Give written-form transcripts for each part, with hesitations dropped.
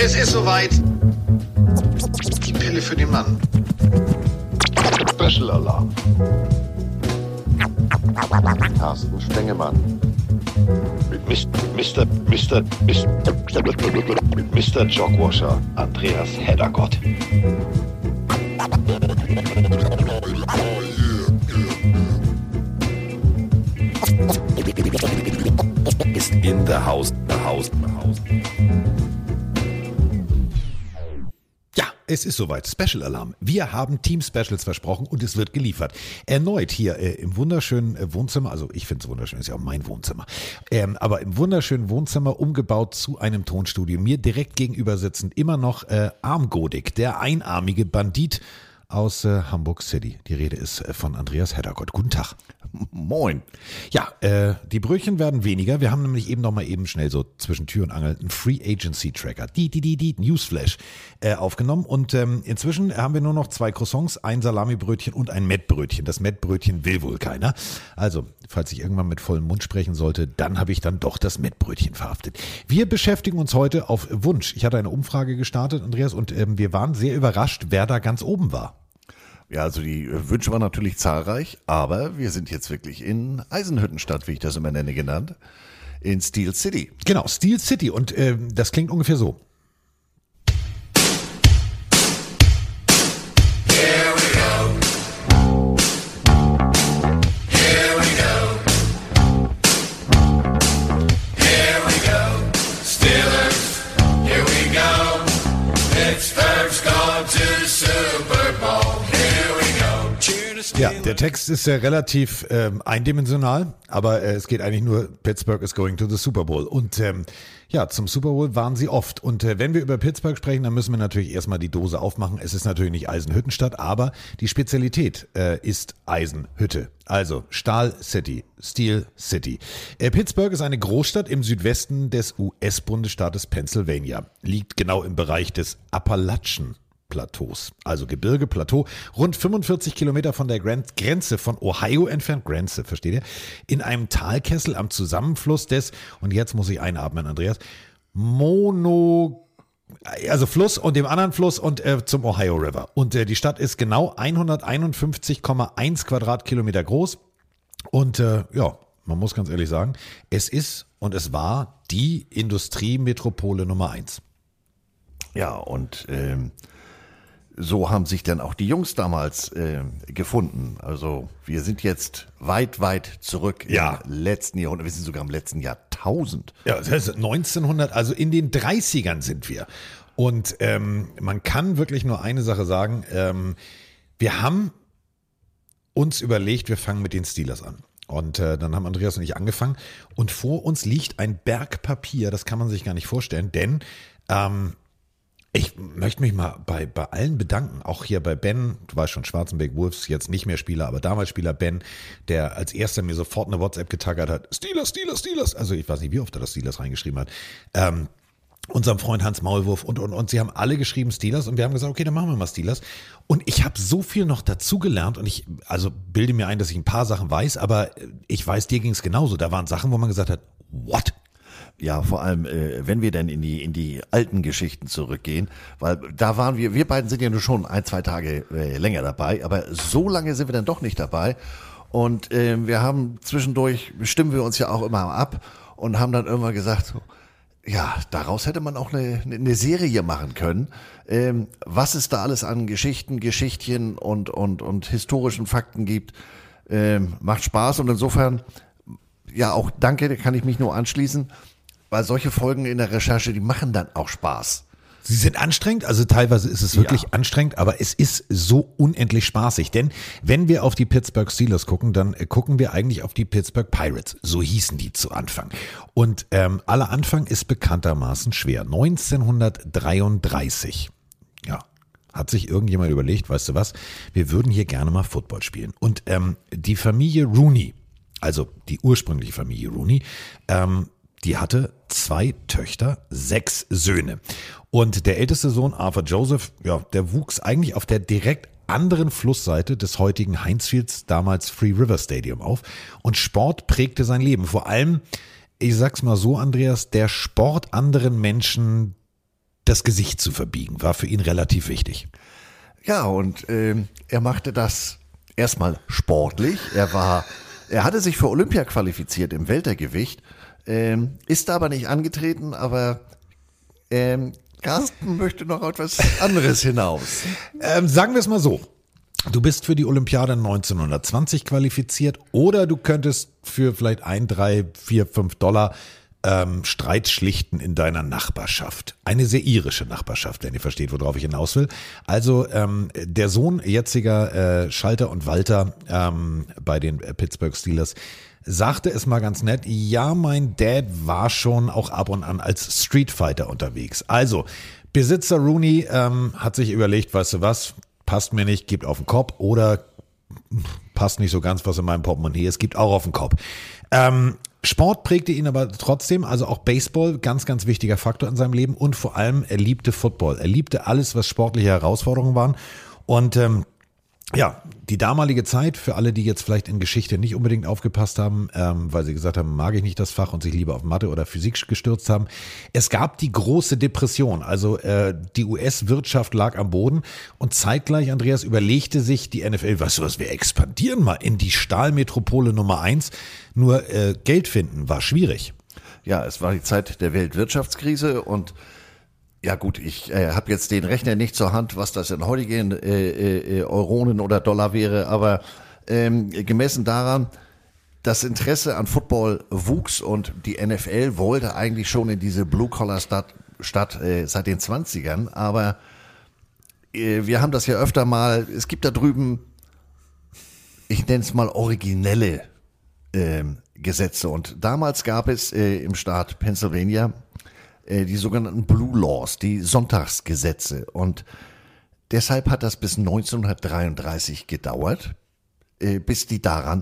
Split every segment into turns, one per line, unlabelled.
Es ist soweit. Die Pille für den Mann.
Special Alarm. Carsten Spengemann. Mit Mr. Jogwasher Andreas Heddergott.
Ist in the house.
Ja, es ist soweit. Special Alarm. Wir haben Team Specials versprochen und es wird geliefert. Erneut hier im wunderschönen Wohnzimmer, also ich finde es wunderschön, ist ja auch mein Wohnzimmer, aber im wunderschönen Wohnzimmer umgebaut zu einem Tonstudio. Mir direkt gegenüber sitzend immer noch Armgodik, der einarmige Bandit aus Hamburg City. Die Rede ist von Andreas Heddergott. Guten Tag.
Moin.
Ja, die Brötchen werden weniger. Wir haben nämlich eben noch mal eben schnell so zwischen Tür und Angel einen Free Agency Tracker, die Newsflash aufgenommen. Und inzwischen haben wir nur noch 2 Croissants, ein Salamibrötchen und ein Mettbrötchen. Das Mettbrötchen will wohl keiner. Also, falls ich irgendwann mit vollem Mund sprechen sollte, dann habe ich dann doch das Mettbrötchen verhaftet. Wir beschäftigen uns heute auf Wunsch. Ich hatte eine Umfrage gestartet, Andreas, und wir waren sehr überrascht, wer da ganz oben war.
Ja, also die Wünsche waren natürlich zahlreich, aber wir sind jetzt wirklich in Eisenhüttenstadt, wie ich das immer nenne, genannt, in Steel City.
Genau, Steel City und das klingt ungefähr so. Ja, der Text ist ja relativ eindimensional, aber es geht eigentlich nur, Pittsburgh is going to the Super Bowl. Und ja, zum Super Bowl waren sie oft. Und wenn wir über Pittsburgh sprechen, dann müssen wir natürlich erstmal die Dose aufmachen. Es ist natürlich nicht Eisenhüttenstadt, aber die Spezialität ist Eisenhütte. Also Stahl City, Steel City. Pittsburgh ist eine Großstadt im Südwesten des US-Bundesstaates Pennsylvania. Liegt genau im Bereich des Appalachen Plateaus, also Gebirge, Plateau, rund 45 Kilometer von der Grenze von Ohio entfernt, Grenze, versteht ihr? In einem Talkessel am Zusammenfluss des, und jetzt muss ich einatmen, Andreas, also Fluss und dem anderen Fluss und zum Ohio River. Und die Stadt ist genau 151,1 Quadratkilometer groß und ja, man muss ganz ehrlich sagen, es ist und es war die Industriemetropole Nummer 1.
Ja, und so haben sich dann auch die Jungs damals gefunden. Also wir sind jetzt weit zurück im letzten Jahrhundert. Wir sind sogar im letzten Jahrtausend.
Ja, das heißt 1900, also in den 30ern sind wir. Und man kann wirklich nur eine Sache sagen. Wir haben uns überlegt, wir fangen mit den Steelers an. Und dann haben Andreas und ich angefangen. Und vor uns liegt ein Berg Papier, das kann man sich gar nicht vorstellen, denn ich möchte mich mal bei allen bedanken, auch hier bei Ben, du weißt schon, Schwarzenberg Wolves, jetzt nicht mehr Spieler, aber damals Spieler Ben, der als erster mir sofort eine WhatsApp getaggert hat, Steelers, also ich weiß nicht, wie oft er das Steelers reingeschrieben hat, unserem Freund Hans Maulwurf und sie haben alle geschrieben Steelers und wir haben gesagt, okay, dann machen wir mal Steelers und ich habe so viel noch dazugelernt und ich also bilde mir ein, dass ich ein paar Sachen weiß, aber ich weiß, dir ging es genauso, da waren Sachen, wo man gesagt hat, what?
Ja, vor allem, wenn wir dann in die alten Geschichten zurückgehen, weil da waren wir beiden sind ja nur schon 1-2 Tage länger dabei, aber so lange sind wir dann doch nicht dabei und wir haben zwischendurch, stimmen wir uns ja auch immer ab und haben dann irgendwann gesagt, ja, daraus hätte man auch eine Serie machen können, was es da alles an Geschichten, Geschichtchen und historischen Fakten gibt, macht Spaß und insofern, ja auch danke, da kann ich mich nur anschließen, weil solche Folgen in der Recherche, die machen dann auch Spaß.
Sie sind anstrengend, also teilweise ist es wirklich anstrengend, aber es ist so unendlich spaßig, denn wenn wir auf die Pittsburgh Steelers gucken, dann gucken wir eigentlich auf die Pittsburgh Pirates, so hießen die zu Anfang. Und aller Anfang ist bekanntermaßen schwer. 1933, ja, hat sich irgendjemand überlegt, weißt du was, wir würden hier gerne mal Football spielen. Und die Familie Rooney, also die ursprüngliche Familie Rooney, die hatte 2 Töchter, 6 Söhne. Und der älteste Sohn, Arthur Joseph, ja, der wuchs eigentlich auf der direkt anderen Flussseite des heutigen Heinz Fields, damals Free River Stadium, auf. Und Sport prägte sein Leben. Vor allem, ich sag's mal so, Andreas, der Sport anderen Menschen das Gesicht zu verbiegen, war für ihn relativ wichtig.
Ja, und er machte das erstmal sportlich. Er hatte sich für Olympia qualifiziert im Weltergewicht, ist aber nicht angetreten, aber Carsten möchte noch etwas anderes hinaus.
Sagen wir es mal so. Du bist für die Olympiade 1920 qualifiziert oder du könntest für vielleicht 1, 3, 4, 5 Dollar Streit schlichten in deiner Nachbarschaft. Eine sehr irische Nachbarschaft, wenn ihr versteht, worauf ich hinaus will. Also der Sohn jetziger Schalter und Walter bei den Pittsburgh Steelers sagte es mal ganz nett, ja, mein Dad war schon auch ab und an als Streetfighter unterwegs. Also Besitzer Rooney hat sich überlegt, weißt du was, passt mir nicht, gibt auf den Kopf oder passt nicht so ganz, was in meinem Portemonnaie ist, gibt auch auf den Kopf. Sport prägte ihn aber trotzdem, also auch Baseball, ganz, ganz wichtiger Faktor in seinem Leben und vor allem, er liebte Football. Er liebte alles, was sportliche Herausforderungen waren und ja, die damalige Zeit, für alle, die jetzt vielleicht in Geschichte nicht unbedingt aufgepasst haben, weil sie gesagt haben, mag ich nicht das Fach und sich lieber auf Mathe oder Physik gestürzt haben. Es gab die große Depression, also die US-Wirtschaft lag am Boden und zeitgleich, Andreas, überlegte sich die NFL, weißt du was, wir expandieren mal in die Stahlmetropole Nummer 1, nur Geld finden war schwierig.
Ja, es war die Zeit der Weltwirtschaftskrise und ja gut, ich habe jetzt den Rechner nicht zur Hand, was das in heutigen Euronen oder Dollar wäre, aber gemessen daran, das Interesse an Football wuchs und die NFL wollte eigentlich schon in diese Blue-Collar-Stadt seit den 20ern, aber wir haben das ja öfter mal, es gibt da drüben, ich nenne es mal originelle Gesetze und damals gab es im Staat Pennsylvania die sogenannten Blue Laws, die Sonntagsgesetze. Und deshalb hat das bis 1933 gedauert, bis sie dann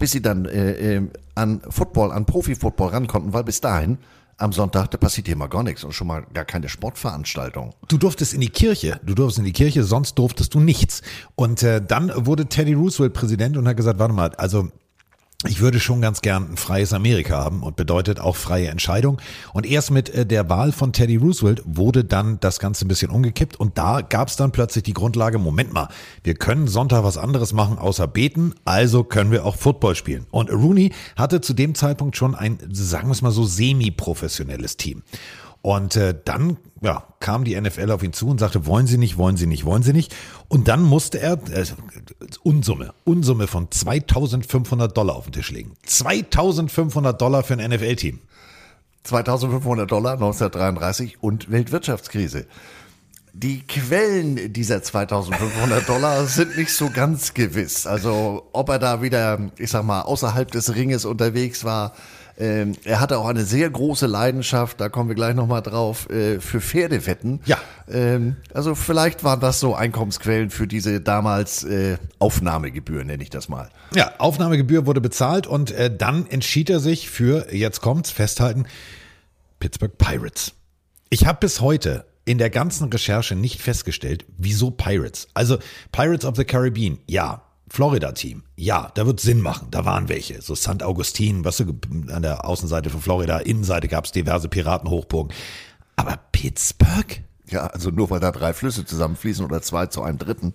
an Profi-Football ran konnten, weil bis dahin am Sonntag, da passiert hier mal gar nichts und schon mal gar keine Sportveranstaltung.
Du durftest in die Kirche, sonst durftest du nichts. Und dann wurde Teddy Roosevelt Präsident und hat gesagt, warte mal, also ich würde schon ganz gern ein freies Amerika haben und bedeutet auch freie Entscheidung. Und erst mit der Wahl von Teddy Roosevelt wurde dann das Ganze ein bisschen umgekippt und da gab es dann plötzlich die Grundlage, Moment mal, wir können Sonntag was anderes machen außer beten, also können wir auch Football spielen. Und Rooney hatte zu dem Zeitpunkt schon ein, sagen wir es mal so, semi-professionelles Team. Und dann kam die NFL auf ihn zu und sagte, wollen Sie nicht. Und dann musste er Unsumme von $2.500 auf den Tisch legen. $2.500 für ein NFL-Team.
$2.500 1933 und Weltwirtschaftskrise. Die Quellen dieser $2.500 sind nicht so ganz gewiss. Also ob er da wieder, ich sag mal, außerhalb des Ringes unterwegs war. Er hatte auch eine sehr große Leidenschaft, da kommen wir gleich nochmal drauf, für Pferdewetten.
Ja.
Also vielleicht waren das so Einkommensquellen für diese damals Aufnahmegebühr, nenne ich das mal.
Ja, Aufnahmegebühr wurde bezahlt und dann entschied er sich für, jetzt kommt's, festhalten, Pittsburgh Pirates. Ich habe bis heute in der ganzen Recherche nicht festgestellt, wieso Pirates. Also Pirates of the Caribbean, ja. Florida-Team, ja, da wird Sinn machen, da waren welche, so St. Augustine, was an der Außenseite von Florida, Innenseite gab es diverse Piratenhochburgen, aber Pittsburgh?
Ja, also nur weil da 3 Flüsse zusammenfließen oder 2 zu einem dritten,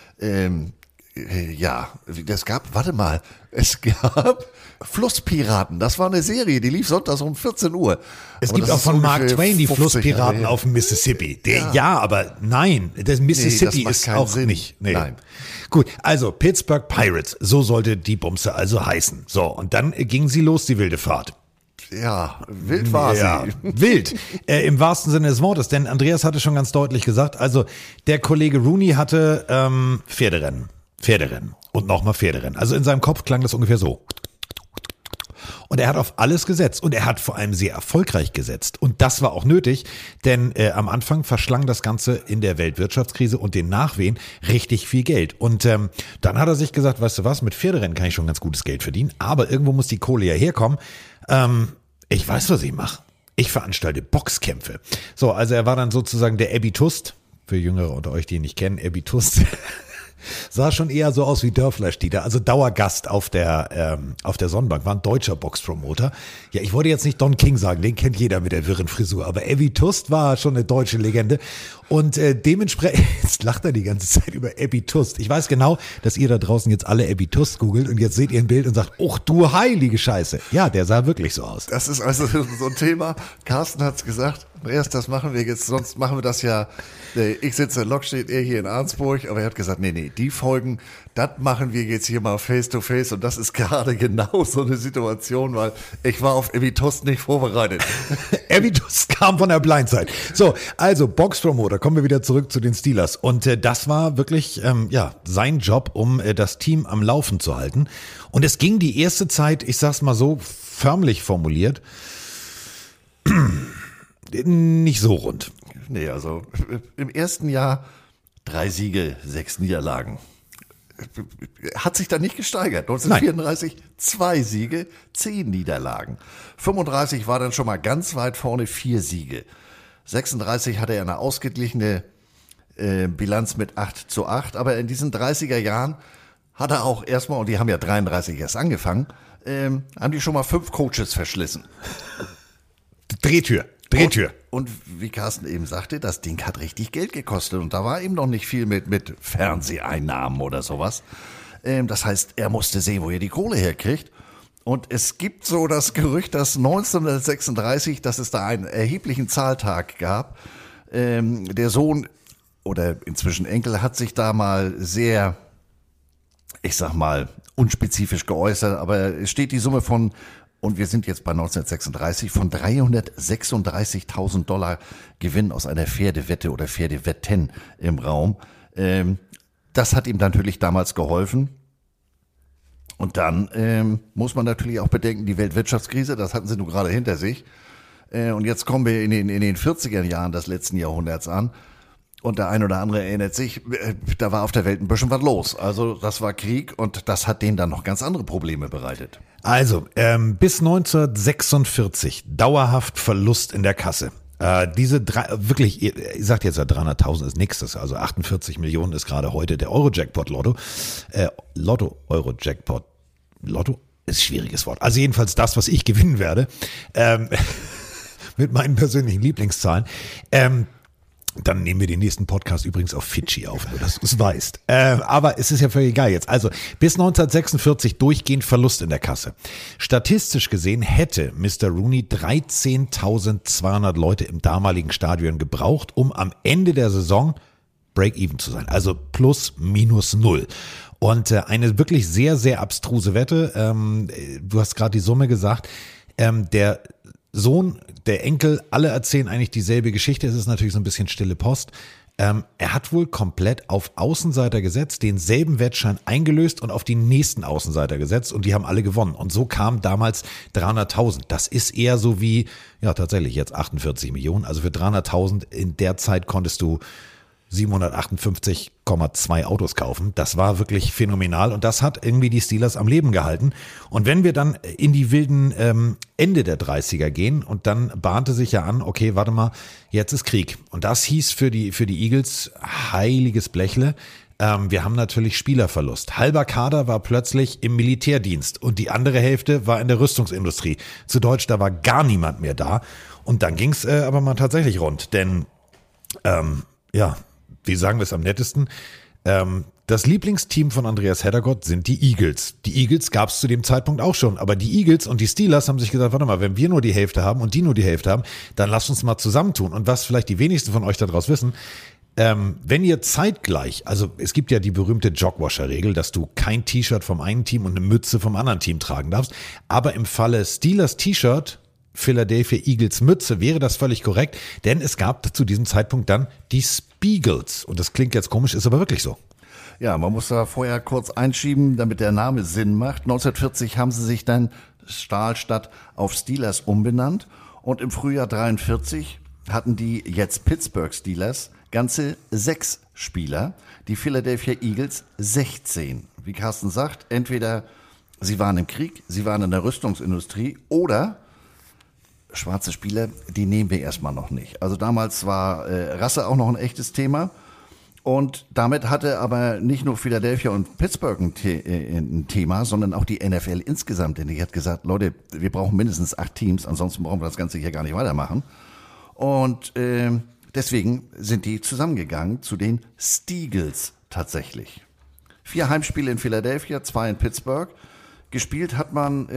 es gab Flusspiraten, das war eine Serie, die lief sonntags um 14 Uhr.
Es gibt auch von Mark Twain die Flusspiraten auf dem Mississippi. Aber nein, das Mississippi ist auch
Sinn.
Nicht. Nee.
Nein.
Gut, also Pittsburgh Pirates, so sollte die Bumse also heißen. So, und dann ging sie los, die wilde Fahrt.
Ja, wild war sie.
Wild, im wahrsten Sinne des Wortes, denn Andreas hatte schon ganz deutlich gesagt, also der Kollege Rooney hatte Pferderennen und nochmal Pferderennen. Also in seinem Kopf klang das ungefähr so. Und er hat auf alles gesetzt und er hat vor allem sehr erfolgreich gesetzt. Und das war auch nötig, denn am Anfang verschlang das Ganze in der Weltwirtschaftskrise und den Nachwehen richtig viel Geld. Und dann hat er sich gesagt, weißt du was, mit Pferderennen kann ich schon ganz gutes Geld verdienen, aber irgendwo muss die Kohle ja herkommen. Ich weiß, was ich mache. Ich veranstalte Boxkämpfe. So, also er war dann sozusagen der Abby Tust. Für Jüngere unter euch, die ihn nicht kennen, Abby Tust. Sah schon eher so aus wie Dörfler-Stieter, also Dauergast auf der Sonnenbank, war ein deutscher Boxpromoter. Ja, ich wollte jetzt nicht Don King sagen, den kennt jeder mit der wirren Frisur, aber Abby Tust war schon eine deutsche Legende und dementsprechend, jetzt lacht er die ganze Zeit über Abby Tust. Ich weiß genau, dass ihr da draußen jetzt alle Abby Tust googelt und jetzt seht ihr ein Bild und sagt, ach du heilige Scheiße. Ja, der sah wirklich so aus.
Das ist also so ein Thema. Carsten hat's gesagt, Andreas, das machen wir jetzt, sonst machen wir das ja, ich sitze in Lockstedt, er hier in Arnsburg, aber er hat gesagt, nee, die Folgen, das machen wir jetzt hier mal face to face und das ist gerade genau so eine Situation, weil ich war auf Abby Tust nicht vorbereitet.
Abby Tust kam von der Blindside. So, also Boxpromoter, kommen wir wieder zurück zu den Steelers und das war wirklich sein Job, um das Team am Laufen zu halten und es ging die erste Zeit, ich sag's mal so, förmlich formuliert, nicht so rund.
Nee, also im ersten Jahr 3 Siege, 6 Niederlagen. Hat sich da nicht gesteigert. 1934
Nein.
2 Siege, 10 Niederlagen. 35 war dann schon mal ganz weit vorne, 4 Siege. 36 hatte er eine ausgeglichene Bilanz mit 8:8. Aber in diesen 30er Jahren hat er auch erstmal, und die haben ja 33 erst angefangen, haben die schon mal 5 Coaches verschlissen.
Drehtür.
Und wie Carsten eben sagte, das Ding hat richtig Geld gekostet und da war eben noch nicht viel mit Fernseheinnahmen oder sowas. Das heißt, er musste sehen, wo er die Kohle herkriegt. Und es gibt so das Gerücht, dass 1936, dass es da einen erheblichen Zahltag gab. Der Sohn oder inzwischen Enkel hat sich da mal sehr, ich sag mal, unspezifisch geäußert, aber es steht die Summe von, und wir sind jetzt bei 1936, von $336.000 Gewinn aus einer Pferdewette oder Pferdewetten im Raum. Das hat ihm natürlich damals geholfen. Und dann muss man natürlich auch bedenken, die Weltwirtschaftskrise, das hatten sie nur gerade hinter sich. Und jetzt kommen wir in den 40er Jahren des letzten Jahrhunderts an. Und der ein oder andere erinnert sich, da war auf der Welt ein bisschen was los. Also das war Krieg und das hat denen dann noch ganz andere Probleme bereitet.
Also, bis 1946 dauerhaft Verlust in der Kasse. Diese wirklich, ihr sagt jetzt ja 300.000 ist nichts, also 48 Millionen ist gerade heute der Euro-Jackpot-Lotto. Euro-Jackpot. Lotto ist ein schwieriges Wort. Also jedenfalls das, was ich gewinnen werde, mit meinen persönlichen Lieblingszahlen. Dann nehmen wir den nächsten Podcast übrigens auf Fidschi auf, nur dass du es weißt. Aber es ist ja völlig egal jetzt. Also bis 1946 durchgehend Verlust in der Kasse. Statistisch gesehen hätte Mr. Rooney 13.200 Leute im damaligen Stadion gebraucht, um am Ende der Saison Break-Even zu sein. Also plus minus null. Und eine wirklich sehr, sehr abstruse Wette. Du hast gerade die Summe gesagt. Der Sohn, der Enkel, alle erzählen eigentlich dieselbe Geschichte. Es ist natürlich so ein bisschen stille Post. Er hat wohl komplett auf Außenseiter gesetzt, denselben Wettschein eingelöst und auf die nächsten Außenseiter gesetzt und die haben alle gewonnen. Und so kam damals 300.000. Das ist eher so wie, ja tatsächlich jetzt 48 Millionen. Also für 300.000 in der Zeit konntest du 758,2 Autos kaufen. Das war wirklich phänomenal und das hat irgendwie die Steelers am Leben gehalten. Und wenn wir dann in die wilden Ende der 30er gehen und dann bahnte sich ja an, okay, warte mal, jetzt ist Krieg. Und das hieß für die Eagles heiliges Blechle. Wir haben natürlich Spielerverlust. Halber Kader war plötzlich im Militärdienst und die andere Hälfte war in der Rüstungsindustrie. Zu Deutsch, da war gar niemand mehr da. Und dann ging's aber mal tatsächlich rund, denn wie sagen wir es am nettesten? Das Lieblingsteam von Andreas Heddergott sind die Eagles. Die Eagles gab es zu dem Zeitpunkt auch schon, aber die Eagles und die Steelers haben sich gesagt, warte mal, wenn wir nur die Hälfte haben und die nur die Hälfte haben, dann lasst uns mal zusammentun. Und was vielleicht die wenigsten von euch daraus wissen, wenn ihr zeitgleich, also es gibt ja die berühmte Jogwasher-Regel, dass du kein T-Shirt vom einen Team und eine Mütze vom anderen Team tragen darfst, aber im Falle Steelers T-Shirt, Philadelphia Eagles Mütze wäre das völlig korrekt, denn es gab zu diesem Zeitpunkt dann die Spiegels. Und das klingt jetzt komisch, ist aber wirklich so.
Ja, man muss da vorher kurz einschieben, damit der Name Sinn macht. 1940 haben sie sich dann Stahlstadt auf Steelers umbenannt und im Frühjahr 43 hatten die jetzt Pittsburgh Steelers ganze 6 Spieler, die Philadelphia Eagles 16. Wie Carsten sagt, entweder sie waren im Krieg, sie waren in der Rüstungsindustrie oder schwarze Spieler, die nehmen wir erstmal noch nicht. Also damals war Rasse auch noch ein echtes Thema Und damit hatte aber nicht nur Philadelphia und Pittsburgh ein Thema, sondern auch die NFL insgesamt. Denn die hat gesagt, Leute, wir brauchen mindestens 8 Teams, ansonsten brauchen wir das Ganze hier gar nicht weitermachen. Und deswegen sind die zusammengegangen zu den Steagles tatsächlich. 4 Heimspiele in Philadelphia, 2 in Pittsburgh. Gespielt hat man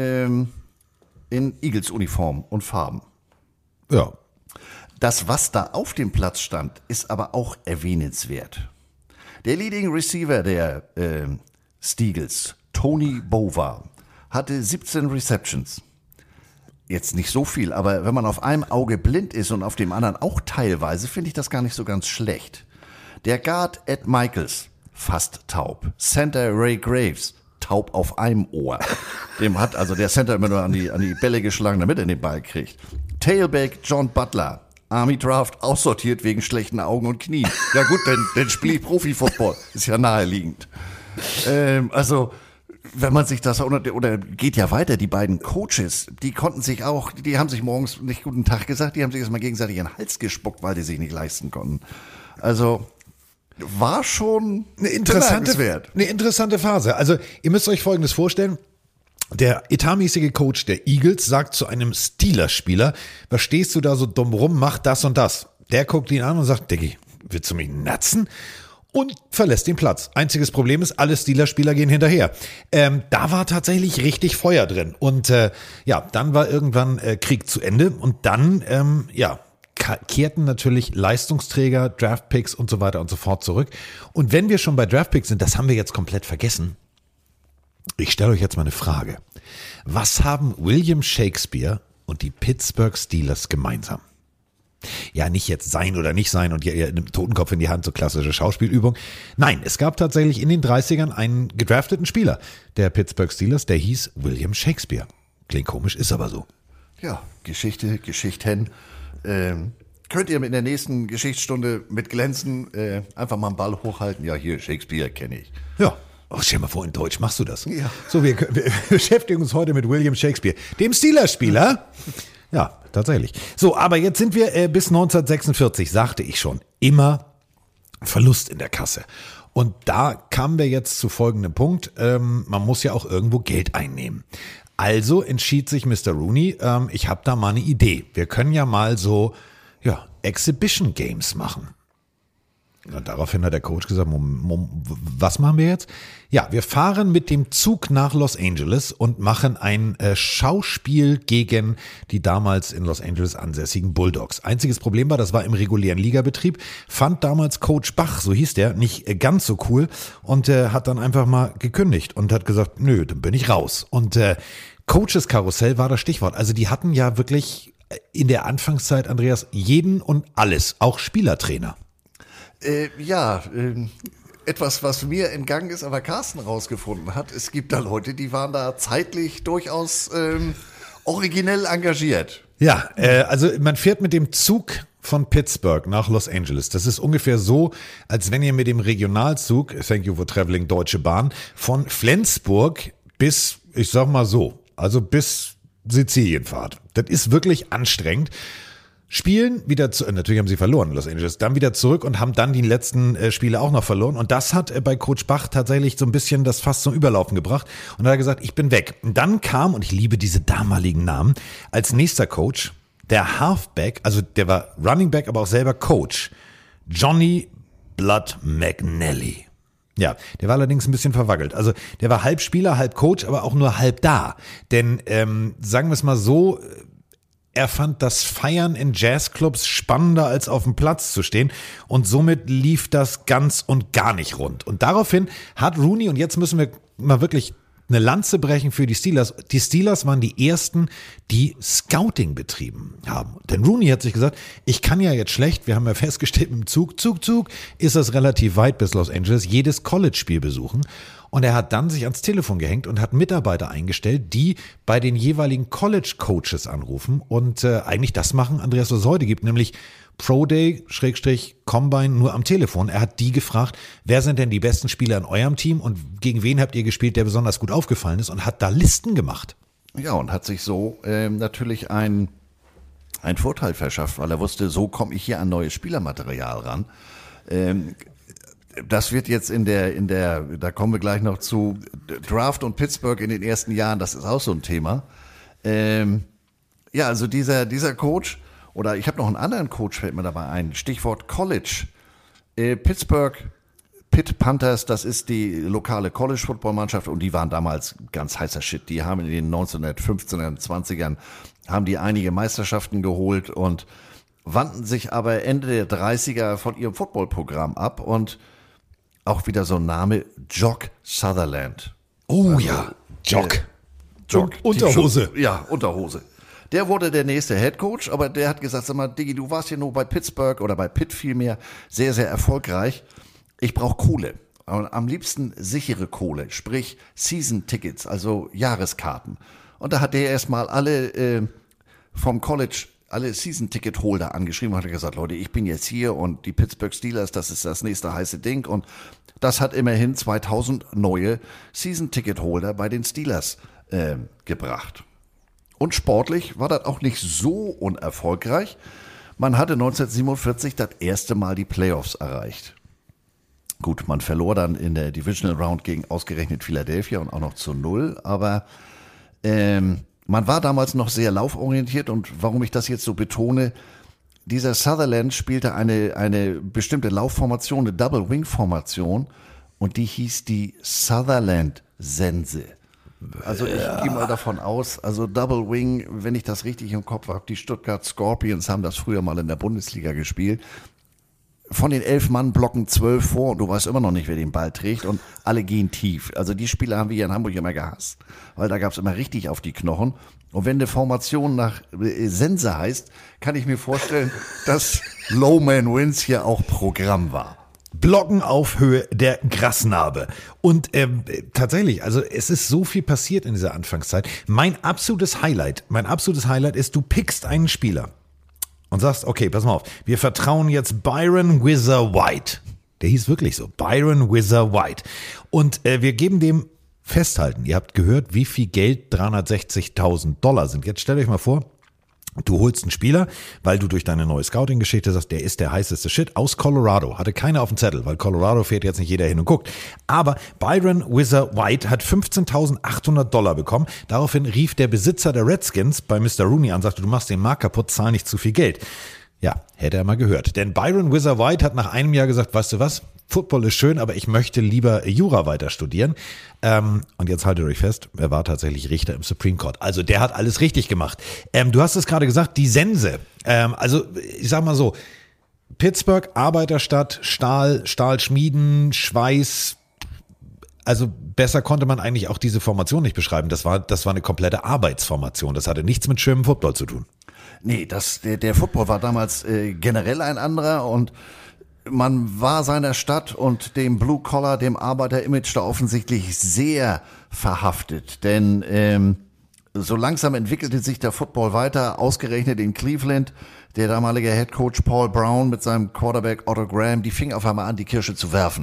in Eagles-Uniform und Farben.
Ja.
Das, was da auf dem Platz stand, ist aber auch erwähnenswert. Der Leading Receiver der Steagles, Tony Bova, hatte 17 Receptions. Jetzt nicht so viel, aber wenn man auf einem Auge blind ist und auf dem anderen auch teilweise, finde ich das gar nicht so ganz schlecht. Der Guard Ed Michaels, fast taub. Center Ray Graves, taub auf einem Ohr. Dem hat also der Center immer nur an die Bälle geschlagen, damit er den Ball kriegt. Tailback John Butler, Army Draft, aussortiert wegen schlechten Augen und Knien. Ja gut, dann spiele ich Profi-Football. Ist ja naheliegend. Also, wenn man sich das, oder geht ja weiter, die beiden Coaches, die konnten sich auch, die haben sich morgens nicht guten Tag gesagt, die haben sich erstmal gegenseitig in den Hals gespuckt, weil die sich nicht leisten konnten. Also, war schon
eine interessante Phase. Also, ihr müsst euch Folgendes vorstellen. Der etatmäßige Coach der Eagles sagt zu einem Steelers-Spieler, was stehst du da so dumm rum, mach das und das. Der guckt ihn an und sagt, Diggi, willst du mich natzen? Und verlässt den Platz. Einziges Problem ist, alle Steelers-Spieler gehen hinterher. Da war tatsächlich richtig Feuer drin. Und dann war irgendwann Krieg zu Ende. Und dann, kehrten natürlich Leistungsträger, Draftpicks und so weiter und so fort zurück. Und wenn wir schon bei Draftpicks sind, das haben wir jetzt komplett vergessen. Ich stelle euch jetzt mal eine Frage. Was haben William Shakespeare und die Pittsburgh Steelers gemeinsam? Ja, nicht jetzt sein oder nicht sein und ihr nimmt Totenkopf in die Hand, so klassische Schauspielübung. Nein, es gab tatsächlich in den 30ern einen gedrafteten Spieler der Pittsburgh Steelers, der hieß William Shakespeare. Klingt komisch, ist aber so.
Ja, Geschichten. Könnt ihr in der nächsten Geschichtsstunde mit glänzen, einfach mal einen Ball hochhalten? Ja, hier, Shakespeare kenne ich.
Ja. Oh, stell mal vor, in Deutsch machst du das.
Ja.
So, wir beschäftigen uns heute mit William Shakespeare, dem Steelers-Spieler. Ja, tatsächlich. So, aber jetzt sind wir bis 1946, sagte ich schon, immer Verlust in der Kasse. Und da kamen wir jetzt zu folgendem Punkt. Man muss ja auch irgendwo Geld einnehmen. Also entschied sich Mr. Rooney, ich habe da mal eine Idee. Wir können ja mal so Exhibition Games machen. Und daraufhin hat der Coach gesagt, was machen wir jetzt? Ja, wir fahren mit dem Zug nach Los Angeles und machen ein Schauspiel gegen die damals in Los Angeles ansässigen Bulldogs. Einziges Problem war, das war im regulären Ligabetrieb, fand damals Coach Bach, so hieß der, nicht ganz so cool und hat dann einfach mal gekündigt und hat gesagt, nö, dann bin ich raus. Und Coaches Karussell war das Stichwort. Also die hatten ja wirklich in der Anfangszeit, Andreas, jeden und alles, auch Spielertrainer.
Etwas, was mir entgangen ist, aber Carsten rausgefunden hat. Es gibt da Leute, die waren da zeitlich durchaus originell engagiert.
Ja, also man fährt mit dem Zug von Pittsburgh nach Los Angeles. Das ist ungefähr so, als wenn ihr mit dem Regionalzug, thank you for traveling Deutsche Bahn, von Flensburg bis, ich sag mal so, also bis Sizilien fahrt. Das ist wirklich anstrengend. Spielen wieder natürlich haben sie verloren in Los Angeles, dann wieder zurück und haben dann die letzten Spiele auch noch verloren. Und das hat bei Coach Bach tatsächlich so ein bisschen das fast zum Überlaufen gebracht. Und da hat er gesagt, ich bin weg. Und dann kam, und ich liebe diese damaligen Namen, als nächster Coach, der Halfback, also der war Running Back, aber auch selber Coach, Johnny Blood McNally. Ja, der war allerdings ein bisschen verwackelt. Also der war halb Spieler, halb Coach, aber auch nur halb da. Denn sagen wir es mal so, er fand das Feiern in Jazzclubs spannender als auf dem Platz zu stehen und somit lief das ganz und gar nicht rund. Und daraufhin hat Rooney, und jetzt müssen wir mal wirklich eine Lanze brechen für die Steelers. Die Steelers waren die ersten, die Scouting betrieben haben. Denn Rooney hat sich gesagt, ich kann ja jetzt schlecht, wir haben ja festgestellt, mit dem Zug ist das relativ weit bis Los Angeles, jedes College-Spiel besuchen. Und er hat dann sich ans Telefon gehängt und hat Mitarbeiter eingestellt, die bei den jeweiligen College-Coaches anrufen und eigentlich das machen, Andreas, was es heute gibt, nämlich Pro Day, Combine nur am Telefon. Er hat die gefragt, wer sind denn die besten Spieler in eurem Team und gegen wen habt ihr gespielt, der besonders gut aufgefallen ist, und hat da Listen gemacht.
Ja, und hat sich so natürlich einen Vorteil verschafft, weil er wusste, so komme ich hier an neues Spielermaterial ran. das wird jetzt da kommen wir gleich noch zu, Draft und Pittsburgh in den ersten Jahren, das ist auch so ein Thema. Ja, also dieser Coach, oder ich habe noch einen anderen Coach, fällt mir dabei ein, Stichwort College. Pittsburgh, Pitt Panthers, das ist die lokale College-Football-Mannschaft und die waren damals ganz heißer Shit. Die haben in den 1915er, 20ern, haben die einige Meisterschaften geholt und wandten sich aber Ende der 30er von ihrem Footballprogramm ab und auch wieder so ein Name, Jock Sutherland.
Oh also, ja, Jock.
Unterhose. Ja, Unterhose. Der wurde der nächste Headcoach, aber der hat gesagt, sag mal, Diggi, du warst ja nur bei Pittsburgh oder bei Pitt vielmehr sehr, sehr erfolgreich. Ich brauche Kohle. Am liebsten sichere Kohle, sprich Season-Tickets, also Jahreskarten. Und da hat der erstmal alle vom College alle Season-Ticket-Holder angeschrieben und hat gesagt, Leute, ich bin jetzt hier und die Pittsburgh Steelers, das ist das nächste heiße Ding und das hat immerhin 2000 neue Season-Ticket-Holder bei den Steelers gebracht. Und sportlich war das auch nicht so unerfolgreich. Man hatte 1947 das erste Mal die Playoffs erreicht. Gut, man verlor dann in der Divisional Round gegen ausgerechnet Philadelphia und auch noch zu 0, aber man war damals noch sehr lauforientiert und warum ich das jetzt so betone, dieser Sutherland spielte eine bestimmte Laufformation, eine Double-Wing-Formation und die hieß die Sutherland-Sense. Also ich gehe mal davon aus, also Double Wing, wenn ich das richtig im Kopf habe, die Stuttgart Scorpions haben das früher mal in der Bundesliga gespielt. Von den 11 Mann blocken 12 vor und du weißt immer noch nicht, wer den Ball trägt und alle gehen tief. Also die Spieler haben wir hier in Hamburg immer gehasst, weil da gab es immer richtig auf die Knochen. Und wenn eine Formation nach Sense heißt, kann ich mir vorstellen, dass Low Man Wins hier auch Programm war.
Blocken auf Höhe der Grasnarbe. Und tatsächlich, also es ist so viel passiert in dieser Anfangszeit. Mein absolutes Highlight ist, du pickst einen Spieler und sagst, okay, pass mal auf, wir vertrauen jetzt Byron Whizzer White. Der hieß wirklich so, Byron Whizzer White. Und wir geben dem festhalten. Ihr habt gehört, wie viel Geld $360.000 sind. Jetzt stellt euch mal vor, du holst einen Spieler, weil du durch deine neue Scouting-Geschichte sagst, der ist der heißeste Shit aus Colorado. Hatte keiner auf dem Zettel, weil Colorado fährt jetzt nicht jeder hin und guckt. Aber Byron Whizzer White hat $15.800 bekommen. Daraufhin rief der Besitzer der Redskins bei Mr. Rooney an, sagte, du machst den Markt kaputt, zahl nicht zu viel Geld. Ja, hätte er mal gehört. Denn Byron Whizzer White hat nach einem Jahr gesagt, weißt du was, Football ist schön, aber ich möchte lieber Jura weiter studieren. Und jetzt haltet euch fest, er war tatsächlich Richter im Supreme Court. Also der hat alles richtig gemacht. Du hast es gerade gesagt, die Sense. Also ich sag mal so, Pittsburgh, Arbeiterstadt, Stahlschmieden, Schweiß. Also besser konnte man eigentlich auch diese Formation nicht beschreiben. Das war eine komplette Arbeitsformation. Das hatte nichts mit schönem Football zu tun.
Nee, der Football war damals generell ein anderer und man war seiner Stadt und dem Blue-Collar, dem Arbeiter-Image da offensichtlich sehr verhaftet. Denn so langsam entwickelte sich der Football weiter, ausgerechnet in Cleveland. Der damalige Headcoach Paul Brown mit seinem Quarterback Otto Graham, die fing auf einmal an, die Kirsche zu werfen.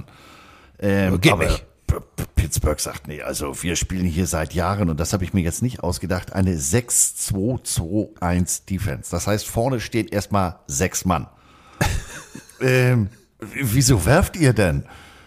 Aber Pittsburgh sagt, nee, also wir spielen hier seit Jahren, und das habe ich mir jetzt nicht ausgedacht, eine 6-2-2-1 Defense. Das heißt, vorne steht erstmal 6 Mann. Wieso werft ihr denn?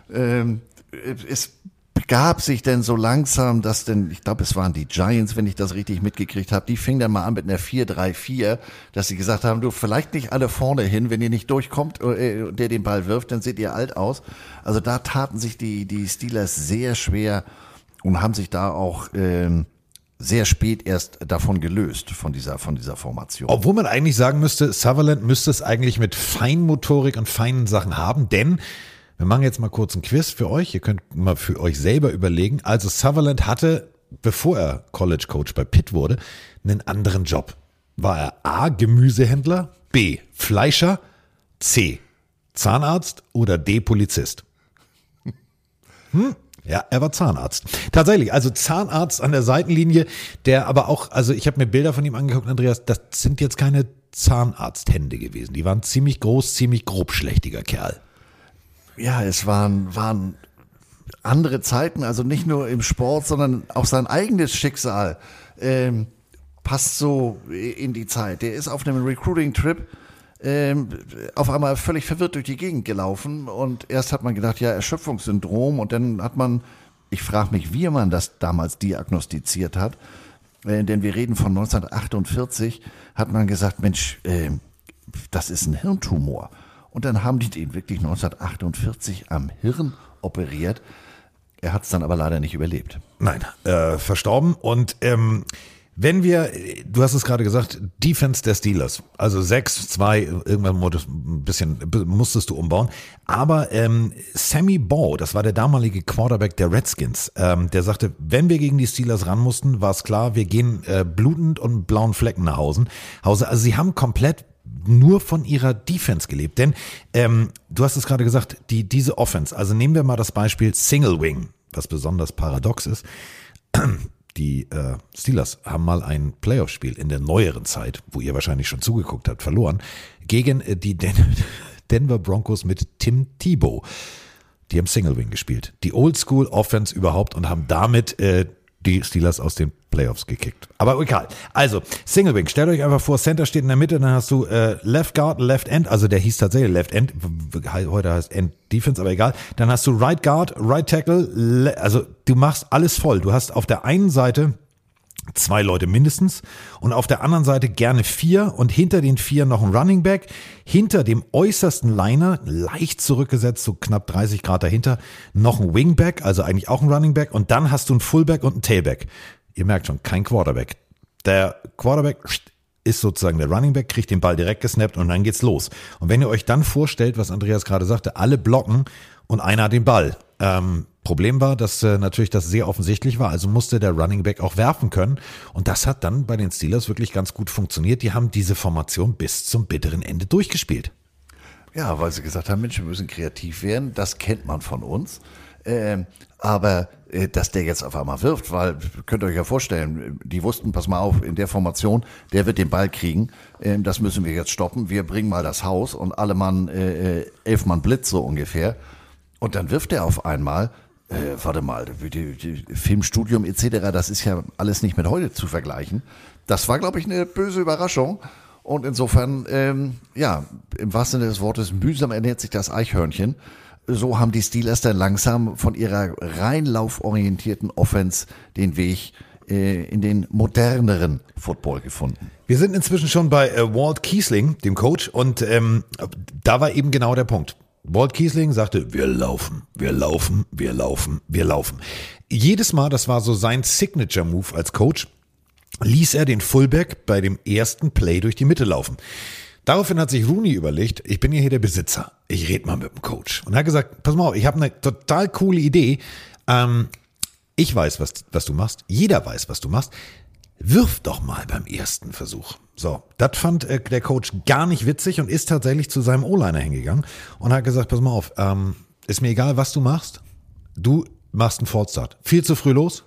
Es begab sich denn so langsam, dass denn, ich glaube, es waren die Giants, wenn ich das richtig mitgekriegt habe, die fingen dann mal an mit einer 4-3-4, dass sie gesagt haben, du, vielleicht nicht alle vorne hin, wenn ihr nicht durchkommt, der den Ball wirft, dann seht ihr alt aus. Also da taten sich die Steelers sehr schwer und haben sich da auch sehr spät erst davon gelöst, von dieser Formation.
Obwohl man eigentlich sagen müsste, Sutherland müsste es eigentlich mit Feinmotorik und feinen Sachen haben, denn wir machen jetzt mal kurz einen Quiz für euch. Ihr könnt mal für euch selber überlegen. Also Sutherland hatte, bevor er College Coach bei Pitt wurde, einen anderen Job. War er A, Gemüsehändler, B, Fleischer, C, Zahnarzt oder D, Polizist? Ja, er war Zahnarzt. Tatsächlich, also Zahnarzt an der Seitenlinie, der aber auch, also ich habe mir Bilder von ihm angeguckt, Andreas, das sind jetzt keine Zahnarzthände gewesen. Die waren ziemlich groß, ziemlich grobschlächtiger Kerl.
Ja, es waren andere Zeiten, also nicht nur im Sport, sondern auch sein eigenes Schicksal passt so in die Zeit. Der ist auf einem Recruiting-Trip auf einmal völlig verwirrt durch die Gegend gelaufen. Und erst hat man gedacht, ja, Erschöpfungssyndrom. Und dann hat man, ich frage mich, wie man das damals diagnostiziert hat, denn wir reden von 1948, hat man gesagt, Mensch, das ist ein Hirntumor. Und dann haben die den wirklich 1948 am Hirn operiert. Er hat es dann aber leider nicht überlebt.
Nein, verstorben. Und wenn wir, du hast es gerade gesagt, Defense der Steelers, also 6-2, irgendwann musstest du umbauen. Aber Sammy Baugh, das war der damalige Quarterback der Redskins, der sagte, wenn wir gegen die Steelers ran mussten, war es klar, wir gehen blutend und blauen Flecken nach Hause. Also sie haben komplett nur von ihrer Defense gelebt. Denn du hast es gerade gesagt, diese Offense, also nehmen wir mal das Beispiel Single Wing, was besonders paradox ist. Die Steelers haben mal ein Playoff-Spiel in der neueren Zeit, wo ihr wahrscheinlich schon zugeguckt habt, verloren, gegen die Denver Broncos mit Tim Tebow. Die haben Single Wing gespielt. Die Oldschool-Offense überhaupt und haben damit die Steelers aus den Playoffs gekickt. Aber egal. Also, Single Wing. Stellt euch einfach vor, Center steht in der Mitte, dann hast du Left Guard, Left End, also der hieß tatsächlich Left End, heute heißt End Defense, aber egal. Dann hast du Right Guard, Right Tackle, also du machst alles voll. Du hast auf der einen Seite 2 Leute mindestens und auf der anderen Seite gerne 4 und hinter den 4 noch ein Running Back, hinter dem äußersten Liner, leicht zurückgesetzt, so knapp 30 Grad dahinter, noch ein Wingback, also eigentlich auch ein Running Back und dann hast du ein Fullback und ein Tailback. Ihr merkt schon, kein Quarterback. Der Quarterback ist sozusagen der Running Back, kriegt den Ball direkt gesnappt und dann geht's los. Und wenn ihr euch dann vorstellt, was Andreas gerade sagte, alle blocken und einer hat den Ball. Problem war, dass natürlich das sehr offensichtlich war, also musste der Running Back auch werfen können und das hat dann bei den Steelers wirklich ganz gut funktioniert. Die haben diese Formation bis zum bitteren Ende durchgespielt.
Ja, weil sie gesagt haben, Mensch, wir müssen kreativ werden, das kennt man von uns. Aber dass der jetzt auf einmal wirft, weil, könnt ihr euch ja vorstellen, die wussten, pass mal auf, in der Formation, der wird den Ball kriegen, das müssen wir jetzt stoppen, wir bringen mal das Haus und alle Mann, 11 Mann Blitz so ungefähr. Und dann wirft er auf einmal, warte mal, die Filmstudium etc., das ist ja alles nicht mit heute zu vergleichen. Das war, glaube ich, eine böse Überraschung. Und insofern, ja, im wahrsten Sinne des Wortes, mühsam ernährt sich das Eichhörnchen. So haben die Steelers dann langsam von ihrer rein lauforientierten Offense den Weg in den moderneren Football gefunden.
Wir sind inzwischen schon bei Walt Kiesling, dem Coach, und da war eben genau der Punkt. Walt Kiesling sagte, wir laufen, wir laufen, wir laufen, wir laufen. Jedes Mal, das war so sein Signature-Move als Coach, ließ er den Fullback bei dem ersten Play durch die Mitte laufen. Daraufhin hat sich Rooney überlegt, ich bin ja hier der Besitzer, ich rede mal mit dem Coach. Und er hat gesagt, pass mal auf, ich habe eine total coole Idee. Ich weiß, was du machst, jeder weiß, was du machst. Wirf doch mal beim ersten Versuch. So, das fand der Coach gar nicht witzig und ist tatsächlich zu seinem O-Liner hingegangen und hat gesagt, pass mal auf, ist mir egal, was du machst, du machst einen Fallstart. Viel zu früh los.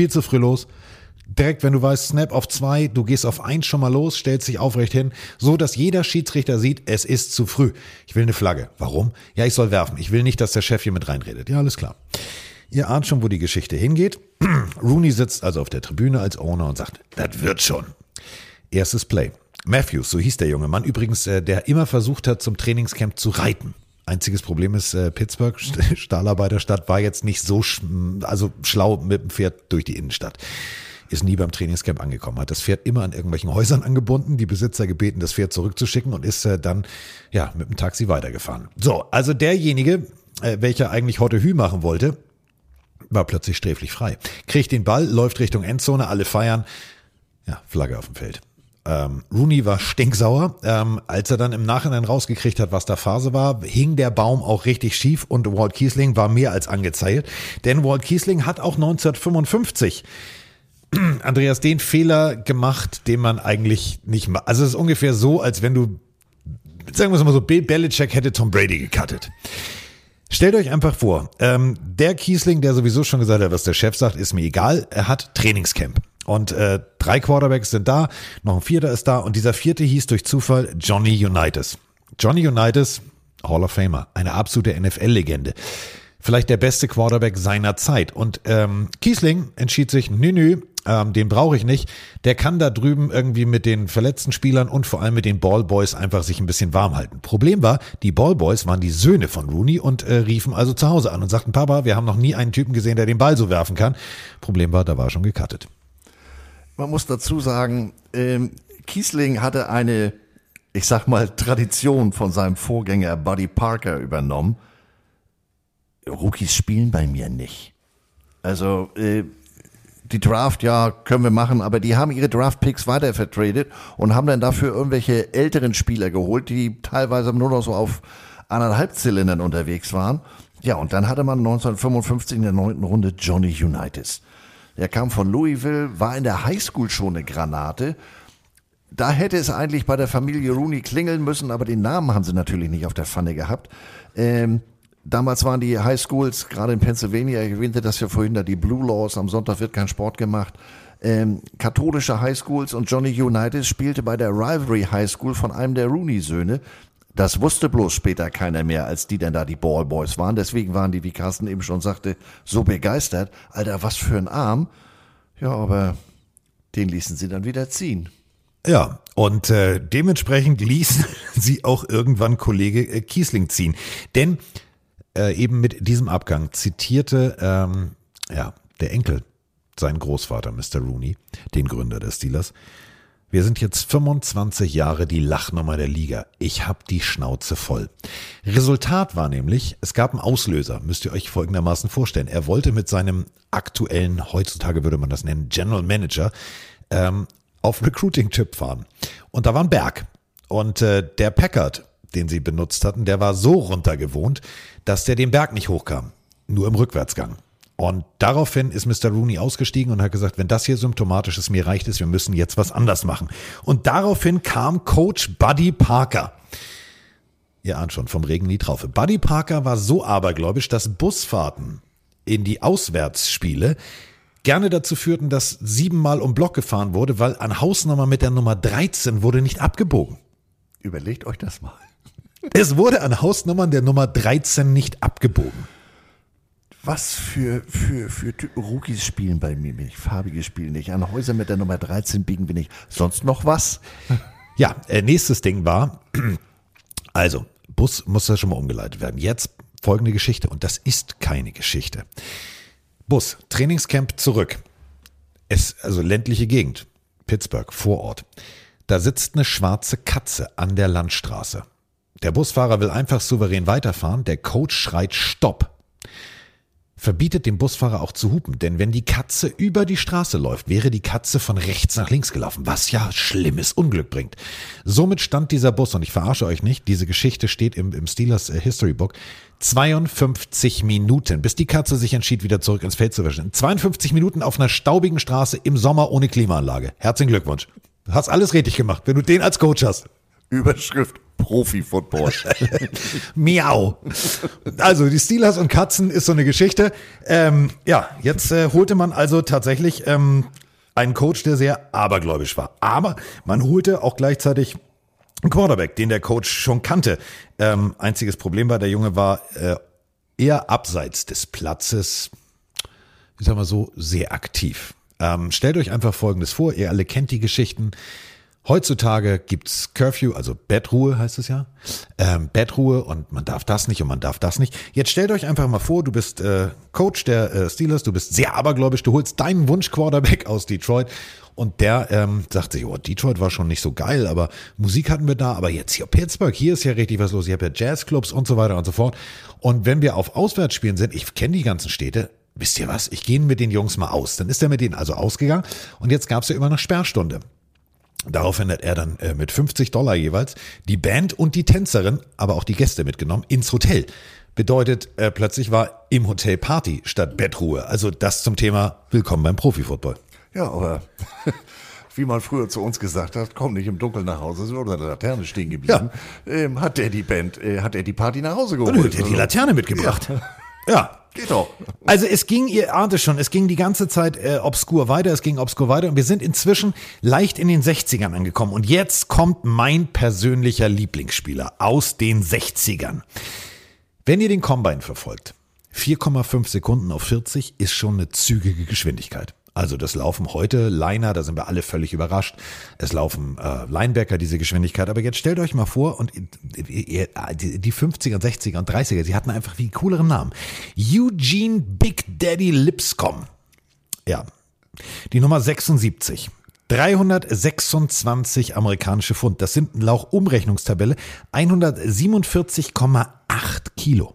Direkt, wenn du weißt, Snap auf 2, du gehst auf 1 schon mal los, stellst dich aufrecht hin, so dass jeder Schiedsrichter sieht, es ist zu früh. Ich will eine Flagge. Warum? Ja, ich soll werfen. Ich will nicht, dass der Chef hier mit reinredet. Ja, alles klar. Ihr ahnt schon, wo die Geschichte hingeht. Rooney sitzt also auf der Tribüne als Owner und sagt, das wird schon. Erstes Play. Matthews, so hieß der junge Mann, übrigens, der immer versucht hat, zum Trainingscamp zu reiten. Einziges Problem ist, Pittsburgh, Stahlarbeiterstadt, war jetzt nicht so schlau mit dem Pferd durch die Innenstadt. Ist nie beim Trainingscamp angekommen, hat das Pferd immer an irgendwelchen Häusern angebunden, die Besitzer gebeten, das Pferd zurückzuschicken und ist dann ja mit dem Taxi weitergefahren. So, also derjenige, welcher eigentlich heute Hü machen wollte, war plötzlich sträflich frei. Kriegt den Ball, läuft Richtung Endzone, alle feiern. Ja, Flagge auf dem Feld. Rooney war stinksauer. Als er dann im Nachhinein rausgekriegt hat, was da Phase war, hing der Baum auch richtig schief und Walt Kiesling war mehr als angezählt. Denn Walt Kiesling hat auch 1955 Andreas, den Fehler gemacht, den man eigentlich nicht macht. Also es ist ungefähr so, als wenn du, sagen wir es mal so, Bill Belichick hätte Tom Brady gecuttet. Stellt euch einfach vor, der Kiesling, der sowieso schon gesagt hat, was der Chef sagt, ist mir egal, er hat Trainingscamp. Und 3 Quarterbacks sind da, noch ein 4. ist da und dieser 4. hieß durch Zufall Johnny Unitas. Johnny Unitas, Hall of Famer, eine absolute NFL-Legende. Vielleicht der beste Quarterback seiner Zeit. Und Kiesling entschied sich, nö, Den brauche ich nicht. Der kann da drüben irgendwie mit den verletzten Spielern und vor allem mit den Ballboys einfach sich ein bisschen warm halten. Problem war, die Ballboys waren die Söhne von Rooney und riefen also zu Hause an und sagten, Papa, wir haben noch nie einen Typen gesehen, der den Ball so werfen kann. Problem war, da war schon gecuttet.
Man muss dazu sagen, Kiesling hatte eine, ich sag mal, Tradition von seinem Vorgänger Buddy Parker übernommen. Rookies spielen bei mir nicht. Also, die Draft, ja, können wir machen, aber die haben ihre Draft-Picks weiter vertradet und haben dann dafür irgendwelche älteren Spieler geholt, die teilweise nur noch so auf 1,5 Zylindern unterwegs waren. Ja, und dann hatte man 1955 in der 9. Runde Johnny Unitas. Der kam von Louisville, war in der Highschool schon eine Granate. Da hätte es eigentlich bei der Familie Rooney klingeln müssen, aber den Namen haben sie natürlich nicht auf der Pfanne gehabt. Damals waren die Highschools, gerade in Pennsylvania, ich erwähnte das ja vorhin, da die Blue Laws, am Sonntag wird kein Sport gemacht, katholische Highschools, und Johnny Unitas spielte bei der Rivalry High School von einem der Rooney-Söhne. Das wusste bloß später keiner mehr, als die dann da die Ballboys waren. Deswegen waren die, wie Carsten eben schon sagte, so begeistert. Alter, was für ein Arm. Ja, aber den ließen sie dann wieder ziehen.
Ja, und dementsprechend ließen sie auch irgendwann Kollege Kiesling ziehen. Denn eben mit diesem Abgang zitierte der Enkel seinen Großvater, Mr. Rooney, den Gründer der Steelers. Wir sind jetzt 25 Jahre die Lachnummer der Liga. Ich hab die Schnauze voll. Resultat war nämlich, es gab einen Auslöser, müsst ihr euch folgendermaßen vorstellen. Er wollte mit seinem aktuellen, heutzutage würde man das nennen, General Manager, auf Recruiting-Trip fahren. Und da war ein Berg. Und der Packard, den sie benutzt hatten, der war so runtergewohnt, dass der den Berg nicht hochkam. Nur im Rückwärtsgang. Und daraufhin ist Mr. Rooney ausgestiegen und hat gesagt, wenn das hier symptomatisch ist, mir reicht es, wir müssen jetzt was anders machen. Und daraufhin kam Coach Buddy Parker. Ihr ahnt schon, vom Regen nie drauf. Buddy Parker war so abergläubisch, dass Busfahrten in die Auswärtsspiele gerne dazu führten, dass 7-mal um Block gefahren wurde, weil an Hausnummer mit der Nummer 13 wurde nicht abgebogen.
Überlegt euch das mal.
Es wurde an Hausnummern der Nummer 13 nicht abgebogen.
Was für Rookies spielen bei mir nicht, farbige spielen nicht. An Häuser mit der Nummer 13 biegen wir nicht. Sonst noch was?
Ja, nächstes Ding war, also Bus muss ja schon mal umgeleitet werden. Jetzt folgende Geschichte, und das ist keine Geschichte. Bus, Trainingscamp zurück. Also ländliche Gegend, Pittsburgh, Vorort. Da sitzt eine schwarze Katze an der Landstraße. Der Busfahrer will einfach souverän weiterfahren. Der Coach schreit Stopp. Verbietet dem Busfahrer auch zu hupen, denn wenn die Katze über die Straße läuft, wäre die Katze von rechts nach links gelaufen, was ja schlimmes Unglück bringt. Somit stand dieser Bus, und ich verarsche euch nicht, diese Geschichte steht im Steelers History Book, 52 Minuten, bis die Katze sich entschied, wieder zurück ins Feld zu wischen. 52 Minuten auf einer staubigen Straße im Sommer ohne Klimaanlage. Herzlichen Glückwunsch. Du hast alles richtig gemacht, wenn du den als Coach hast.
Überschrift Profi-Football.
Miau. Also die Steelers und Katzen ist so eine Geschichte. Jetzt holte man also tatsächlich einen Coach, der sehr abergläubisch war. Aber man holte auch gleichzeitig einen Quarterback, den der Coach schon kannte. Einziges Problem war, der Junge war eher abseits des Platzes, ich sag mal so, sehr aktiv. Stellt euch einfach Folgendes vor, ihr alle kennt die Geschichten. Heutzutage gibt's Curfew, also Bettruhe heißt es ja, Bettruhe, und man darf das nicht und man darf das nicht. Jetzt stellt euch einfach mal vor, du bist Coach der Steelers, du bist sehr abergläubisch, du holst deinen Wunsch-Quarterback aus Detroit und der sagt sich, oh, Detroit war schon nicht so geil, aber Musik hatten wir da, aber jetzt hier Pittsburgh, hier ist ja richtig was los, ich habe ja Jazzclubs und so weiter und so fort. Und wenn wir auf Auswärtsspielen sind, ich kenne die ganzen Städte, wisst ihr was, ich gehe mit den Jungs mal aus. Dann ist er mit denen also ausgegangen und jetzt gab's ja immer eine Sperrstunde. Daraufhin hat er dann mit $50 jeweils die Band und die Tänzerin, aber auch die Gäste mitgenommen ins Hotel. Bedeutet, plötzlich war im Hotel Party statt Bettruhe. Also das zum Thema Willkommen beim Profi-Football.
Ja, aber wie man früher zu uns gesagt hat, komm nicht im Dunkeln nach Hause, ist unter der Laterne stehen geblieben. Ja. Hat er die Party nach Hause geholt.
Und hat er die Laterne mitgebracht. Ja.
Geht doch.
Also es ging, ihr ahnte schon, es ging die ganze Zeit obskur weiter und wir sind inzwischen leicht in den 60ern angekommen und jetzt kommt mein persönlicher Lieblingsspieler aus den 60ern. Wenn ihr den Combine verfolgt, 4,5 Sekunden auf 40 ist schon eine zügige Geschwindigkeit. Also das laufen heute Liner, da sind wir alle völlig überrascht. Es laufen Linebacker, diese Geschwindigkeit. Aber jetzt stellt euch mal vor, und die 50er, 60er und 30er, sie hatten einfach wie cooleren Namen. Eugene Big Daddy Lipscomb. Ja, die Nummer 76. 326 amerikanische Pfund. Das sind laut Umrechnungstabelle 147,8 Kilo.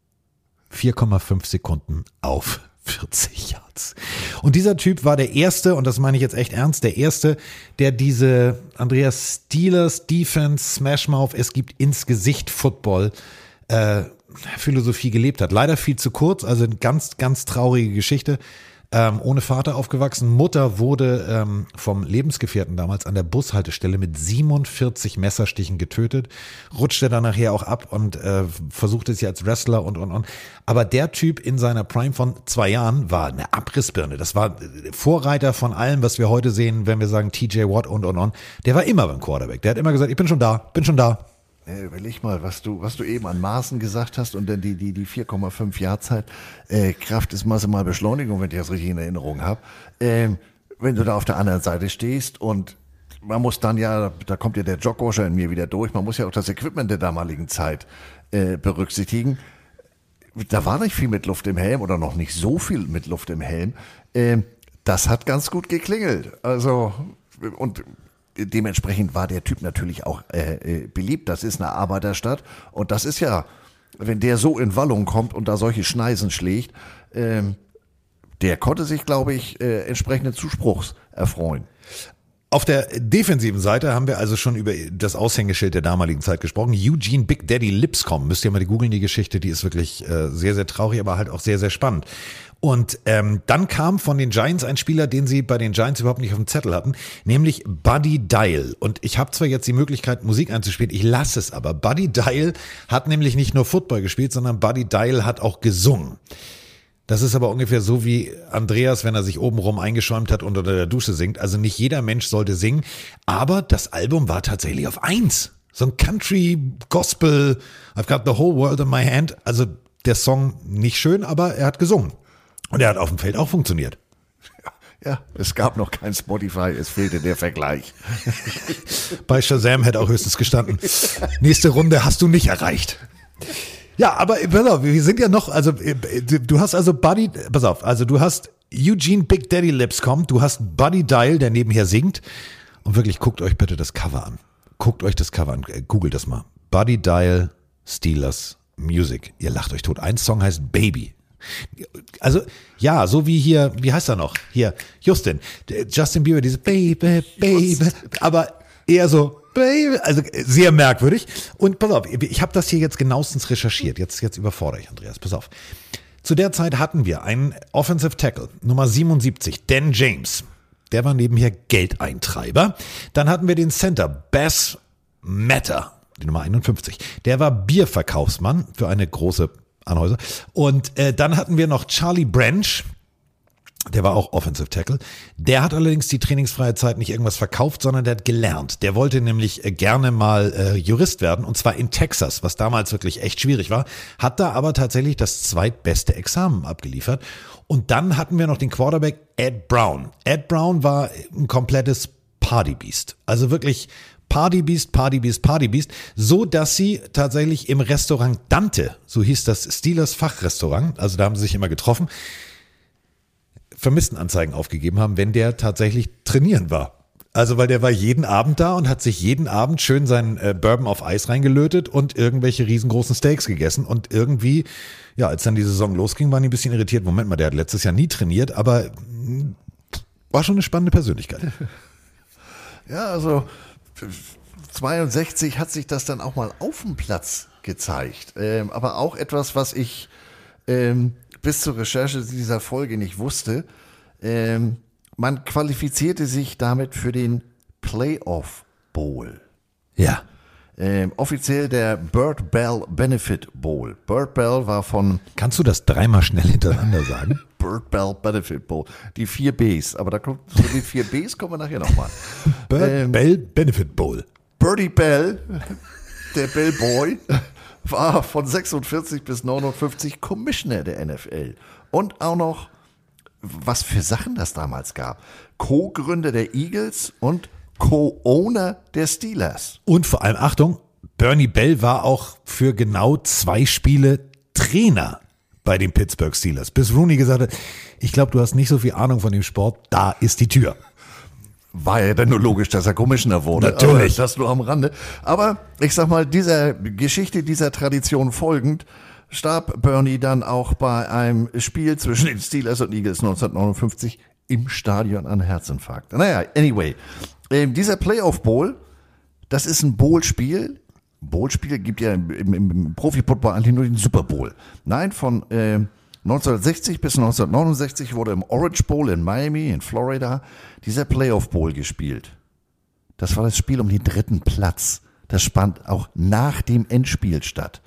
4,5 Sekunden auf 40 Yards. Und dieser Typ war der Erste, und das meine ich jetzt echt ernst, der Erste, der diese Andreas Steelers Defense, Smash Mouth, es gibt ins Gesicht Football Philosophie gelebt hat. Leider viel zu kurz, also eine ganz, ganz traurige Geschichte. Ohne Vater aufgewachsen. Mutter wurde vom Lebensgefährten damals an der Bushaltestelle mit 47 Messerstichen getötet, rutschte dann nachher auch ab und versuchte es ja als Wrestler und. Aber der Typ in seiner Prime von 2 Jahren war eine Abrissbirne. Das war Vorreiter von allem, was wir heute sehen, wenn wir sagen TJ Watt und. Der war immer beim Quarterback. Der hat immer gesagt, ich bin schon da.
Überleg mal, was du eben an Maßen gesagt hast und dann die 4,5 Jahrzeit. Kraft ist maximal Beschleunigung, wenn ich das richtig in Erinnerung habe. Wenn du da auf der anderen Seite stehst und man muss dann ja, da kommt ja der Jogwasher in mir wieder durch, man muss ja auch das Equipment der damaligen Zeit berücksichtigen. Da war nicht viel mit Luft im Helm oder noch nicht so viel mit Luft im Helm. Das hat ganz gut geklingelt. Also, und dementsprechend war der Typ natürlich auch beliebt. Das ist eine Arbeiterstadt und das ist ja, wenn der so in Wallung kommt und da solche Schneisen schlägt, der konnte sich, glaube ich, entsprechenden Zuspruchs erfreuen.
Auf der defensiven Seite haben wir also schon über das Aushängeschild der damaligen Zeit gesprochen. Eugene Big Daddy Lipscomb, müsst ihr mal googeln, die Geschichte, die ist wirklich sehr, sehr traurig, aber halt auch sehr, sehr spannend. Und dann kam von den Giants ein Spieler, den sie bei den Giants überhaupt nicht auf dem Zettel hatten, nämlich Buddy Dial. Und ich habe zwar jetzt die Möglichkeit, Musik einzuspielen, ich lasse es aber. Buddy Dial hat nämlich nicht nur Football gespielt, sondern Buddy Dial hat auch gesungen. Das ist aber ungefähr so wie Andreas, wenn er sich obenrum eingeschäumt hat und unter der Dusche singt. Also nicht jeder Mensch sollte singen, aber das Album war tatsächlich auf 1. So ein Country, Gospel, I've got the whole world in my hand. Also der Song nicht schön, aber er hat gesungen. Und er hat auf dem Feld auch funktioniert.
Ja, es gab noch kein Spotify, es fehlte der Vergleich.
Bei Shazam hätte auch höchstens gestanden. Nächste Runde hast du nicht erreicht. Ja, aber pass auf, wir sind ja noch, also du hast also Buddy, pass auf, also du hast Eugene Big Daddy Lipscomb, du hast Buddy Dial, der nebenher singt. Und wirklich, guckt euch bitte das Cover an. Googelt das mal. Buddy Dial, Steelers, Music. Ihr lacht euch tot. Ein Song heißt Baby. Also, ja, so wie hier, wie heißt er noch? Hier, Justin Bieber, diese Baby, aber eher so, Baby, also sehr merkwürdig. Und pass auf, ich habe das hier jetzt genauestens recherchiert. Jetzt überfordere ich Andreas, pass auf. Zu der Zeit hatten wir einen Offensive Tackle, Nummer 77, Dan James. Der war nebenher Geldeintreiber. Dann hatten wir den Center, Bass Matter, die Nummer 51. Der war Bierverkaufsmann für eine große Anhäuser. Und dann hatten wir noch Charlie Branch, der war auch Offensive Tackle. Der hat allerdings die trainingsfreie Zeit nicht irgendwas verkauft, sondern der hat gelernt. Der wollte nämlich gerne mal Jurist werden, und zwar in Texas, was damals wirklich echt schwierig war, hat da aber tatsächlich das zweitbeste Examen abgeliefert. Und dann hatten wir noch den Quarterback Ed Brown. Ed Brown war ein komplettes Partybeast. Also wirklich Partybeast, so dass sie tatsächlich im Restaurant Dante, so hieß das Steelers Fachrestaurant, also da haben sie sich immer getroffen, Vermisstenanzeigen aufgegeben haben, wenn der tatsächlich trainieren war. Also weil der war jeden Abend da und hat sich jeden Abend schön seinen Bourbon auf Eis reingelötet und irgendwelche riesengroßen Steaks gegessen. Und irgendwie, ja, als dann die Saison losging, waren die ein bisschen irritiert. Moment mal, der hat letztes Jahr nie trainiert, aber war schon eine spannende Persönlichkeit.
Ja, also 62 hat sich das dann auch mal auf dem Platz gezeigt. Aber auch etwas, was ich bis zur Recherche dieser Folge nicht wusste. Man qualifizierte sich damit für den Playoff Bowl.
Ja.
Offiziell der Burt Bell Benefit Bowl. Burt Bell war von...
Kannst du das dreimal schnell hintereinander sagen?
Burt Bell Benefit Bowl. Die 4 Bs. Aber da kommt, zu den 4 Bs kommen wir nachher nochmal.
Burt Bell Benefit Bowl.
Birdie Bell, der Bellboy, war von 46 bis 59 Commissioner der NFL. Und auch noch was für Sachen das damals gab. Co-Gründer der Eagles und Co-Owner der Steelers.
Und vor allem, Achtung, Bernie Bell war auch für genau 2 Spiele Trainer bei den Pittsburgh Steelers. Bis Rooney gesagt hat, ich glaube, du hast nicht so viel Ahnung von dem Sport, da ist die Tür.
War ja dann nur logisch, dass er Commissioner wurde.
Natürlich.
Das nur am Rande. Aber ich sag mal, dieser Geschichte, dieser Tradition folgend, starb Bernie dann auch bei einem Spiel zwischen den Steelers und Eagles 1959 im Stadion an Herzinfarkt. Naja, anyway, dieser Playoff Bowl, das ist ein Bowl-Spiel. Bowl-Spiel gibt ja im Profi-Football eigentlich nur den Super Bowl. Nein, von 1960 bis 1969 wurde im Orange Bowl in Miami, in Florida, dieser Playoff Bowl gespielt. Das war das Spiel um den 3. Platz. Das fand auch nach dem Endspiel statt.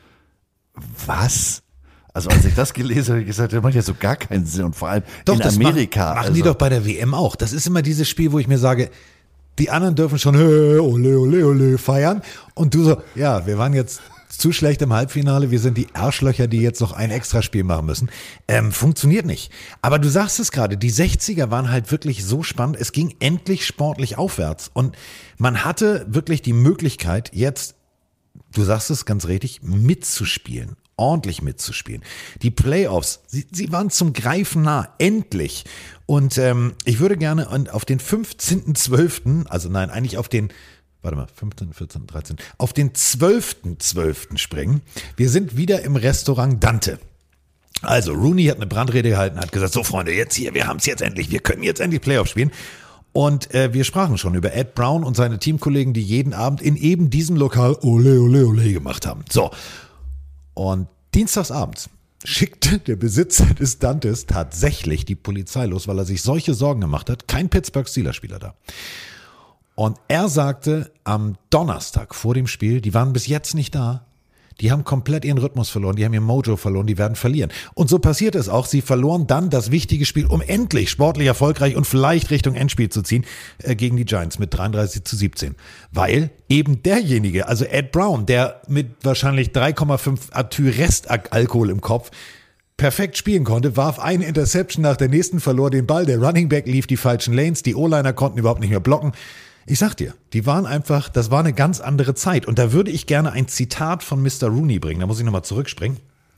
Was? Also als ich das gelesen habe, habe ich gesagt, das macht ja so gar keinen Sinn. Und vor allem
Doch,
in Amerika.
Machen die doch bei der WM auch. Das ist immer dieses Spiel, wo ich mir sage, die anderen dürfen schon ole, ole, ole feiern. Und du so, ja, wir waren jetzt zu schlecht im Halbfinale, wir sind die Arschlöcher, die jetzt noch ein Extraspiel machen müssen. Funktioniert nicht. Aber du sagst es gerade, die 60er waren halt wirklich so spannend, es ging endlich sportlich aufwärts und man hatte wirklich die Möglichkeit, jetzt, du sagst es ganz richtig, mitzuspielen, ordentlich mitzuspielen. Die Playoffs, sie waren zum Greifen nah, endlich. Und ich würde gerne auf den 15.12., also nein, eigentlich auf den 15, 14, 13, auf den 12.12. springen. Wir sind wieder im Restaurant Dante. Also Rooney hat eine Brandrede gehalten, hat gesagt, so Freunde, jetzt hier, wir haben es jetzt endlich, wir können jetzt endlich Playoffs spielen. Und wir sprachen schon über Ed Brown und seine Teamkollegen, die jeden Abend in eben diesem Lokal ole, ole, ole gemacht haben. So, und dienstagsabends schickte der Besitzer des Dantes tatsächlich die Polizei los, weil er sich solche Sorgen gemacht hat. Kein Pittsburgh Steelers-Spieler da. Und er sagte am Donnerstag vor dem Spiel, die waren bis jetzt nicht da, die haben komplett ihren Rhythmus verloren, die haben ihr Mojo verloren, die werden verlieren. Und so passiert es auch, sie verloren dann das wichtige Spiel, um endlich sportlich erfolgreich und vielleicht Richtung Endspiel zu ziehen, gegen die Giants mit 33-17. Weil eben derjenige, also Ed Brown, der mit wahrscheinlich 3,5 Atü Restalkohol im Kopf perfekt spielen konnte, warf eine Interception nach der nächsten, verlor den Ball, der Running Back lief die falschen Lanes, die O-Liner konnten überhaupt nicht mehr blocken. Ich sag dir, die waren einfach, das war eine ganz andere Zeit. Und da würde ich gerne ein Zitat von Mr. Rooney bringen. Da muss ich nochmal zurückspringen.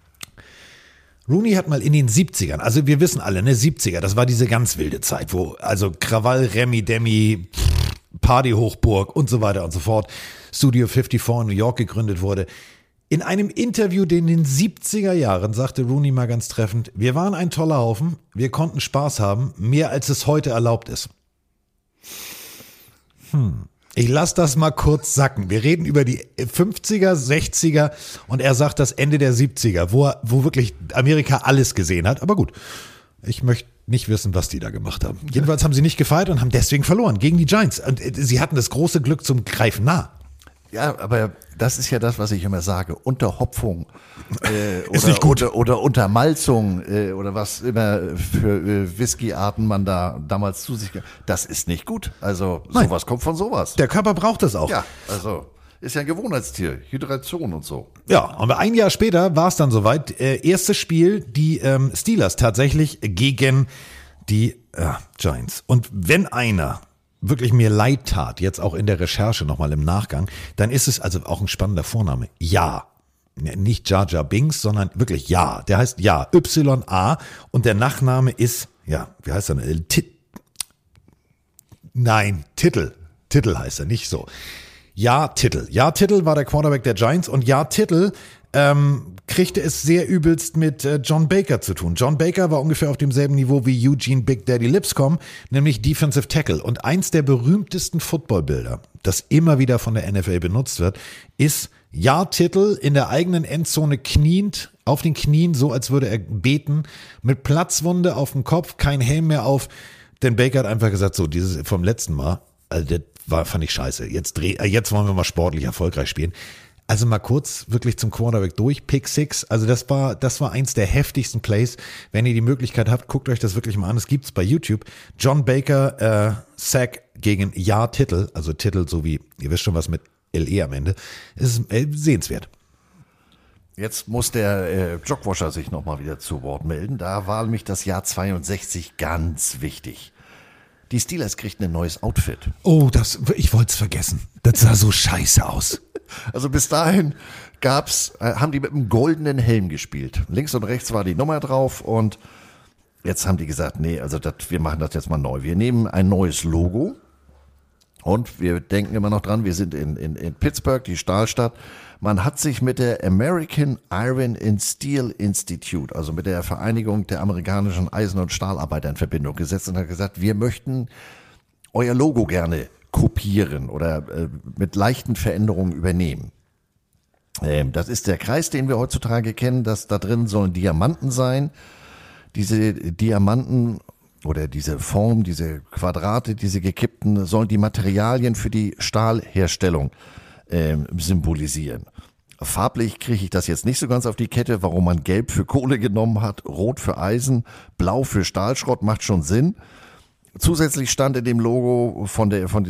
Rooney hat mal in den 70ern, also wir wissen alle, ne, 70er, das war diese ganz wilde Zeit, wo also Krawall, Remi, Demi, Partyhochburg und so weiter und so fort, Studio 54 in New York gegründet wurde. In einem Interview in den 70er Jahren sagte Rooney mal ganz treffend, wir waren ein toller Haufen, wir konnten Spaß haben, mehr als es heute erlaubt ist. Ich lasse das mal kurz sacken. Wir reden über die 50er, 60er und er sagt das Ende der 70er, wo wirklich Amerika alles gesehen hat. Aber gut, ich möchte nicht wissen, was die da gemacht haben. Jedenfalls haben sie nicht gefeiert und haben deswegen verloren gegen die Giants. Und sie hatten das große Glück zum Greifen nah.
Ja, aber das ist ja das, was ich immer sage. Unterhopfung
ist nicht gut.
Oder Untermalzung oder was immer für Whiskyarten man da damals zu sich. Das ist nicht gut. Also sowas kommt von sowas.
Der Körper braucht das auch.
Ja, also ist ja ein Gewohnheitstier. Hydration und so.
Ja, aber ein Jahr später war es dann soweit. Erstes Spiel, die Steelers tatsächlich gegen die Giants. Und wenn einer wirklich mir leid tat, jetzt auch in der Recherche nochmal im Nachgang, dann ist es also auch ein spannender Vorname. Ja. Nicht Jar Jar Binks, sondern wirklich Ja. Der heißt Ja, Y-A und der Nachname ist, ja, wie heißt er denn? Titel. Titel heißt er, nicht so. Ja, Titel. Ja, Titel war der Quarterback der Giants und Ja, Titel kriegte es sehr übelst mit John Baker zu tun. John Baker war ungefähr auf demselben Niveau wie Eugene Big Daddy Lipscomb, nämlich Defensive Tackle. Und eins der berühmtesten Footballbilder, das immer wieder von der NFL benutzt wird, ist Ja, Titel in der eigenen Endzone kniend, auf den Knien, so als würde er beten, mit Platzwunde auf dem Kopf, kein Helm mehr auf. Denn Baker hat einfach gesagt, so, dieses vom letzten Mal, also das fand ich scheiße. Jetzt wollen wir mal sportlich erfolgreich spielen. Also mal kurz wirklich zum Quarterback durch, Pick 6, also das war eins der heftigsten Plays. Wenn ihr die Möglichkeit habt, guckt euch das wirklich mal an, es gibt's bei YouTube. John Baker, Sack gegen Ja Titel, also Titel so wie, ihr wisst schon was mit LE am Ende, ist sehenswert.
Jetzt muss der Jogwasher sich nochmal wieder zu Wort melden. Da war nämlich das Jahr 62 ganz wichtig. Die Steelers kriegten ein neues Outfit.
Oh, ich wollte es vergessen. Das sah so scheiße aus.
Also bis dahin haben die mit einem goldenen Helm gespielt. Links und rechts war die Nummer drauf und jetzt haben die gesagt, nee, also wir machen das jetzt mal neu. Wir nehmen ein neues Logo und wir denken immer noch dran, wir sind in Pittsburgh, die Stahlstadt. Man hat sich mit der American Iron and Steel Institute, also mit der Vereinigung der amerikanischen Eisen- und Stahlarbeiter in Verbindung gesetzt und hat gesagt, wir möchten euer Logo gerne kopieren oder mit leichten Veränderungen übernehmen. Das ist der Kreis, den wir heutzutage kennen, dass da drin sollen Diamanten sein. Diese Diamanten oder diese Form, diese Quadrate, diese gekippten, sollen die Materialien für die Stahlherstellung symbolisieren. Farblich kriege ich das jetzt nicht so ganz auf die Kette, warum man Gelb für Kohle genommen hat, Rot für Eisen, Blau für Stahlschrott, macht schon Sinn. Zusätzlich stand in dem Logo von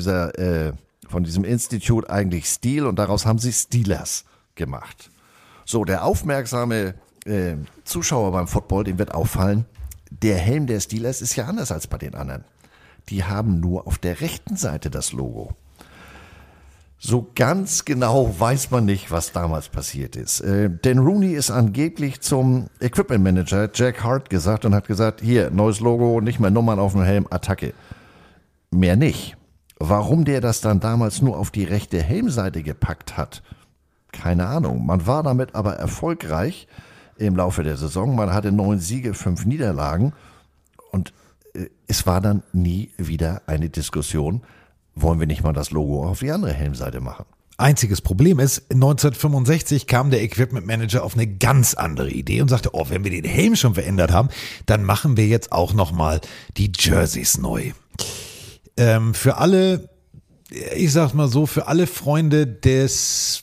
diesem Institut eigentlich Steel und daraus haben sie Steelers gemacht. So, der aufmerksame Zuschauer beim Football, dem wird auffallen, der Helm der Steelers ist ja anders als bei den anderen. Die haben nur auf der rechten Seite das Logo. So ganz genau weiß man nicht, was damals passiert ist. Dan Rooney ist angeblich zum Equipment Manager Jack Hart gesagt und hat gesagt, hier, neues Logo, nicht mehr Nummern auf dem Helm, Attacke. Mehr nicht. Warum der das dann damals nur auf die rechte Helmseite gepackt hat, keine Ahnung. Man war damit aber erfolgreich im Laufe der Saison. Man hatte 9 Siege, 5 Niederlagen und es war dann nie wieder eine Diskussion, wollen wir nicht mal das Logo auf die andere Helmseite machen.
Einziges Problem ist, 1965 kam der Equipment Manager auf eine ganz andere Idee und sagte, wenn wir den Helm schon verändert haben, dann machen wir jetzt auch nochmal die Jerseys neu. Für alle, ich sag's mal so, für alle Freunde des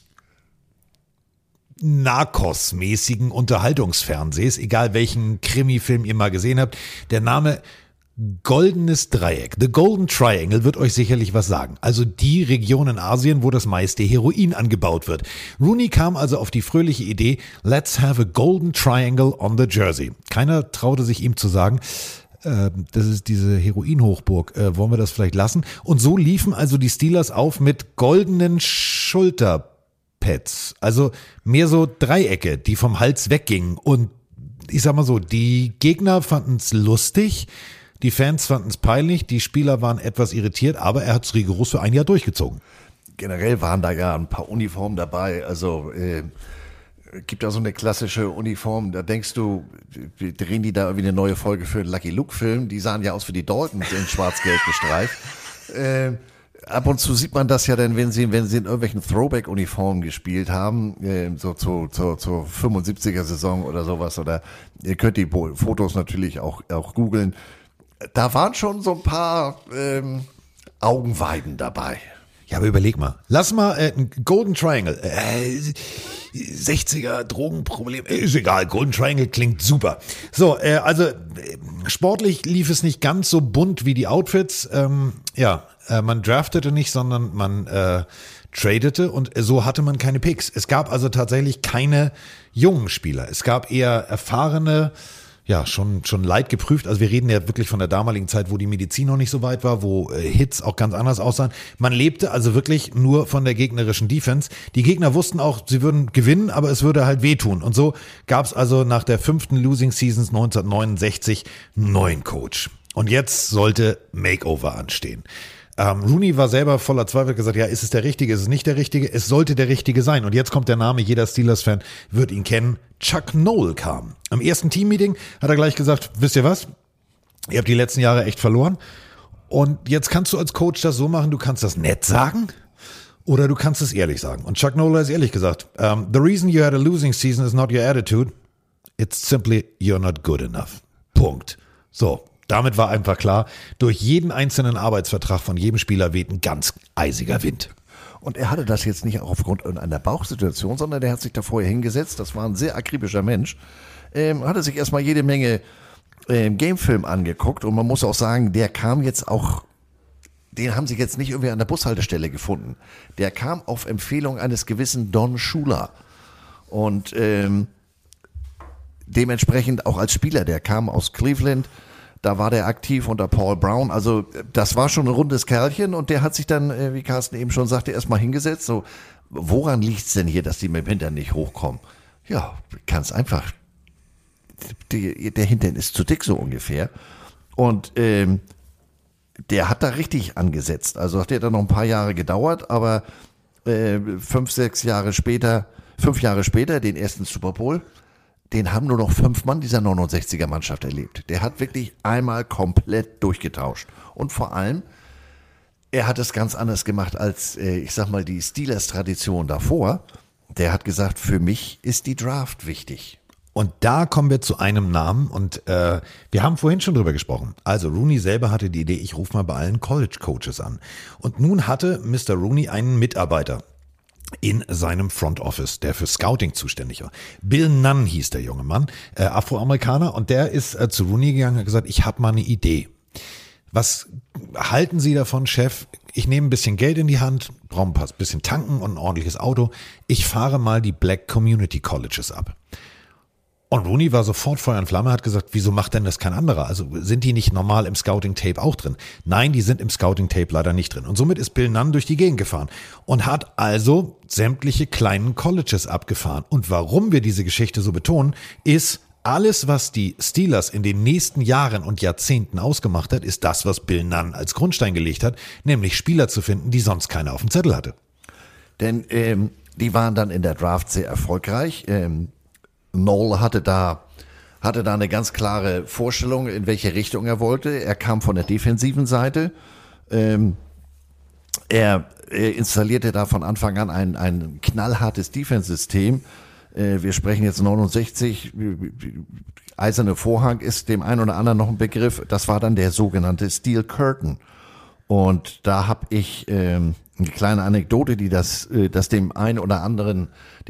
Narcos-mäßigen Unterhaltungsfernsehs, egal welchen Krimi-Film ihr mal gesehen habt, der Name Goldenes Dreieck, The Golden Triangle, wird euch sicherlich was sagen. Also die Region in Asien, wo das meiste Heroin angebaut wird. Rooney kam also auf die fröhliche Idee, let's have a Golden Triangle on the Jersey. Keiner traute sich ihm zu sagen, das ist diese Heroin-Hochburg, wollen wir das vielleicht lassen? Und so liefen also die Steelers auf mit goldenen Schulterpads. Also mehr so Dreiecke, die vom Hals weggingen. Und ich sag mal so, die Gegner fanden es lustig, die Fans fanden es peinlich, die Spieler waren etwas irritiert, aber er hat es rigoros für ein Jahr durchgezogen.
Generell waren da ja ein paar Uniformen dabei, also gibt da so eine klassische Uniform, da denkst du, drehen die da irgendwie eine neue Folge für einen Lucky Luke-Film, die sahen ja aus wie die Daltons in schwarz-gelb gestreift. Ab und zu sieht man das ja dann, wenn sie in irgendwelchen Throwback-Uniformen gespielt haben, so zur 75er-Saison oder sowas, oder ihr könnt die Fotos natürlich auch googeln. Da waren schon so ein paar Augenweiden dabei.
Ja, aber überleg mal. Lass mal ein Golden Triangle. 60er Drogenproblem. Ist egal, Golden Triangle klingt super. So, sportlich lief es nicht ganz so bunt wie die Outfits. Man draftete nicht, sondern man tradete und so hatte man keine Picks. Es gab also tatsächlich keine jungen Spieler. Es gab eher erfahrene, ja, schon leid geprüft. Also wir reden ja wirklich von der damaligen Zeit, wo die Medizin noch nicht so weit war, wo Hits auch ganz anders aussahen. Man lebte also wirklich nur von der gegnerischen Defense. Die Gegner wussten auch, sie würden gewinnen, aber es würde halt wehtun. Und so gab es also nach der 5. Losing Seasons 1969 einen neuen Coach. Und jetzt sollte Makeover anstehen. Rooney war selber voller Zweifel, hat gesagt, ja, ist es der Richtige, ist es nicht der Richtige? Es sollte der Richtige sein. Und jetzt kommt der Name, jeder Steelers-Fan wird ihn kennen. Chuck Noll kam. Am ersten Teammeeting hat er gleich gesagt, wisst ihr was? Ihr habt die letzten Jahre echt verloren. Und jetzt kannst du als Coach das so machen, du kannst das nett sagen oder du kannst es ehrlich sagen. Und Chuck Noll hat es ehrlich gesagt. The reason you had a losing season is not your attitude. It's simply you're not good enough. Punkt. So. Damit war einfach klar, durch jeden einzelnen Arbeitsvertrag von jedem Spieler weht ein ganz eisiger Wind.
Und er hatte das jetzt nicht auch aufgrund einer Bauchsituation, sondern der hat sich da vorher hingesetzt, das war ein sehr akribischer Mensch, hatte sich erstmal jede Menge Gamefilm angeguckt und man muss auch sagen, der kam jetzt auch, den haben sie jetzt nicht irgendwie an der Bushaltestelle gefunden. Der kam auf Empfehlung eines gewissen Don Shula. Und dementsprechend auch als Spieler, der kam aus Cleveland, da war der aktiv unter Paul Brown. Also das war schon ein rundes Kerlchen und der hat sich dann, wie Carsten eben schon sagte, erstmal hingesetzt. So, woran liegt's denn hier, dass die mit dem Hintern nicht hochkommen? Ja, ganz einfach. Der Hintern ist zu dick so ungefähr. Und der hat da richtig angesetzt. Also hat der dann noch ein paar Jahre gedauert, aber 5 Jahre später, den ersten Super Bowl, den haben nur noch 5 Mann dieser 69er Mannschaft erlebt. Der hat wirklich einmal komplett durchgetauscht. Und vor allem, er hat es ganz anders gemacht als, ich sag mal, die Steelers-Tradition davor. Der hat gesagt, für mich ist die Draft wichtig.
Und da kommen wir zu einem Namen und wir haben vorhin schon drüber gesprochen. Also Rooney selber hatte die Idee, ich rufe mal bei allen College-Coaches an. Und nun hatte Mr. Rooney einen Mitarbeiter in seinem Front Office, der für Scouting zuständig war. Bill Nunn hieß der junge Mann, Afroamerikaner, und der ist zu Rooney gegangen und hat gesagt, ich habe mal eine Idee. Was halten Sie davon, Chef? Ich nehme ein bisschen Geld in die Hand, brauche ein bisschen tanken und ein ordentliches Auto. Ich fahre mal die Black Community Colleges ab. Und Rooney war sofort Feuer und Flamme, hat gesagt, wieso macht denn das kein anderer? Also sind die nicht normal im Scouting-Tape auch drin? Nein, die sind im Scouting-Tape leider nicht drin. Und somit ist Bill Nunn durch die Gegend gefahren und hat also sämtliche kleinen Colleges abgefahren. Und warum wir diese Geschichte so betonen, ist, alles, was die Steelers in den nächsten Jahren und Jahrzehnten ausgemacht hat, ist das, was Bill Nunn als Grundstein gelegt hat, nämlich Spieler zu finden, die sonst keiner auf dem Zettel hatte.
Denn die waren dann in der Draft sehr erfolgreich. Noll hatte da eine ganz klare Vorstellung, in welche Richtung er wollte. Er kam von der defensiven Seite. Er installierte da von Anfang an ein knallhartes Defense-System. Wir sprechen jetzt 69. Eiserne Vorhang ist dem einen oder anderen noch ein Begriff. Das war dann der sogenannte Steel Curtain. Und da habe ich eine kleine Anekdote, die das dem ein oder anderen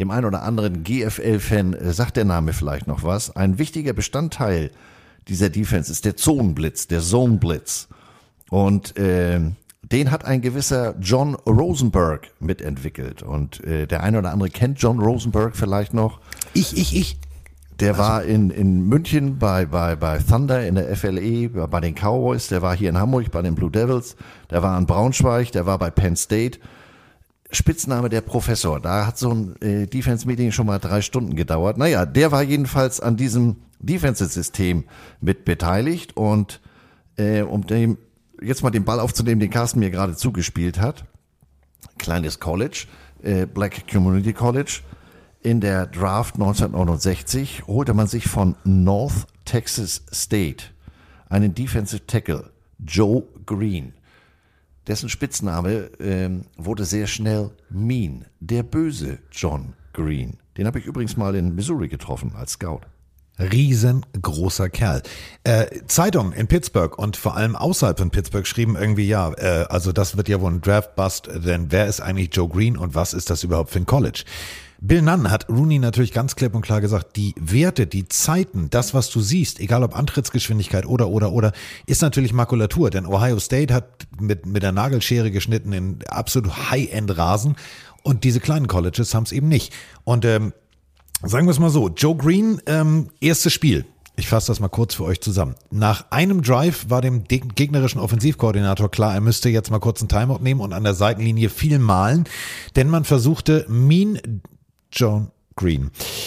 GFL-Fan sagt der Name vielleicht noch was. Ein wichtiger Bestandteil dieser Defense ist der Zonenblitz, der Zone Blitz. Und den hat ein gewisser John Rosenberg mitentwickelt. Und der eine oder andere kennt John Rosenberg vielleicht noch.
Ich.
Der war in München bei Thunder in der FLE, bei den Cowboys. Der war hier in Hamburg bei den Blue Devils. Der war in Braunschweig. Der war bei Penn State. Spitzname der Professor. Da hat so ein Defense-Meeting schon mal 3 Stunden gedauert. Naja, der war jedenfalls an diesem Defensive-System mit beteiligt. Und um dem jetzt mal den Ball aufzunehmen, den Carsten mir gerade zugespielt hat. Kleines College, Black Community College. In der Draft 1969 holte man sich von North Texas State einen Defensive Tackle, Joe Green. Dessen Spitzname wurde sehr schnell Mean, der böse John Green. Den habe ich übrigens mal in Missouri getroffen als Scout.
Riesengroßer Kerl. Zeitungen in Pittsburgh und vor allem außerhalb von Pittsburgh schrieben irgendwie, also das wird ja wohl ein Draft-Bust, denn wer ist eigentlich Joe Green und was ist das überhaupt für ein College? Bill Nunn hat Rooney natürlich ganz klipp und klar gesagt, die Werte, die Zeiten, das, was du siehst, egal ob Antrittsgeschwindigkeit oder, ist natürlich Makulatur. Denn Ohio State hat mit der Nagelschere geschnitten in absolut High-End-Rasen und diese kleinen Colleges haben es eben nicht. Und sagen wir es mal so, Joe Green, erstes Spiel. Ich fasse das mal kurz für euch zusammen. Nach einem Drive war dem gegnerischen Offensivkoordinator klar, er müsste jetzt mal kurz einen Timeout nehmen und an der Seitenlinie viel malen, denn man versuchte Mean John Green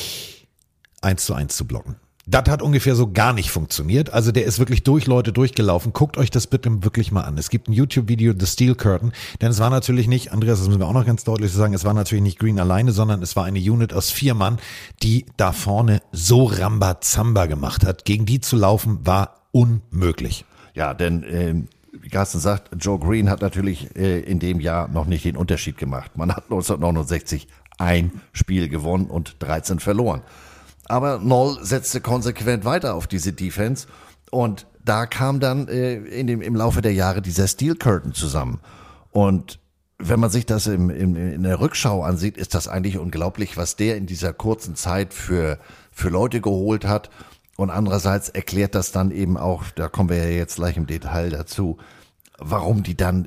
1:1 zu blocken. Das hat ungefähr so gar nicht funktioniert. Also der ist wirklich durch Leute durchgelaufen. Guckt euch das bitte wirklich mal an. Es gibt ein YouTube-Video, The Steel Curtain, denn es war natürlich nicht, Andreas, das müssen wir auch noch ganz deutlich sagen, es war natürlich nicht Green alleine, sondern es war eine Unit aus 4 Mann, die da vorne so Rambazamba gemacht hat. Gegen die zu laufen war unmöglich.
Ja, denn wie Carsten sagt, Joe Green hat natürlich in dem Jahr noch nicht den Unterschied gemacht. Man hat 1969 ein Spiel gewonnen und 13 verloren. Aber Noll setzte konsequent weiter auf diese Defense und da kam dann im Laufe der Jahre dieser Steel Curtain zusammen. Und wenn man sich das in der Rückschau ansieht, ist das eigentlich unglaublich, was der in dieser kurzen Zeit für Leute geholt hat. Und andererseits erklärt das dann eben auch, da kommen wir ja jetzt gleich im Detail dazu, warum die dann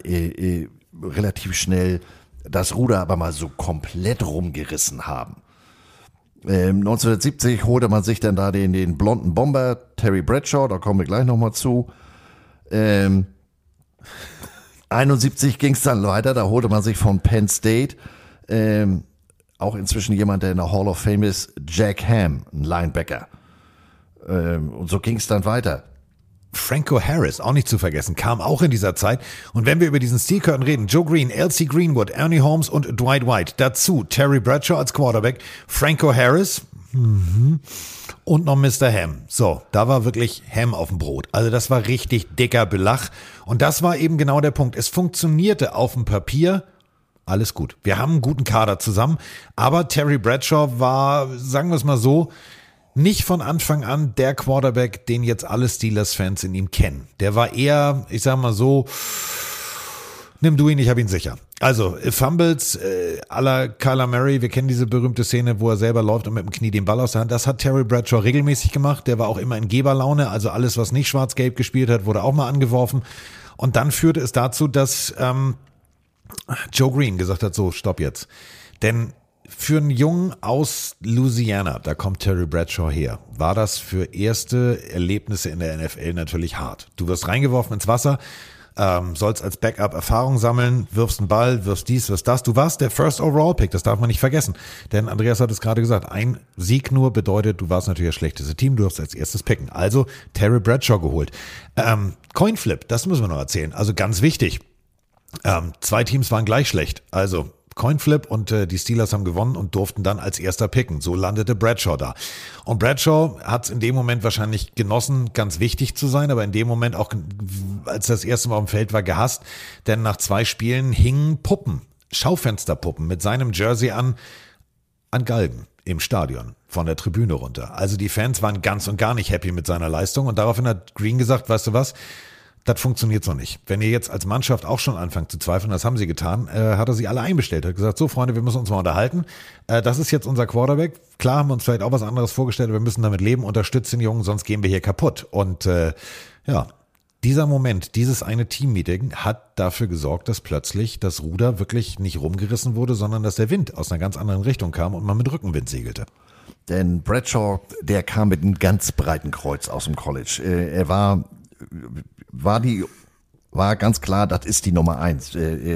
relativ schnell das Ruder aber mal so komplett rumgerissen haben. 1970 holte man sich dann da den blonden Bomber Terry Bradshaw, da kommen wir gleich nochmal zu. 71 ging es dann weiter, da holte man sich von Penn State auch inzwischen jemand, der in der Hall of Fame ist, Jack Ham, ein Linebacker. Und so ging es dann weiter.
Franco Harris, auch nicht zu vergessen, kam auch in dieser Zeit. Und wenn wir über diesen Steel Curtain reden, Joe Green, L.C. Greenwood, Ernie Holmes und Dwight White. Dazu Terry Bradshaw als Quarterback, Franco Harris und noch Mr. Ham. So, da war wirklich Ham auf dem Brot. Also das war richtig dicker Belach. Und das war eben genau der Punkt. Es funktionierte auf dem Papier. Alles gut. Wir haben einen guten Kader zusammen. Aber Terry Bradshaw war, sagen wir es mal so, nicht von Anfang an der Quarterback, den jetzt alle Steelers-Fans in ihm kennen. Der war eher, ich sag mal so, nimm du ihn, ich hab ihn sicher. Also Fumbles à la Kyler Murray, wir kennen diese berühmte Szene, wo er selber läuft und mit dem Knie den Ball aus der Hand. Das hat Terry Bradshaw regelmäßig gemacht. Der war auch immer in Geberlaune, also alles, was nicht schwarz-gelb gespielt hat, wurde auch mal angeworfen. Und dann führte es dazu, dass Joe Green gesagt hat, so, stopp jetzt. Denn für einen Jungen aus Louisiana, da kommt Terry Bradshaw her, war das für erste Erlebnisse in der NFL natürlich hart. Du wirst reingeworfen ins Wasser, sollst als Backup Erfahrung sammeln, wirfst einen Ball, wirfst dies, wirfst das. Du warst der First Overall Pick, das darf man nicht vergessen. Denn Andreas hat es gerade gesagt, ein Sieg nur bedeutet, du warst natürlich das schlechteste Team, du darfst als erstes picken. Also Terry Bradshaw geholt. Coinflip, das müssen wir noch erzählen. Also ganz wichtig. 2 Teams waren gleich schlecht. Also Coinflip und die Steelers haben gewonnen und durften dann als erster picken. So landete Bradshaw da. Und Bradshaw hat es in dem Moment wahrscheinlich genossen, ganz wichtig zu sein, aber in dem Moment auch, als das erste Mal auf dem Feld war, gehasst. Denn nach 2 Spielen hingen Puppen, Schaufensterpuppen mit seinem Jersey an Galgen im Stadion von der Tribüne runter. Also die Fans waren ganz und gar nicht happy mit seiner Leistung und daraufhin hat Green gesagt, weißt du was, das funktioniert so nicht. Wenn ihr jetzt als Mannschaft auch schon anfangt zu zweifeln, das haben sie getan, hat er sie alle einbestellt. Hat gesagt, so Freunde, wir müssen uns mal unterhalten. Das ist jetzt unser Quarterback. Klar haben wir uns vielleicht auch was anderes vorgestellt, aber wir müssen damit leben. Unterstützt den Jungen, sonst gehen wir hier kaputt. Und dieser Moment, dieses eine Team-Meeting hat dafür gesorgt, dass plötzlich das Ruder wirklich nicht rumgerissen wurde, sondern dass der Wind aus einer ganz anderen Richtung kam und man mit Rückenwind segelte.
Denn Bradshaw, der kam mit einem ganz breiten Kreuz aus dem College. Er war ganz klar, das ist die Nummer 1.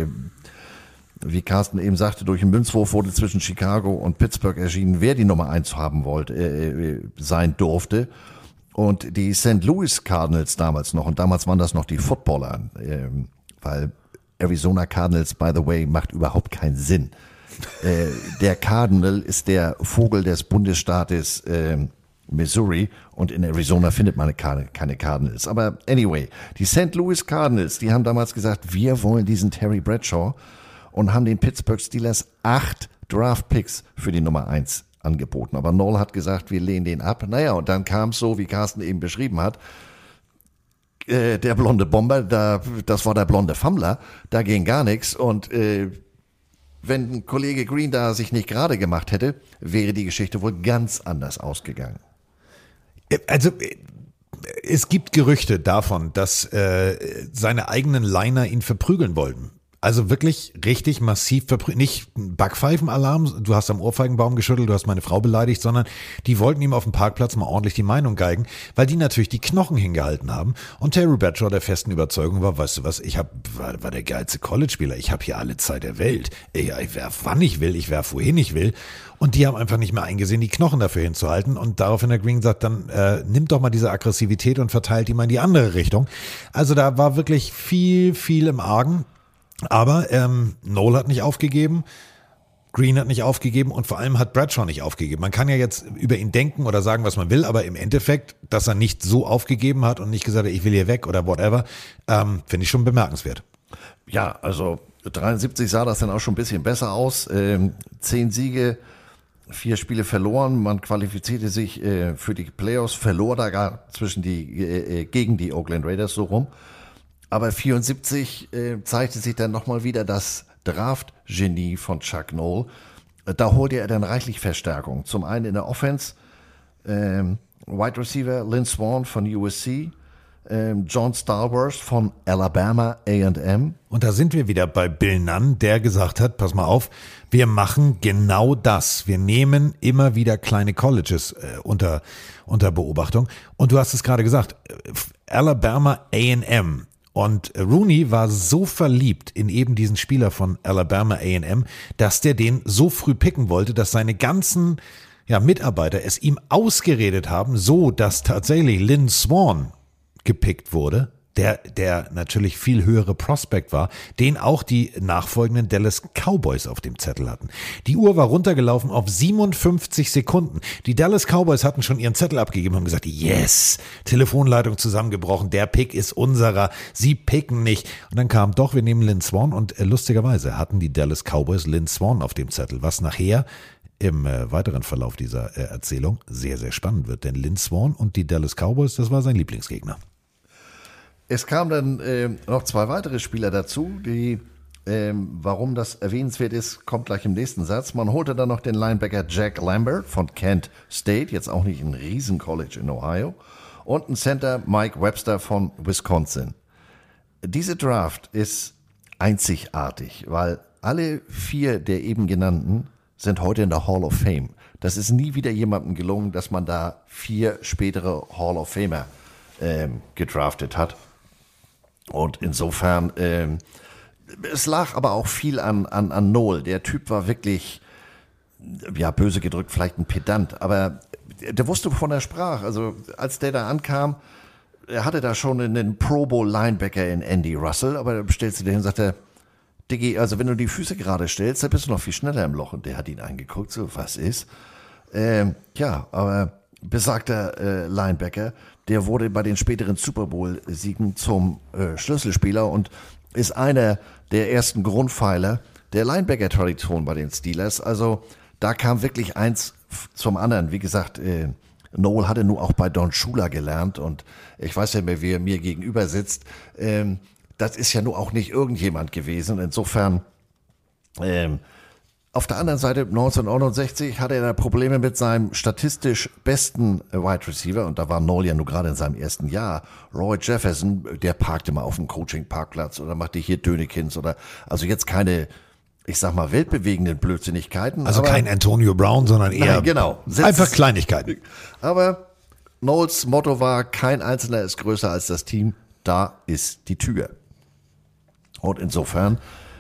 Wie Carsten eben sagte, durch den Münzwurf wurde zwischen Chicago und Pittsburgh erschienen, wer die Nummer 1 haben wollte, sein durfte. Und die St. Louis Cardinals damals noch, und damals waren das noch die Footballer, weil Arizona Cardinals, by the way, macht überhaupt keinen Sinn. Der Cardinal ist der Vogel des Bundesstaates Missouri und in Arizona findet man keine Cardinals. Aber anyway, die St. Louis Cardinals, die haben damals gesagt, wir wollen diesen Terry Bradshaw und haben den Pittsburgh Steelers 8 Draft-Picks für die Nummer 1 angeboten. Aber Noll hat gesagt, wir lehnen den ab. Naja, und dann kam es so, wie Carsten eben beschrieben hat, der blonde Bomber, das war der blonde Fummler, da ging gar nichts und wenn Kollege Green da sich nicht gerade gemacht hätte, wäre die Geschichte wohl ganz anders ausgegangen.
Also es gibt Gerüchte davon, dass seine eigenen Liner ihn verprügeln wollten. Also wirklich richtig massiv verprügelt. Nicht Backpfeifenalarm, du hast am Ohrfeigenbaum geschüttelt, du hast meine Frau beleidigt, sondern die wollten ihm auf dem Parkplatz mal ordentlich die Meinung geigen, weil die natürlich die Knochen hingehalten haben. Und Terry Bradshaw der festen Überzeugung war, weißt du was, war der geilste College-Spieler, ich habe hier alle Zeit der Welt. Ich werf wann ich will, ich werf wohin ich will. Und die haben einfach nicht mehr eingesehen, die Knochen dafür hinzuhalten. Und daraufhin hat Green sagt, dann nimmt doch mal diese Aggressivität und verteilt die mal in die andere Richtung. Also da war wirklich viel, viel im Argen. Aber Noll hat nicht aufgegeben, Green hat nicht aufgegeben und vor allem hat Bradshaw nicht aufgegeben. Man kann ja jetzt über ihn denken oder sagen, was man will, aber im Endeffekt, dass er nicht so aufgegeben hat und nicht gesagt hat, ich will hier weg oder whatever, finde ich schon bemerkenswert.
Ja, also 73 sah das dann auch schon ein bisschen besser aus. 10 Siege, 4 Spiele verloren. Man qualifizierte sich für die Playoffs, verlor da gar gegen die Oakland Raiders so rum. Aber 74 zeigte sich dann nochmal wieder das Draft-Genie von Chuck Noll. Da holte er dann reichlich Verstärkung. Zum einen in der Offense, Wide Receiver Lynn Swann von USC, John Stallworth von Alabama A&M.
Und da sind wir wieder bei Bill Nunn, der gesagt hat, pass mal auf, wir machen genau das. Wir nehmen immer wieder kleine Colleges unter Beobachtung. Und du hast es gerade gesagt, Alabama A&M. Und Rooney war so verliebt in eben diesen Spieler von Alabama A&M, dass der den so früh picken wollte, dass seine ganzen Mitarbeiter es ihm ausgeredet haben, so dass tatsächlich Lynn Swann gepickt wurde, der natürlich viel höhere Prospect war, den auch die nachfolgenden Dallas Cowboys auf dem Zettel hatten. Die Uhr war runtergelaufen auf 57 Sekunden. Die Dallas Cowboys hatten schon ihren Zettel abgegeben und gesagt, yes, Telefonleitung zusammengebrochen, der Pick ist unserer, sie picken nicht. Und dann kam doch, wir nehmen Lynn Swann und lustigerweise hatten die Dallas Cowboys Lynn Swann auf dem Zettel, was nachher im weiteren Verlauf dieser Erzählung sehr, sehr spannend wird. Denn Lynn Swann und die Dallas Cowboys, das war sein Lieblingsgegner.
Es kamen dann noch 2 weitere Spieler dazu, die, warum das erwähnenswert ist, kommt gleich im nächsten Satz. Man holte dann noch den Linebacker Jack Lambert von Kent State, jetzt auch nicht ein Riesen-College in Ohio, und ein Center Mike Webster von Wisconsin. Diese Draft ist einzigartig, weil alle 4 der eben genannten sind heute in der Hall of Fame. Das ist nie wieder jemandem gelungen, dass man da 4 spätere Hall of Famer gedraftet hat. Und insofern, es lag aber auch viel an Noel. Der Typ war wirklich, böse gedrückt, vielleicht ein Pedant, aber der wusste, wovon er sprach. Also als der da ankam, er hatte da schon einen Pro Bowl Linebacker in Andy Russell, aber da stellst du dir hin und sagt er, Diggi, also wenn du die Füße gerade stellst, dann bist du noch viel schneller im Loch. Und der hat ihn angeguckt, so, was ist? Aber besagter Linebacker, der wurde bei den späteren Super Bowl-Siegen zum Schlüsselspieler und ist einer der ersten Grundpfeiler der Linebacker-Tradition bei den Steelers. Also da kam wirklich eins zum anderen. Wie gesagt, Noel hatte nur auch bei Don Shula gelernt und ich weiß ja mehr, wie er mir gegenüber sitzt. Das ist ja nur auch nicht irgendjemand gewesen. Insofern, auf der anderen Seite 1969 hatte er da Probleme mit seinem statistisch besten Wide Receiver und da war Noel ja nur gerade in seinem ersten Jahr. Roy Jefferson, der parkte mal auf dem Coaching-Parkplatz oder machte hier Dönekins oder also jetzt keine, ich sag mal, weltbewegenden Blödsinnigkeiten.
Also aber kein Antonio Brown, sondern eher
nein, genau.
Einfach Kleinigkeiten.
Aber Noels Motto war, kein Einzelner ist größer als das Team, da ist die Tür. Und insofern,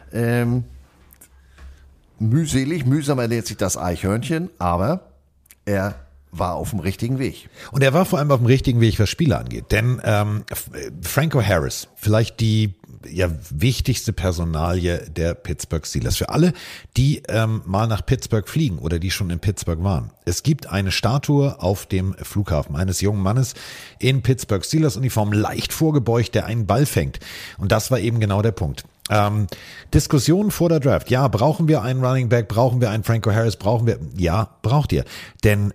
mühsam ernährt sich das Eichhörnchen, aber er war auf dem richtigen Weg.
Und er war vor allem auf dem richtigen Weg, was Spieler angeht. Denn Franco Harris, vielleicht die wichtigste Personalie der Pittsburgh Steelers. Für alle, die mal nach Pittsburgh fliegen oder die schon in Pittsburgh waren. Es gibt eine Statue auf dem Flughafen eines jungen Mannes in Pittsburgh Steelers Uniform, leicht vorgebeugt, der einen Ball fängt. Und das war eben genau der Punkt. Diskussionen vor der Draft. Ja, brauchen wir einen Running Back? Brauchen wir einen Franco Harris? Ja, braucht ihr. Denn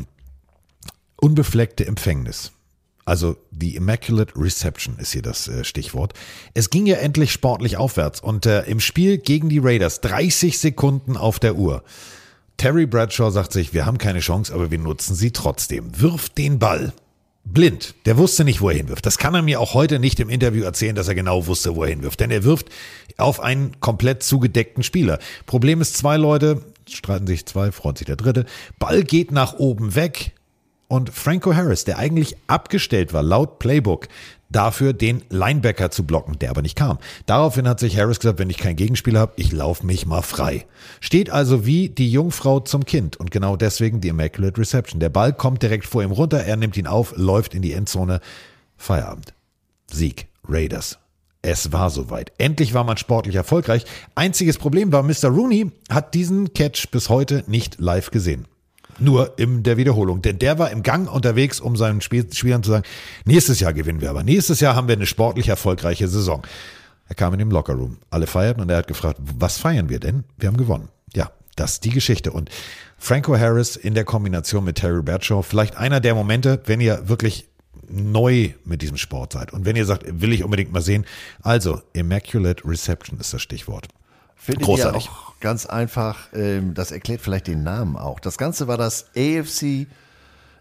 unbefleckte Empfängnis. Also die Immaculate Reception ist hier das Stichwort. Es ging ja endlich sportlich aufwärts und im Spiel gegen die Raiders 30 Sekunden auf der Uhr. Terry Bradshaw sagt sich, wir haben keine Chance, aber wir nutzen sie trotzdem. Wirft den Ball. Blind. Der wusste nicht, wo er hinwirft. Das kann er mir auch heute nicht im Interview erzählen, dass er genau wusste, wo er hinwirft. Denn er wirft auf einen komplett zugedeckten Spieler. Problem ist, 2 Leute, streiten sich 2, freut sich der dritte. Ball geht nach oben weg. Und Franco Harris, der eigentlich abgestellt war, laut Playbook, dafür den Linebacker zu blocken, der aber nicht kam. Daraufhin hat sich Harris gesagt, wenn ich keinen Gegenspieler habe, ich laufe mich mal frei. Steht also wie die Jungfrau zum Kind und genau deswegen die Immaculate Reception. Der Ball kommt direkt vor ihm runter, er nimmt ihn auf, läuft in die Endzone. Feierabend. Sieg. Raiders. Es war soweit. Endlich war man sportlich erfolgreich. Einziges Problem war, Mr. Rooney hat diesen Catch bis heute nicht live gesehen. Nur in der Wiederholung. Denn der war im Gang unterwegs, um seinen Spielern zu sagen, nächstes Jahr gewinnen wir aber. Nächstes Jahr haben wir eine sportlich erfolgreiche Saison. Er kam in den Lockerroom. Alle feierten und er hat gefragt, was feiern wir denn? Wir haben gewonnen. Ja, das ist die Geschichte. Und Franco Harris in der Kombination mit Terry Bradshaw, vielleicht einer der Momente, wenn ihr wirklich neu mit diesem Sport seid. Und wenn ihr sagt, will ich unbedingt mal sehen. Also, Immaculate Reception ist das Stichwort.
Findet ihr auch ganz einfach, das erklärt vielleicht den Namen auch. Das Ganze war das AFC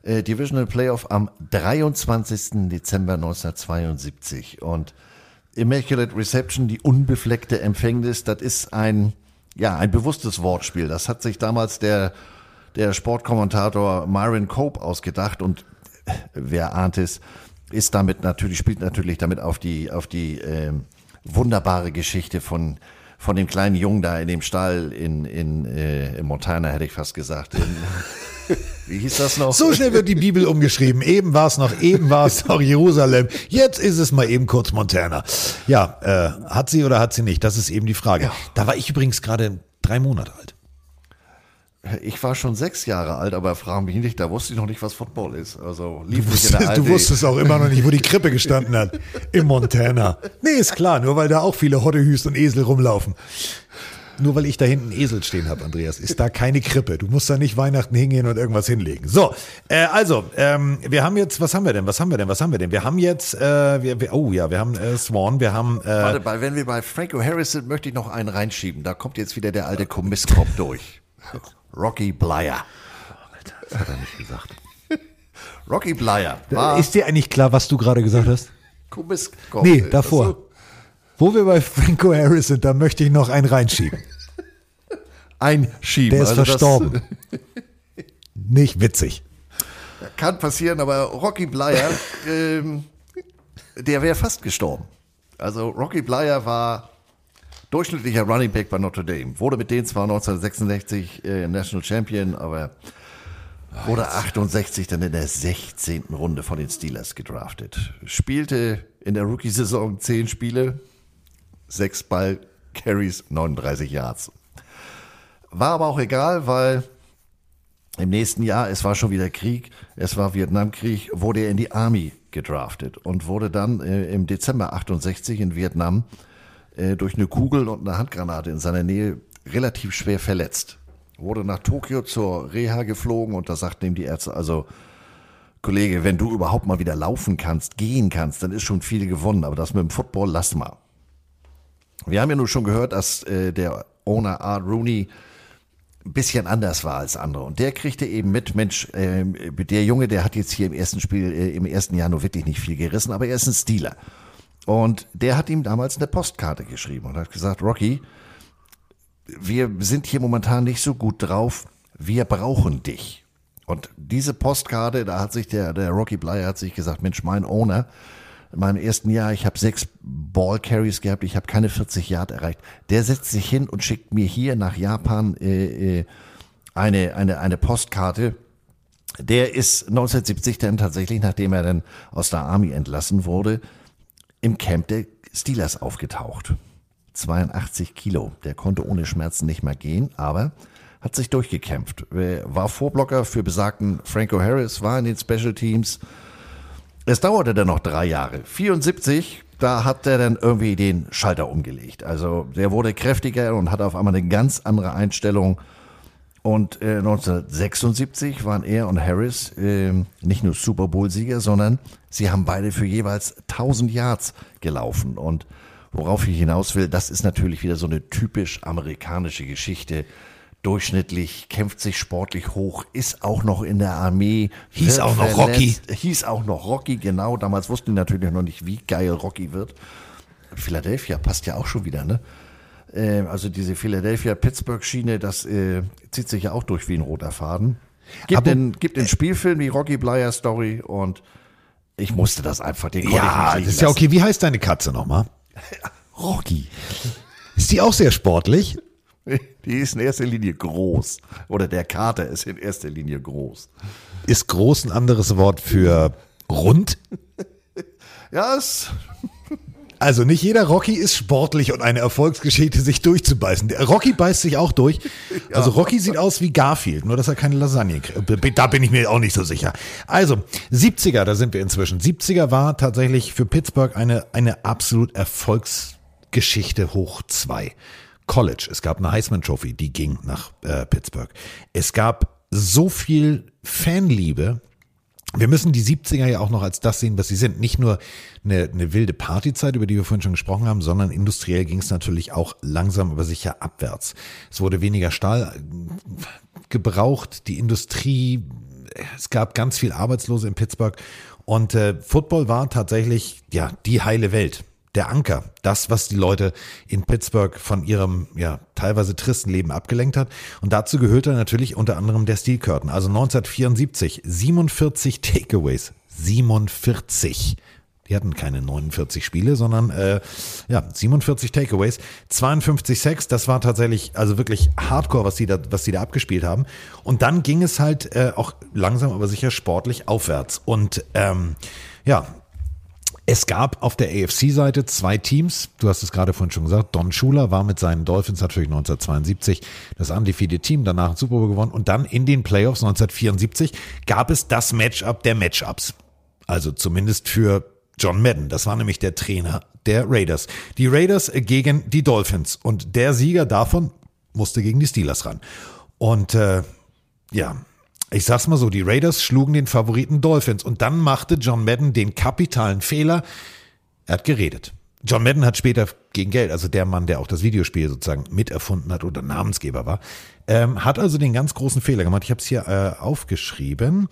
Divisional Playoff am 23. Dezember 1972. Und Immaculate Reception, die unbefleckte Empfängnis, das ist ein bewusstes Wortspiel. Das hat sich damals der Sportkommentator Myron Cope ausgedacht und wer ahnt es, spielt natürlich damit auf die wunderbare Geschichte von dem kleinen Jungen da in dem Stall in Montana, hätte ich fast gesagt. Wie hieß das noch?
So schnell wird die Bibel umgeschrieben. Eben war es noch Jerusalem. Jetzt ist es mal eben kurz Montana. Ja, hat sie oder hat sie nicht? Das ist eben die Frage. Ja. Da war ich übrigens gerade 3 Monate alt.
Ich war schon 6 Jahre alt, aber frag mich nicht, da wusste ich noch nicht, was Football ist. Also lief nicht in der
Du wusstest auch immer noch nicht, wo die Krippe gestanden hat. In Montana. Nee, ist klar, nur weil da auch viele Hottehüst und Esel rumlaufen. Nur weil ich da hinten einen Esel stehen habe, Andreas, ist da keine Krippe. Du musst da nicht Weihnachten hingehen und irgendwas hinlegen. So, wir haben jetzt, was haben wir denn? Wir haben jetzt, wir haben Swan, wir haben...
Warte, wenn wir bei Franco Harris sind, möchte ich noch einen reinschieben. Da kommt jetzt wieder der alte Kommisskopf durch. Rocky Bleier.
Alter, das hat er nicht gesagt.
Rocky Bleier.
Ist dir eigentlich klar, was du gerade gesagt hast?
Kommisskopf.
Nee, davor. Wo wir bei Franco Harris sind, da möchte ich noch einen reinschieben.
Einschieben.
Der ist verstorben. Nicht witzig.
Kann passieren, aber Rocky Bleier, der wäre fast gestorben. Also Rocky Bleier war durchschnittlicher Running Back bei Notre Dame. Wurde mit denen zwar 1966 National Champion, aber wurde 68 dann in der 16. Runde von den Steelers gedraftet. Spielte in der Rookie-Saison 10 Spiele, 6 Ball-Carries, 39 Yards. War aber auch egal, weil im nächsten Jahr, es war schon wieder Krieg, es war Vietnamkrieg, wurde er in die Army gedraftet und wurde dann im Dezember 68 in Vietnam durch eine Kugel und eine Handgranate in seiner Nähe relativ schwer verletzt. Wurde nach Tokio zur Reha geflogen und da sagten ihm die Ärzte, also Kollege, wenn du überhaupt mal wieder laufen kannst, gehen kannst, dann ist schon viel gewonnen, aber das mit dem Football lass mal. Wir haben ja nur schon gehört, dass der Owner Art Rooney ein bisschen anders war als andere und der kriegte eben mit, Mensch, der Junge, der hat jetzt hier im ersten Spiel, im ersten Jahr nur wirklich nicht viel gerissen, aber er ist ein Stealer. Und der hat ihm damals eine Postkarte geschrieben und hat gesagt, Rocky, wir sind hier momentan nicht so gut drauf, wir brauchen dich. Und diese Postkarte, da hat sich der Rocky Bleier hat sich gesagt, Mensch, mein Owner, in meinem ersten Jahr, ich habe 6 Ball Carries gehabt, ich habe keine 40 Yard erreicht. Der setzt sich hin und schickt mir hier nach Japan eine Postkarte. Der ist 1970 dann tatsächlich, nachdem er dann aus der Army entlassen wurde, im Camp der Steelers aufgetaucht. 82 Kilo. Der konnte ohne Schmerzen nicht mehr gehen, aber hat sich durchgekämpft. War Vorblocker für besagten Franco Harris, war in den Special Teams. Es dauerte dann noch 3 Jahre. 74, da hat er dann irgendwie den Schalter umgelegt. Also der wurde kräftiger und hatte auf einmal eine ganz andere Einstellung. Und 1976 waren er und Harris nicht nur Super Bowl-Sieger, sondern sie haben beide für jeweils 1000 Yards gelaufen. Und worauf ich hinaus will, das ist natürlich wieder so eine typisch amerikanische Geschichte. Durchschnittlich, kämpft sich sportlich hoch, ist auch noch in der Armee.
Hieß auch noch Rocky.
Hieß auch noch Rocky, genau. Damals wussten die natürlich noch nicht, wie geil Rocky wird. Philadelphia passt ja auch schon wieder, ne? Also diese Philadelphia-Pittsburgh-Schiene, das zieht sich ja auch durch wie ein roter Faden. Gibt den Spielfilm, die Rocky Bleier Story und ich musste das einfach, den konnte ich nicht liegen
das ist ja okay. Wie heißt deine Katze nochmal?
Rocky.
Ist die auch sehr sportlich?
Die ist in erster Linie groß. Oder der Kater ist in erster Linie groß.
Ist groß ein anderes Wort für rund?
Ja,
also nicht jeder Rocky ist sportlich und eine Erfolgsgeschichte, sich durchzubeißen. Der Rocky beißt sich auch durch. Ja. Also Rocky sieht aus wie Garfield, nur dass er keine Lasagne kriegt. Da bin ich mir auch nicht so sicher. Also 70er, da sind wir inzwischen. 70er war tatsächlich für Pittsburgh eine absolut Erfolgsgeschichte hoch 2. College, es gab eine Heisman Trophy, die ging nach Pittsburgh. Es gab so viel Fanliebe. Wir müssen die 70er ja auch noch als das sehen, was sie sind. Nicht nur eine wilde Partyzeit, über die wir vorhin schon gesprochen haben, sondern industriell ging es natürlich auch langsam aber sicher abwärts. Es wurde weniger Stahl gebraucht, die Industrie es gab ganz viel Arbeitslose in Pittsburgh und Football war tatsächlich die heile Welt. Der Anker, das, was die Leute in Pittsburgh von ihrem teilweise tristen Leben abgelenkt hat. Und dazu gehörte natürlich unter anderem der Steel Curtain. Also 1974, 47 Takeaways. 47. Die hatten keine 49 Spiele, sondern 47 Takeaways, 52 Sacks. Das war tatsächlich also wirklich Hardcore, was die da abgespielt haben. Und dann ging es halt auch langsam, aber sicher sportlich aufwärts. Und es gab auf der AFC-Seite 2 Teams. Du hast es gerade vorhin schon gesagt. Don Shula war mit seinen Dolphins natürlich 1972 das undefeated Team, danach einen Super Bowl gewonnen. Und dann in den Playoffs 1974 gab es das Matchup der Matchups. Also zumindest für John Madden. Das war nämlich der Trainer der Raiders. Die Raiders gegen die Dolphins. Und der Sieger davon musste gegen die Steelers ran. Und ich sag's mal so, die Raiders schlugen den Favoriten Dolphins und dann machte John Madden den kapitalen Fehler. Er hat geredet. John Madden hat später gegen Geld, also der Mann, der auch das Videospiel sozusagen miterfunden hat oder Namensgeber war, hat also den ganz großen Fehler gemacht. Ich habe es hier aufgeschrieben.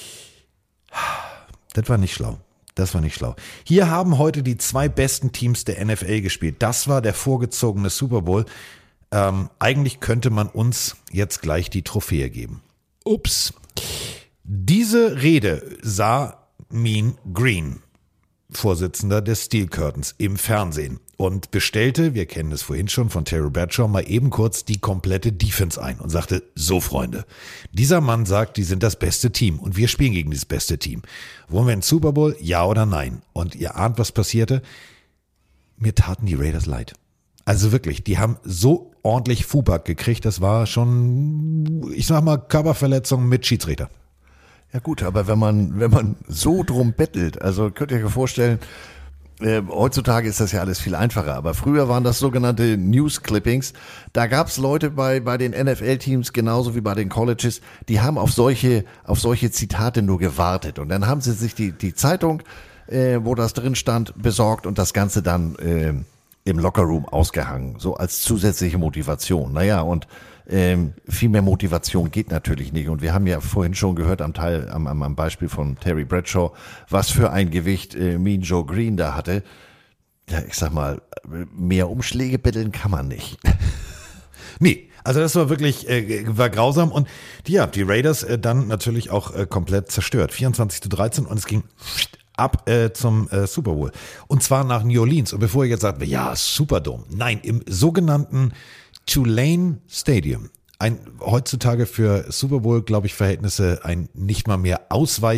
Das war nicht schlau. Hier haben heute die 2 besten Teams der NFL gespielt. Das war der vorgezogene Super Bowl. Eigentlich könnte man uns jetzt gleich die Trophäe geben. Ups. Diese Rede sah Mean Green, Vorsitzender des Steel Curtains, im Fernsehen und bestellte, wir kennen es vorhin schon von Terry Bradshaw, mal eben kurz die komplette Defense ein und sagte, so Freunde, dieser Mann sagt, die sind das beste Team und wir spielen gegen das beste Team. Wollen wir einen Super Bowl? Ja oder nein? Und ihr ahnt, was passierte? Mir taten die Raiders leid. Also wirklich, die haben so ordentlich Fuback gekriegt, das war schon, ich sag mal, Körperverletzung mit Schiedsrichter.
Ja gut, aber wenn man so drum bettelt, also könnt ihr euch vorstellen, heutzutage ist das ja alles viel einfacher, aber früher waren das sogenannte News-Clippings. Da gab es Leute bei den NFL-Teams genauso wie bei den Colleges, die haben auf solche Zitate nur gewartet und dann haben sie sich die Zeitung, wo das drin stand, besorgt und das Ganze dann im Lockerroom ausgehangen, so als zusätzliche Motivation. Naja, und viel mehr Motivation geht natürlich nicht. Und wir haben ja vorhin schon gehört am Beispiel von Terry Bradshaw, was für ein Gewicht Mean Joe Green da hatte. Ja, ich sag mal, mehr Umschläge betteln kann man nicht.
Nee, also das war wirklich, war grausam und die Raiders dann natürlich auch komplett zerstört. 24-13 und es ging ab zum Super Bowl. Und zwar nach New Orleans. Und bevor ihr jetzt sagt, ja, Superdome. Nein, im sogenannten Tulane Stadium. Ein heutzutage für Super Bowl, glaube ich, Verhältnisse ein nicht mal mehr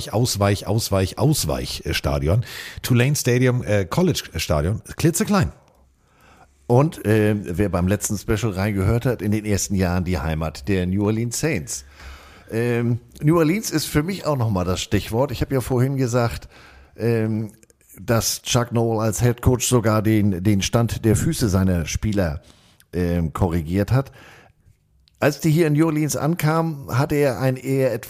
Ausweichstadion. Tulane Stadium, College Stadion, klitzeklein.
Und wer beim letzten Special reingehört hat, in den ersten Jahren die Heimat der New Orleans Saints. New Orleans ist für mich auch nochmal das Stichwort. Ich habe ja vorhin gesagt, dass Chuck Noll als Head Coach sogar den Stand der Füße seiner Spieler korrigiert hat. Als die hier in New Orleans ankamen, hatte er einen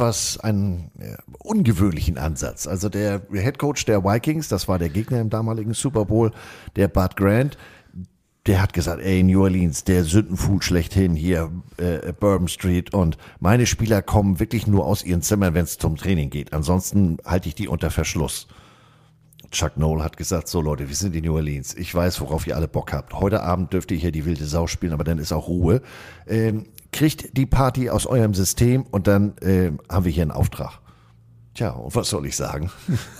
ungewöhnlichen Ansatz. Also der Head Coach der Vikings, das war der Gegner im damaligen Super Bowl, der Bud Grant, der hat gesagt, ey, New Orleans, der Sündenfuhl schlechthin hier, Bourbon Street, und meine Spieler kommen wirklich nur aus ihren Zimmern, wenn es zum Training geht. Ansonsten halte ich die unter Verschluss. Chuck Noll hat gesagt, so Leute, wir sind in New Orleans. Ich weiß, worauf ihr alle Bock habt. Heute Abend dürft ihr hier die wilde Sau spielen, aber dann ist auch Ruhe. Kriegt die Party aus eurem System und dann haben wir hier einen Auftrag. Tja, und was soll ich sagen?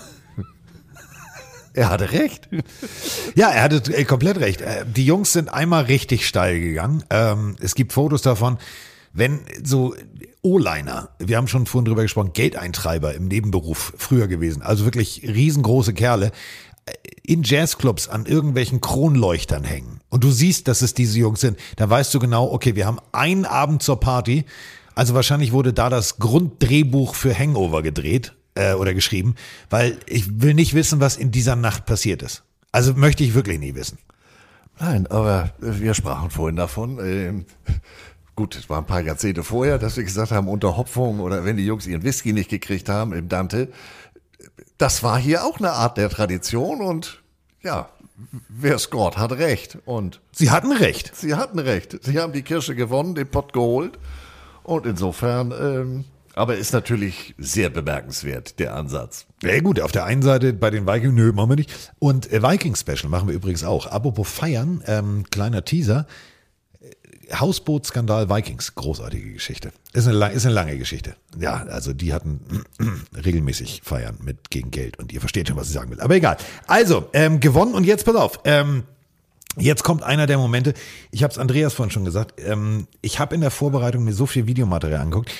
Er hatte recht.
Ja, er hatte komplett recht. Die Jungs sind einmal richtig steil gegangen. Es gibt Fotos davon, wenn so O-Liner, wir haben schon vorhin drüber gesprochen, Geldeintreiber im Nebenberuf früher gewesen, also wirklich riesengroße Kerle, in Jazzclubs an irgendwelchen Kronleuchtern hängen und du siehst, dass es diese Jungs sind, da weißt du genau, okay, wir haben einen Abend zur Party, also wahrscheinlich wurde da das Grunddrehbuch für Hangover gedreht oder geschrieben, weil ich will nicht wissen, was in dieser Nacht passiert ist. Also möchte ich wirklich nie wissen.
Nein, aber wir sprachen vorhin davon, gut, es war ein paar Jahrzehnte vorher, dass wir gesagt haben, unter Hopfung oder wenn die Jungs ihren Whisky nicht gekriegt haben im Dante, das war hier auch eine Art der Tradition und ja, wer scored, hat recht. Und
Sie hatten recht.
Sie hatten recht. Sie haben die Kirsche gewonnen, den Pott geholt und insofern, Aber ist natürlich sehr bemerkenswert, der Ansatz.
Ja gut, auf der einen Seite bei den Vikings, nö, machen wir nicht. Und Vikings-Special machen wir übrigens auch. Apropos feiern, kleiner Teaser. Hausboot-Skandal Vikings, großartige Geschichte. Ist eine lange Geschichte. Ja, also die hatten regelmäßig Feiern gegen Geld und ihr versteht schon, was ich sagen will. Aber egal. Also, gewonnen und jetzt pass auf. Jetzt kommt einer der Momente, ich habe es Andreas vorhin schon gesagt, ich habe in der Vorbereitung mir so viel Videomaterial angeguckt,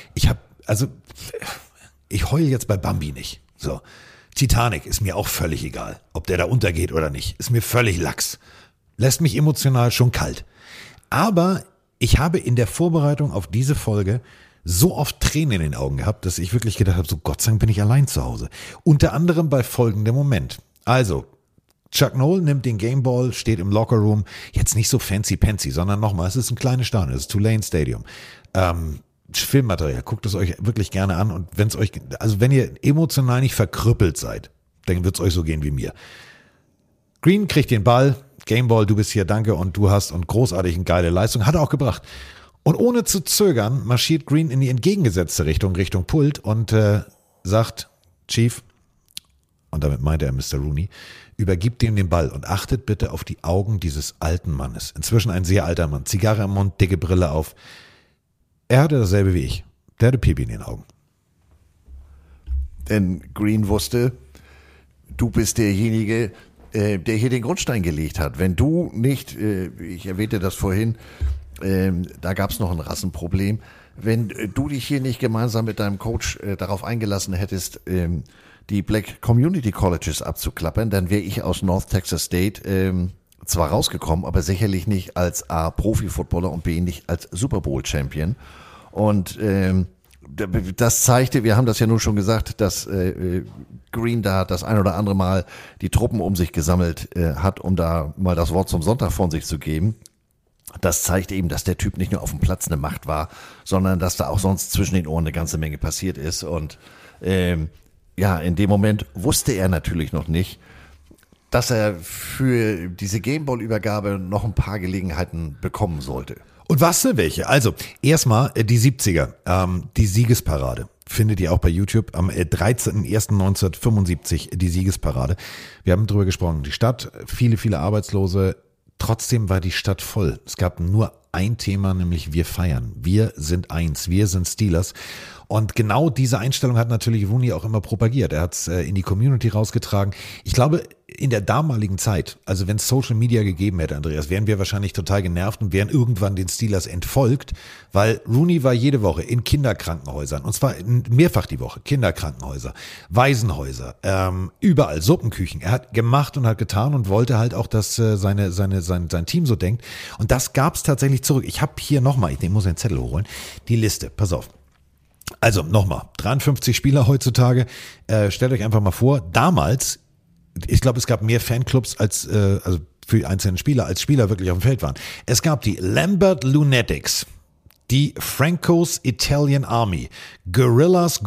ich heule jetzt bei Bambi nicht. So, Titanic ist mir auch völlig egal, ob der da untergeht oder nicht, ist mir völlig lax. Lässt mich emotional schon kalt. Aber ich habe in der Vorbereitung auf diese Folge so oft Tränen in den Augen gehabt, dass ich wirklich gedacht habe, so Gott sei Dank bin ich allein zu Hause. Unter anderem bei folgendem Moment. Also, Chuck Noll nimmt den Gameball, steht im Lockerroom, jetzt nicht so fancy-pancy, sondern nochmal, es ist ein kleines Stadion, es ist Tulane Stadium. Filmmaterial, guckt es euch wirklich gerne an und wenn ihr emotional nicht verkrüppelt seid, dann wird es euch so gehen wie mir. Green kriegt den Ball, Gameball, du bist hier, danke und du hast und großartig eine geile Leistung, hat er auch gebracht. Und ohne zu zögern marschiert Green in die entgegengesetzte Richtung Pult und sagt, Chief, und damit meinte er Mr. Rooney, übergibt ihm den Ball und achtet bitte auf die Augen dieses alten Mannes. Inzwischen ein sehr alter Mann, Zigarre im Mund, dicke Brille auf. Er hatte dasselbe wie ich. Der hatte Pipi in den Augen.
Denn Green wusste, du bist derjenige, der hier den Grundstein gelegt hat. Wenn du nicht, ich erwähnte das vorhin, da gab es noch ein Rassenproblem, wenn du dich hier nicht gemeinsam mit deinem Coach darauf eingelassen hättest, die Black Community Colleges abzuklappern, dann wäre ich aus North Texas State zwar rausgekommen, aber sicherlich nicht als A, Profi-Footballer und B, nicht als Super Bowl-Champion. Und das zeigte, wir haben das ja nun schon gesagt, dass Green da das ein oder andere Mal die Truppen um sich gesammelt hat, um da mal das Wort zum Sonntag von sich zu geben. Das zeigt eben, dass der Typ nicht nur auf dem Platz eine Macht war, sondern dass da auch sonst zwischen den Ohren eine ganze Menge passiert ist. Und ja, in dem Moment wusste er natürlich noch nicht, dass er für diese Gameball-Übergabe noch ein paar Gelegenheiten bekommen sollte.
Und was für welche? Also, erstmal die 70er, die Siegesparade. Findet ihr auch bei YouTube am 13.01.1975, die Siegesparade. Wir haben drüber gesprochen, die Stadt, viele, viele Arbeitslose. Trotzdem war die Stadt voll. Es gab nur ein Thema, nämlich wir feiern. Wir sind eins, wir sind Steelers. Und genau diese Einstellung hat natürlich Rooney auch immer propagiert. Er hat es in die Community rausgetragen. Ich glaube, in der damaligen Zeit, also wenn es Social Media gegeben hätte, Andreas, wären wir wahrscheinlich total genervt und wären irgendwann den Steelers entfolgt, weil Rooney war jede Woche in Kinderkrankenhäusern, und zwar mehrfach die Woche, Kinderkrankenhäuser, Waisenhäuser, überall Suppenküchen. Er hat gemacht und hat getan und wollte halt auch, dass sein Team so denkt. Und das gab es tatsächlich zurück. Ich habe hier nochmal, ich muss den Zettel holen, die Liste, pass auf. Also nochmal, 53 Spieler heutzutage, stellt euch einfach mal vor, damals, ich glaube, es gab mehr Fanclubs als also für einzelne Spieler, als Spieler wirklich auf dem Feld waren. Es gab die Lambert Lunatics, die Franco's Italian Army, Gorillas,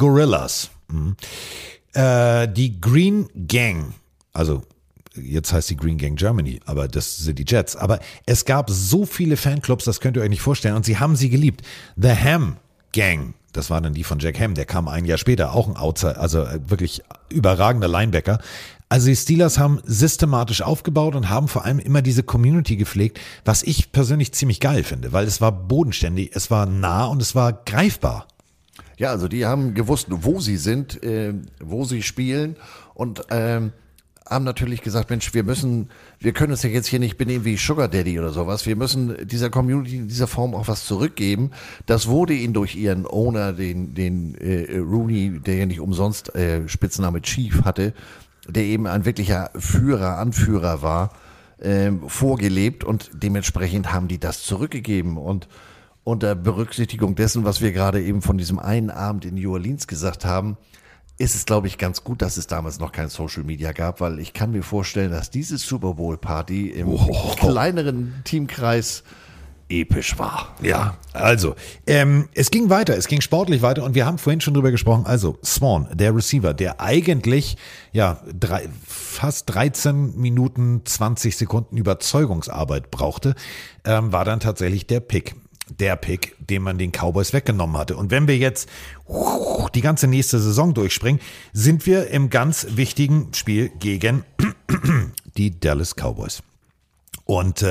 die Green Gang, also jetzt heißt die Green Gang Germany, aber das sind die Jets. Aber es gab so viele Fanclubs, das könnt ihr euch nicht vorstellen, und sie haben sie geliebt. The Ham Gang, das war dann die von Jack Ham, der kam ein Jahr später, auch ein Outside, also wirklich überragender Linebacker. Also die Steelers haben systematisch aufgebaut und haben vor allem immer diese Community gepflegt, was ich persönlich ziemlich geil finde, weil es war bodenständig, es war nah und es war greifbar.
Ja, also die haben gewusst, wo sie sind, wo sie spielen und haben natürlich gesagt, Mensch, wir können uns ja jetzt hier nicht benehmen wie Sugar Daddy oder sowas. Wir müssen dieser Community in dieser Form auch was zurückgeben. Das wurde ihnen durch ihren Owner, den Rooney, der ja nicht umsonst Spitzname Chief hatte, der eben ein wirklicher Anführer war, vorgelebt, und dementsprechend haben die das zurückgegeben. Und unter Berücksichtigung dessen, was wir gerade eben von diesem einen Abend in New Orleans gesagt haben, ist es, glaube ich, ganz gut, dass es damals noch kein Social Media gab, weil ich kann mir vorstellen, dass diese Super Bowl Party im kleineren Teamkreis episch war.
Ja, also, es ging weiter, es ging sportlich weiter, und wir haben vorhin schon drüber gesprochen. Also, Swan, der Receiver, der eigentlich, ja, fast 13 Minuten, 20 Sekunden Überzeugungsarbeit brauchte, war dann tatsächlich der Pick. der Pick, den man den Cowboys weggenommen hatte. Und wenn wir jetzt die ganze nächste Saison durchspringen, sind wir im ganz wichtigen Spiel gegen die Dallas Cowboys. Und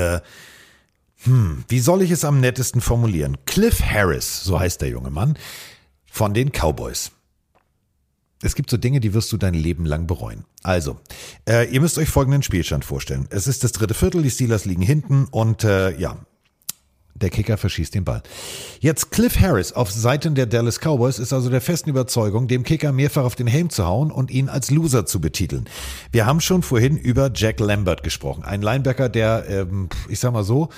wie soll ich es am nettesten formulieren? Cliff Harris, so heißt der junge Mann, von den Cowboys. Es gibt so Dinge, die wirst du dein Leben lang bereuen. Also, ihr müsst euch folgenden Spielstand vorstellen. Es ist das dritte Viertel, die Steelers liegen hinten und der Kicker verschießt den Ball. Jetzt Cliff Harris auf Seiten der Dallas Cowboys ist also der festen Überzeugung, dem Kicker mehrfach auf den Helm zu hauen und ihn als Loser zu betiteln. Wir haben schon vorhin über Jack Lambert gesprochen. Ein Linebacker, der, ich sag mal so,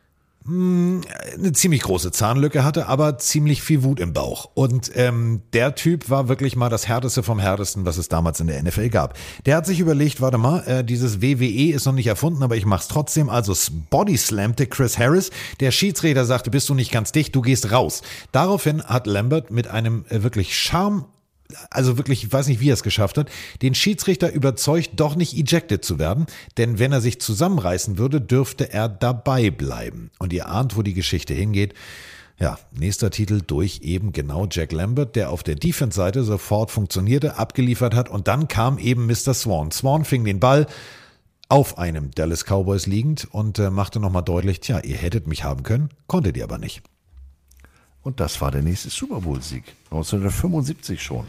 eine ziemlich große Zahnlücke hatte, aber ziemlich viel Wut im Bauch. Und der Typ war wirklich mal das Härteste vom Härtesten, was es damals in der NFL gab. Der hat sich überlegt, warte mal, dieses WWE ist noch nicht erfunden, aber ich mach's trotzdem. Also bodyslamte Chris Harris. Der Schiedsrichter sagte, bist du nicht ganz dicht, du gehst raus. Daraufhin hat Lambert mit einem wirklich wirklich, ich weiß nicht, wie er es geschafft hat, den Schiedsrichter überzeugt, doch nicht ejected zu werden, denn wenn er sich zusammenreißen würde, dürfte er dabei bleiben. Und ihr ahnt, wo die Geschichte hingeht. Ja, nächster Titel durch eben genau Jack Lambert, der auf der Defense-Seite sofort funktionierte, abgeliefert hat und dann kam eben Mr. Swan. Swan fing den Ball auf einem Dallas Cowboys liegend und machte nochmal deutlich, tja, ihr hättet mich haben können, konntet ihr aber nicht.
Und das war der nächste Super Bowl-Sieg. 1975 schon.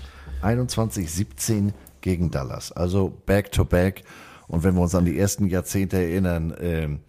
21-17 gegen Dallas. Also Back-to-Back. Und wenn wir uns an die ersten Jahrzehnte erinnern,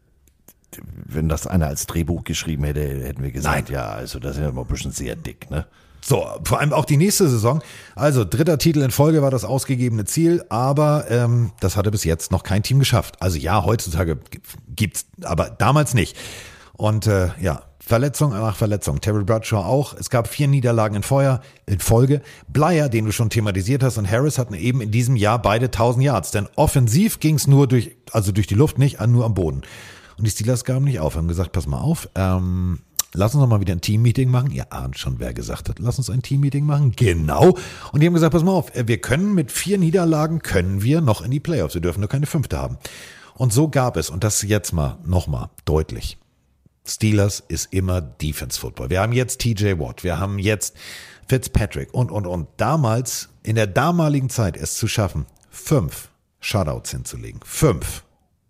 wenn das einer als Drehbuch geschrieben hätte, hätten wir gesagt,
Nein.
ja, also das ist ja mal ein bisschen sehr dick, ne?
So, vor allem auch die nächste Saison. Also dritter Titel in Folge war das ausgegebene Ziel, aber das hatte bis jetzt noch kein Team geschafft. Also ja, heutzutage gibt's, aber damals nicht. Und Verletzung nach Verletzung. Terry Bradshaw auch. Es gab 4 Niederlagen in Folge. Blyer, den du schon thematisiert hast, und Harris hatten eben in diesem Jahr beide 1000 Yards. Denn offensiv ging es nur durch die Luft nicht, nur am Boden. Und die Steelers gaben nicht auf, haben gesagt, pass mal auf, lass uns noch mal wieder ein Team-Meeting machen. Ihr ahnt schon, wer gesagt hat, lass uns ein Team-Meeting machen. Genau. Und die haben gesagt, pass mal auf, wir können mit 4 Niederlagen noch in die Playoffs. Wir dürfen nur keine 5. haben. Und so gab es, und das jetzt nochmal deutlich. Steelers ist immer Defense Football. Wir haben jetzt TJ Watt, wir haben jetzt Fitzpatrick und. Damals, in der damaligen Zeit, es zu schaffen, 5 Shutouts hinzulegen. 5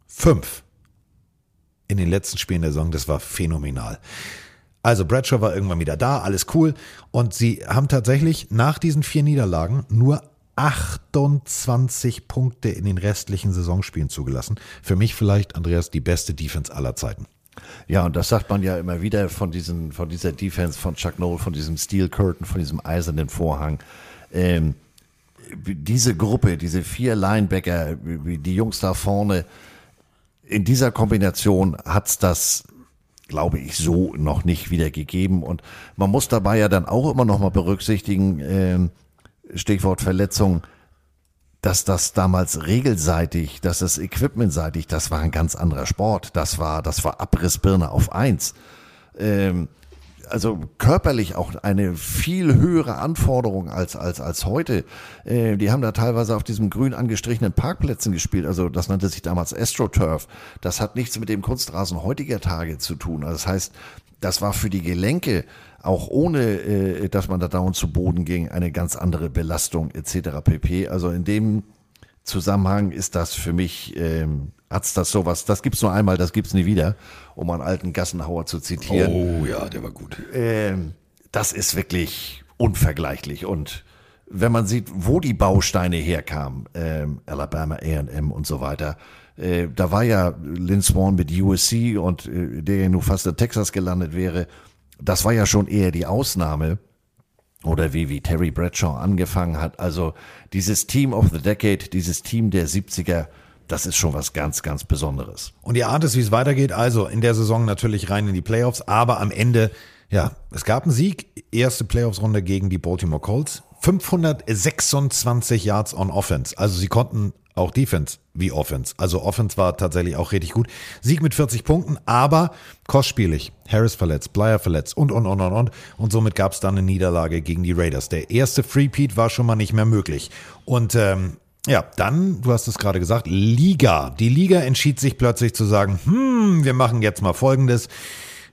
in den letzten Spielen der Saison, das war phänomenal. Also Bradshaw war irgendwann wieder da, alles cool. Und sie haben tatsächlich nach diesen 4 Niederlagen nur 28 Punkte in den restlichen Saisonspielen zugelassen. Für mich vielleicht, Andreas, die beste Defense aller Zeiten.
Ja, und das sagt man ja immer wieder von dieser Defense von Chuck Noll, von diesem Steel Curtain, von diesem eisernen Vorhang. Diese Gruppe, diese 4 Linebacker, die Jungs da vorne, in dieser Kombination hat's das, glaube ich, so noch nicht wieder gegeben. Und man muss dabei ja dann auch immer noch mal berücksichtigen, Stichwort Verletzung, dass das damals regelseitig, dass das equipmentseitig, das war ein ganz anderer Sport. Das war Abrissbirne auf 1. Also körperlich auch eine viel höhere Anforderung als heute. Die haben da teilweise auf diesem grün angestrichenen Parkplätzen gespielt. Also das nannte sich damals AstroTurf. Das hat nichts mit dem Kunstrasen heutiger Tage zu tun. Also das heißt, das war für die Gelenke auch ohne, dass man da dauernd zu Boden ging, eine ganz andere Belastung etc. pp. Also in dem Zusammenhang ist das für mich, hat's das sowas, das gibt's nur einmal, das gibt's nie wieder, um einen alten Gassenhauer zu zitieren.
Oh ja, der war gut.
Das ist wirklich unvergleichlich. Und wenn man sieht, wo die Bausteine herkamen, Alabama, A&M und so weiter, da war ja Lynn Swan mit USC und der ja nur fast in Texas gelandet wäre. Das war ja schon eher die Ausnahme. Oder wie Terry Bradshaw angefangen hat. Also dieses Team of the Decade, dieses Team der 70er, das ist schon was ganz, ganz Besonderes.
Und ihr ahnt es, wie es weitergeht. Also in der Saison natürlich rein in die Playoffs. Aber am Ende, ja, es gab einen Sieg. Erste Playoffs-Runde gegen die Baltimore Colts. 526 Yards on Offense. Also sie konnten auch Defense wie Offense. Also Offense war tatsächlich auch richtig gut. Sieg mit 40 Punkten, aber kostspielig. Harris verletzt, Blyer verletzt und. Und somit gab es dann eine Niederlage gegen die Raiders. Der erste Three-Peat war schon mal nicht mehr möglich. Und dann, du hast es gerade gesagt, Liga. Die Liga entschied sich plötzlich zu sagen, wir machen jetzt mal Folgendes.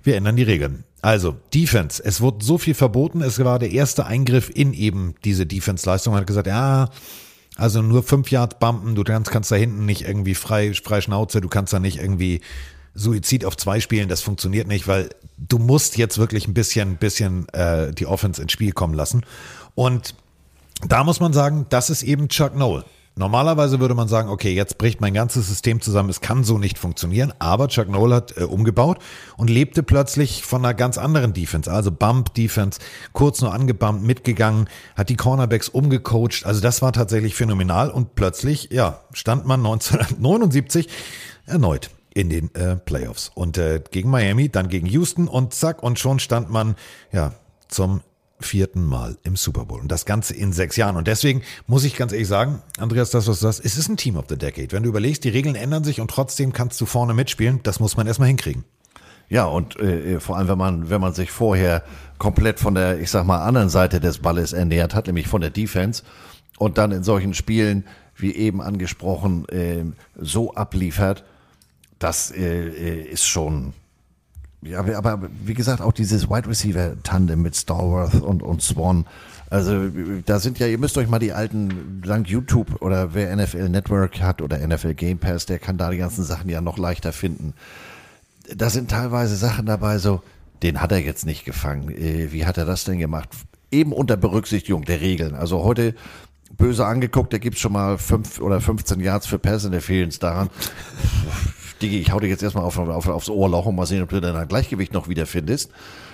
wir ändern die Regeln. Also, Defense. Es wurde so viel verboten. Es war der erste Eingriff in eben diese Defense-Leistung. Man hat gesagt, ja, also nur 5 Yards bumpen, du kannst da hinten nicht irgendwie frei Schnauze, du kannst da nicht irgendwie Suizid auf 2 spielen, das funktioniert nicht, weil du musst jetzt wirklich ein bisschen die Offense ins Spiel kommen lassen. Und da muss man sagen, das ist eben Chuck Noll. Normalerweise würde man sagen, okay, jetzt bricht mein ganzes System zusammen, es kann so nicht funktionieren, aber Chuck Noll hat umgebaut und lebte plötzlich von einer ganz anderen Defense, also Bump-Defense, kurz nur angebumpt, mitgegangen, hat die Cornerbacks umgecoacht, also das war tatsächlich phänomenal und plötzlich, ja, stand man 1979 erneut in den Playoffs und gegen Miami, dann gegen Houston und zack und schon stand man, ja, zum 4. Mal im Super Bowl. Und das Ganze in 6 Jahren. Und deswegen muss ich ganz ehrlich sagen, Andreas, das, was du sagst, es ist ein Team of the Decade. Wenn du überlegst, die Regeln ändern sich und trotzdem kannst du vorne mitspielen, das muss man erstmal hinkriegen.
Ja, und vor allem, wenn man sich vorher komplett von der, ich sag mal, anderen Seite des Balles ernährt hat, nämlich von der Defense, und dann in solchen Spielen, wie eben angesprochen, so abliefert, das ist schon... Ja, aber wie gesagt, auch dieses Wide Receiver Tandem mit Stallworth und Swan. Also da sind ja, ihr müsst euch mal die alten, dank YouTube oder wer NFL Network hat oder NFL Game Pass, der kann da die ganzen Sachen ja noch leichter finden. Da sind teilweise Sachen dabei, so, den hat er jetzt nicht gefangen. Wie hat er das denn gemacht? Eben unter Berücksichtigung der Regeln. Also heute böse angeguckt, da gibt's schon mal 5 oder 15 Yards für Pass Interference daran. Digi, ich hau dir jetzt erstmal aufs Ohrloch und mal sehen, ob du dein Gleichgewicht noch wiederfindest.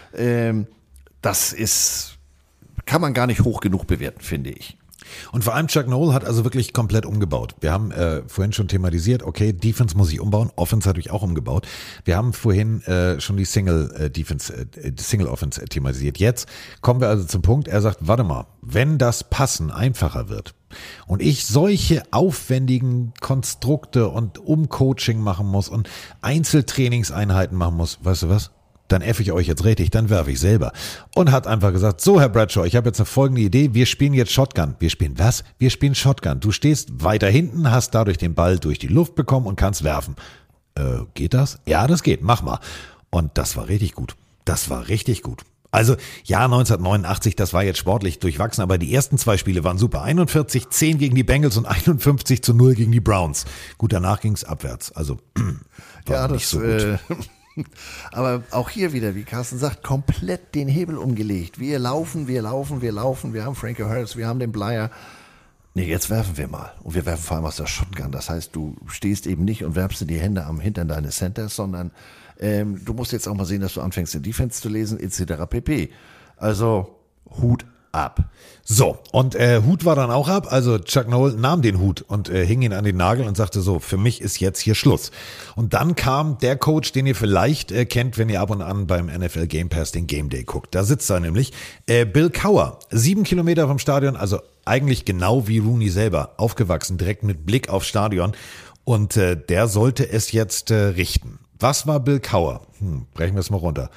Das kann man gar nicht hoch genug bewerten, finde ich.
Und vor allem Chuck Noll hat also wirklich komplett umgebaut. Wir haben vorhin schon thematisiert, okay, Defense muss ich umbauen, Offense habe ich auch umgebaut. Wir haben vorhin schon die Single Offense thematisiert. Jetzt kommen wir also zum Punkt, er sagt, warte mal, wenn das Passen einfacher wird und ich solche aufwendigen Konstrukte und Umcoaching machen muss und Einzeltrainingseinheiten machen muss, weißt du was? Dann effe ich euch jetzt richtig, dann werfe ich selber. Und hat einfach gesagt, so Herr Bradshaw, ich habe jetzt eine folgende Idee, wir spielen jetzt Shotgun. Wir spielen was? Wir spielen Shotgun. Du stehst weiter hinten, hast dadurch den Ball durch die Luft bekommen und kannst werfen. Geht das? Ja, das geht, mach mal. Und das war richtig gut. Das war richtig gut. Also, ja, 1989, das war jetzt sportlich durchwachsen, aber die ersten 2 Spiele waren super. 41-10 gegen die Bengals und 51-0 gegen die Browns. Gut, danach ging es abwärts. Also, war
ja,
nicht so gut.
Aber auch hier wieder, wie Carsten sagt, komplett den Hebel umgelegt. Wir laufen. Wir haben Frankie Harris, wir haben den Bleier. Nee, jetzt werfen wir mal. Und wir werfen vor allem aus der Shotgun. Das heißt, du stehst eben nicht und werfst in die Hände am Hintern deines Centers, sondern du musst jetzt auch mal sehen, dass du anfängst, die Defense zu lesen, etc. pp. Also, Hut ab.
So, und Hut war dann auch ab. Also Chuck Noll nahm den Hut und hing ihn an den Nagel und sagte so, für mich ist jetzt hier Schluss. Und dann kam der Coach, den ihr vielleicht kennt, wenn ihr ab und an beim NFL Game Pass den Game Day guckt. Da sitzt er nämlich. Bill Cowher, 7 Kilometer vom Stadion, also eigentlich genau wie Rooney selber, aufgewachsen, direkt mit Blick aufs Stadion. Und der sollte es jetzt richten. Was war Bill Cowher? Brechen wir es mal runter.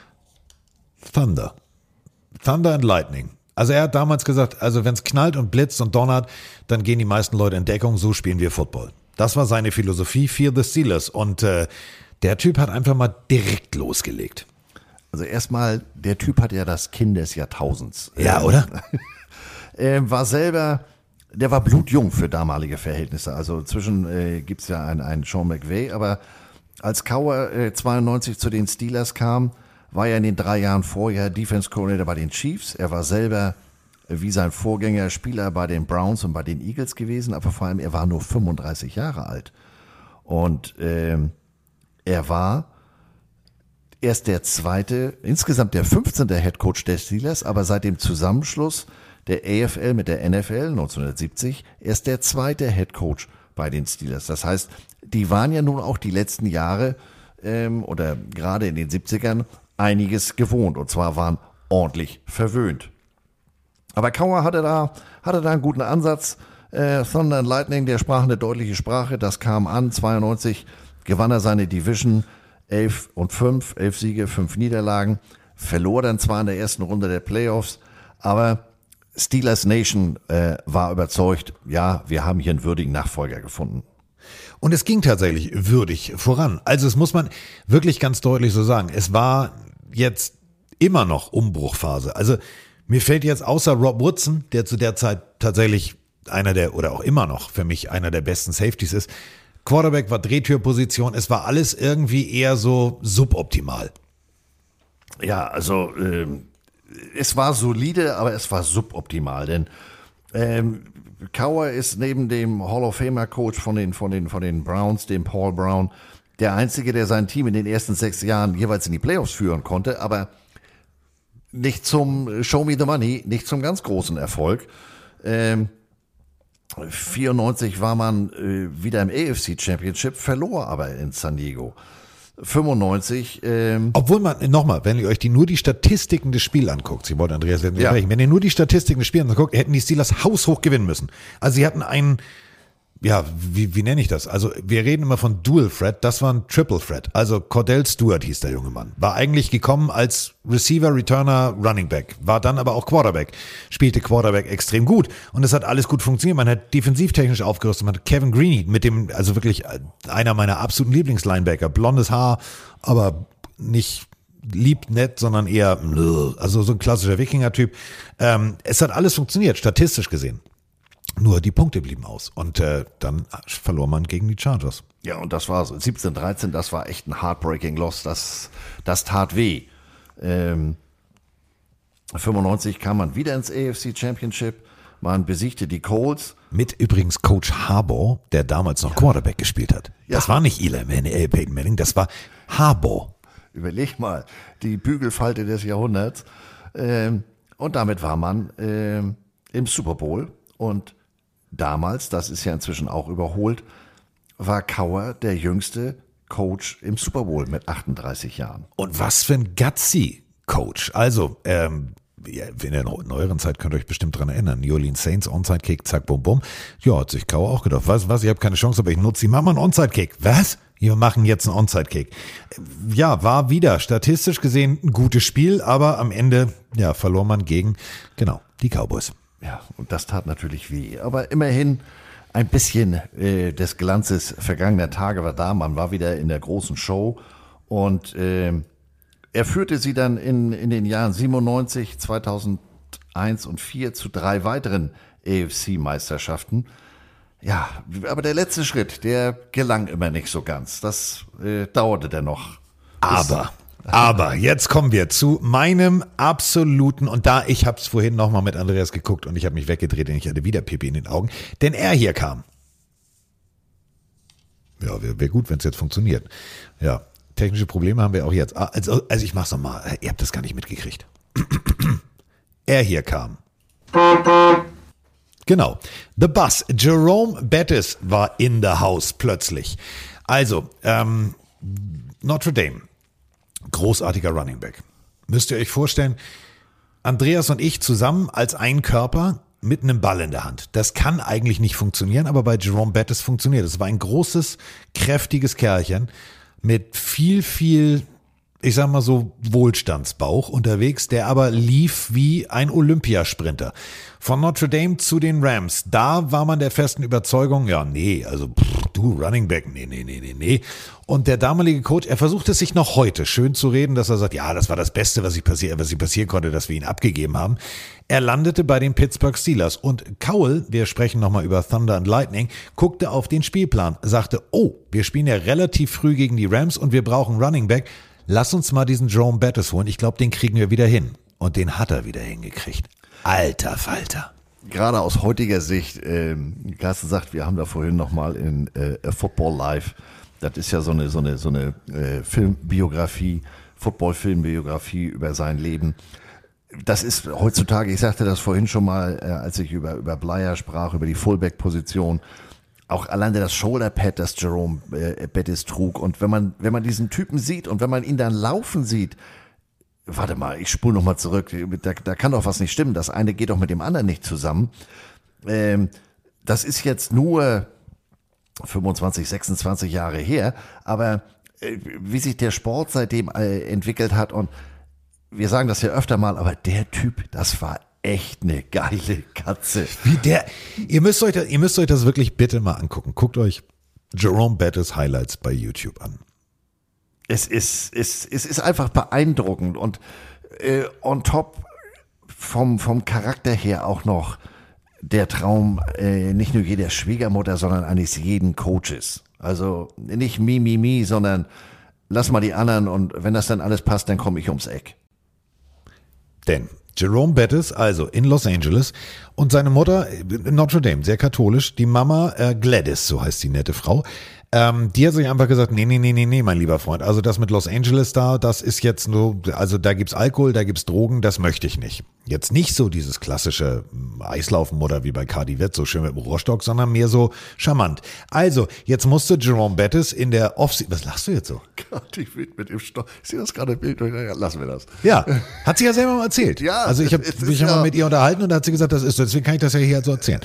Thunder and Lightning. Also er hat damals gesagt, also wenn es knallt und blitzt und donnert, dann gehen die meisten Leute in Deckung, so spielen wir Football. Das war seine Philosophie, Fear the Steelers. Und der Typ hat einfach mal direkt losgelegt.
Also erstmal, der Typ hat ja das Kinn des Jahrtausends.
Ja, oder?
War selber, der war blutjung für damalige Verhältnisse. Also zwischen gibt's ja einen Sean McVay, aber als Cowher 92 zu den Steelers kam, war er in den 3 Jahren vorher Defense Coordinator bei den Chiefs. Er war selber, wie sein Vorgänger, Spieler bei den Browns und bei den Eagles gewesen, aber vor allem, er war nur 35 Jahre alt. Und er war erst der zweite, insgesamt der 15. Head Coach der Steelers, aber seit dem Zusammenschluss der AFL mit der NFL 1970 erst der zweite Head Coach bei den Steelers. Das heißt, die waren ja nun auch die letzten Jahre oder gerade in den 70ern einiges gewohnt und zwar waren ordentlich verwöhnt. Aber Cowher hatte da einen guten Ansatz. Thunder and Lightning, der sprach eine deutliche Sprache, das kam an. 92 gewann er seine Division 11-5, 11 Siege, 5 Niederlagen, verlor dann zwar in der ersten Runde der Playoffs, aber Steelers Nation war überzeugt, ja, wir haben hier einen würdigen Nachfolger gefunden.
Und es ging tatsächlich würdig voran. Also es muss man wirklich ganz deutlich so sagen. Es war jetzt immer noch Umbruchphase. Also mir fällt jetzt außer Rob Woodson, der zu der Zeit tatsächlich einer der, oder auch immer noch für mich einer der besten Safeties ist. Quarterback war Drehtürposition. Es war alles irgendwie eher so suboptimal.
Ja, also es war solide, aber es war suboptimal, denn Cowher ist neben dem Hall of Famer Coach von den Browns, dem Paul Brown, der einzige, der sein Team in den ersten 6 Jahren jeweils in die Playoffs führen konnte, aber nicht zum Show Me the Money, nicht zum ganz großen Erfolg. 94 war man wieder im AFC Championship, verlor aber in San Diego. 95.
Obwohl man, nochmal, wenn ihr euch nur die Statistiken des Spiels anguckt, Sie wollten Andreas sprechen, ja. Wenn ihr nur die Statistiken des Spiels anguckt, hätten die Steelers haushoch gewinnen müssen. Also sie hatten einen, ja, wie nenne ich das? Also wir reden immer von Dual Threat, das war ein Triple Threat. Also Cordell Stewart hieß der junge Mann. War eigentlich gekommen als Receiver, Returner, Running Back. War dann aber auch Quarterback. Spielte Quarterback extrem gut. Und es hat alles gut funktioniert. Man hat defensivtechnisch aufgerüstet. Man hat Kevin Greene mit dem, also wirklich einer meiner absoluten Lieblingslinebacker. Blondes Haar, aber nicht lieb, nett, sondern eher, also so ein klassischer Wikinger-Typ. Es hat alles funktioniert, statistisch gesehen. Nur die Punkte blieben aus und dann verlor man gegen die Chargers.
Ja, und das war so 17-13, das war echt ein heartbreaking Loss, das tat weh. 95 kam man wieder ins AFC Championship, man besiegte die Colts.
Mit übrigens Coach Harbaugh, der damals noch Quarterback gespielt hat. Ja. Das war nicht Peyton Manning, das war Harbaugh.
Überleg mal, die Bügelfalte des Jahrhunderts. Und damit war man im Super Bowl und damals, das ist ja inzwischen auch überholt, war Cowher der jüngste Coach im Super Bowl mit 38 Jahren.
Und was für ein gutsy Coach. Also, in der neueren Zeit könnt ihr euch bestimmt dran erinnern. New Orleans Saints, Onside-Kick, zack, bum, bum. Ja, hat sich Cowher auch gedacht, was, ich habe keine Chance, aber ich nutze sie, mach mal einen Onside-Kick. Was? Wir machen jetzt einen Onside-Kick. Ja, war wieder statistisch gesehen ein gutes Spiel, aber am Ende, ja, verlor man gegen, genau, die Cowboys.
Ja, und das tat natürlich weh. Aber immerhin ein bisschen des Glanzes vergangener Tage war da. Man war wieder in der großen Show und er führte sie dann in den Jahren 97, 2001 und 2004 zu 3 weiteren AFC-Meisterschaften. Ja, aber der letzte Schritt, der gelang immer nicht so ganz. Das dauerte dann noch.
Aber jetzt kommen wir zu meinem absoluten, und da, ich habe es vorhin nochmal mit Andreas geguckt und ich habe mich weggedreht und ich hatte wieder Pipi in den Augen, denn er hier kam. Ja, wäre gut, wenn es jetzt funktioniert. Ja, technische Probleme haben wir auch jetzt. Also ich mach's nochmal, ihr habt das gar nicht mitgekriegt. Er hier kam. Genau, The Bus, Jerome Bettis war in the house plötzlich. Also, Notre Dame. Großartiger Running Back. Müsst ihr euch vorstellen, Andreas und ich zusammen als ein Körper mit einem Ball in der Hand. Das kann eigentlich nicht funktionieren, aber bei Jerome Bettis funktioniert. Es war ein großes, kräftiges Kerlchen mit viel, ich sag mal so, Wohlstandsbauch unterwegs, der aber lief wie ein Olympiasprinter. Von Notre Dame zu den Rams, da war man der festen Überzeugung, ja, nee, also du Running Back, nee. Und der damalige Coach, er versucht es sich noch heute schön zu reden, dass er sagt, ja, das war das Beste, was ihm passieren konnte, dass wir ihn abgegeben haben. Er landete bei den Pittsburgh Steelers und Cowell, wir sprechen nochmal über Thunder and Lightning, guckte auf den Spielplan, sagte, oh, wir spielen ja relativ früh gegen die Rams und wir brauchen Running Back. Lass uns mal diesen Jerome Bettis holen. Ich glaube, den kriegen wir wieder hin. Und den hat er wieder hingekriegt. Alter Falter.
Gerade aus heutiger Sicht, Carsten sagt, wir haben da vorhin nochmal in Football Live, das ist ja so eine Filmbiografie, Football-Filmbiografie über sein Leben. Das ist heutzutage, ich sagte das vorhin schon mal, als ich über Bleier sprach, über die Fullback-Position, auch alleine das Shoulderpad, das Jerome Bettis trug. Und wenn man diesen Typen sieht und wenn man ihn dann laufen sieht, warte mal, ich spule nochmal zurück, da kann doch was nicht stimmen. Das eine geht doch mit dem anderen nicht zusammen. Das ist jetzt nur 25, 26 Jahre her, aber wie sich der Sport seitdem entwickelt hat, und wir sagen das ja öfter mal, aber der Typ, das war echt eine geile Katze.
Ihr müsst euch das wirklich bitte mal angucken. Guckt euch Jerome Bettis Highlights bei YouTube an.
Es ist einfach beeindruckend und on top vom Charakter her auch noch der Traum nicht nur jeder Schwiegermutter, sondern eines jeden Coaches. Also nicht mi, sondern lass mal die anderen und wenn das dann alles passt, dann komme ich ums Eck.
Denn Jerome Bettis, also in Los Angeles, und seine Mutter, Notre Dame, sehr katholisch, die Mama Gladys, so heißt die nette Frau, die hat sich einfach gesagt, nee, mein lieber Freund, also das mit Los Angeles da, das ist jetzt nur, also da gibt's Alkohol, da gibt's Drogen, das möchte ich nicht. Jetzt nicht so dieses klassische Eislaufenmutter wie bei Cardi Wett, so schön mit dem Rohrstock, sondern mehr so charmant. Also, jetzt musste Jerome Bettis in der Offseason, was lachst du jetzt so?
Cardi Wett mit dem Stock, ich sehe das gerade Bild, lassen wir das.
Ja, hat sie ja selber mal erzählt.
Ja,
also ich habe mich ja mal mit ihr unterhalten und da hat sie gesagt, das ist so, deswegen kann ich das ja hier so erzählen.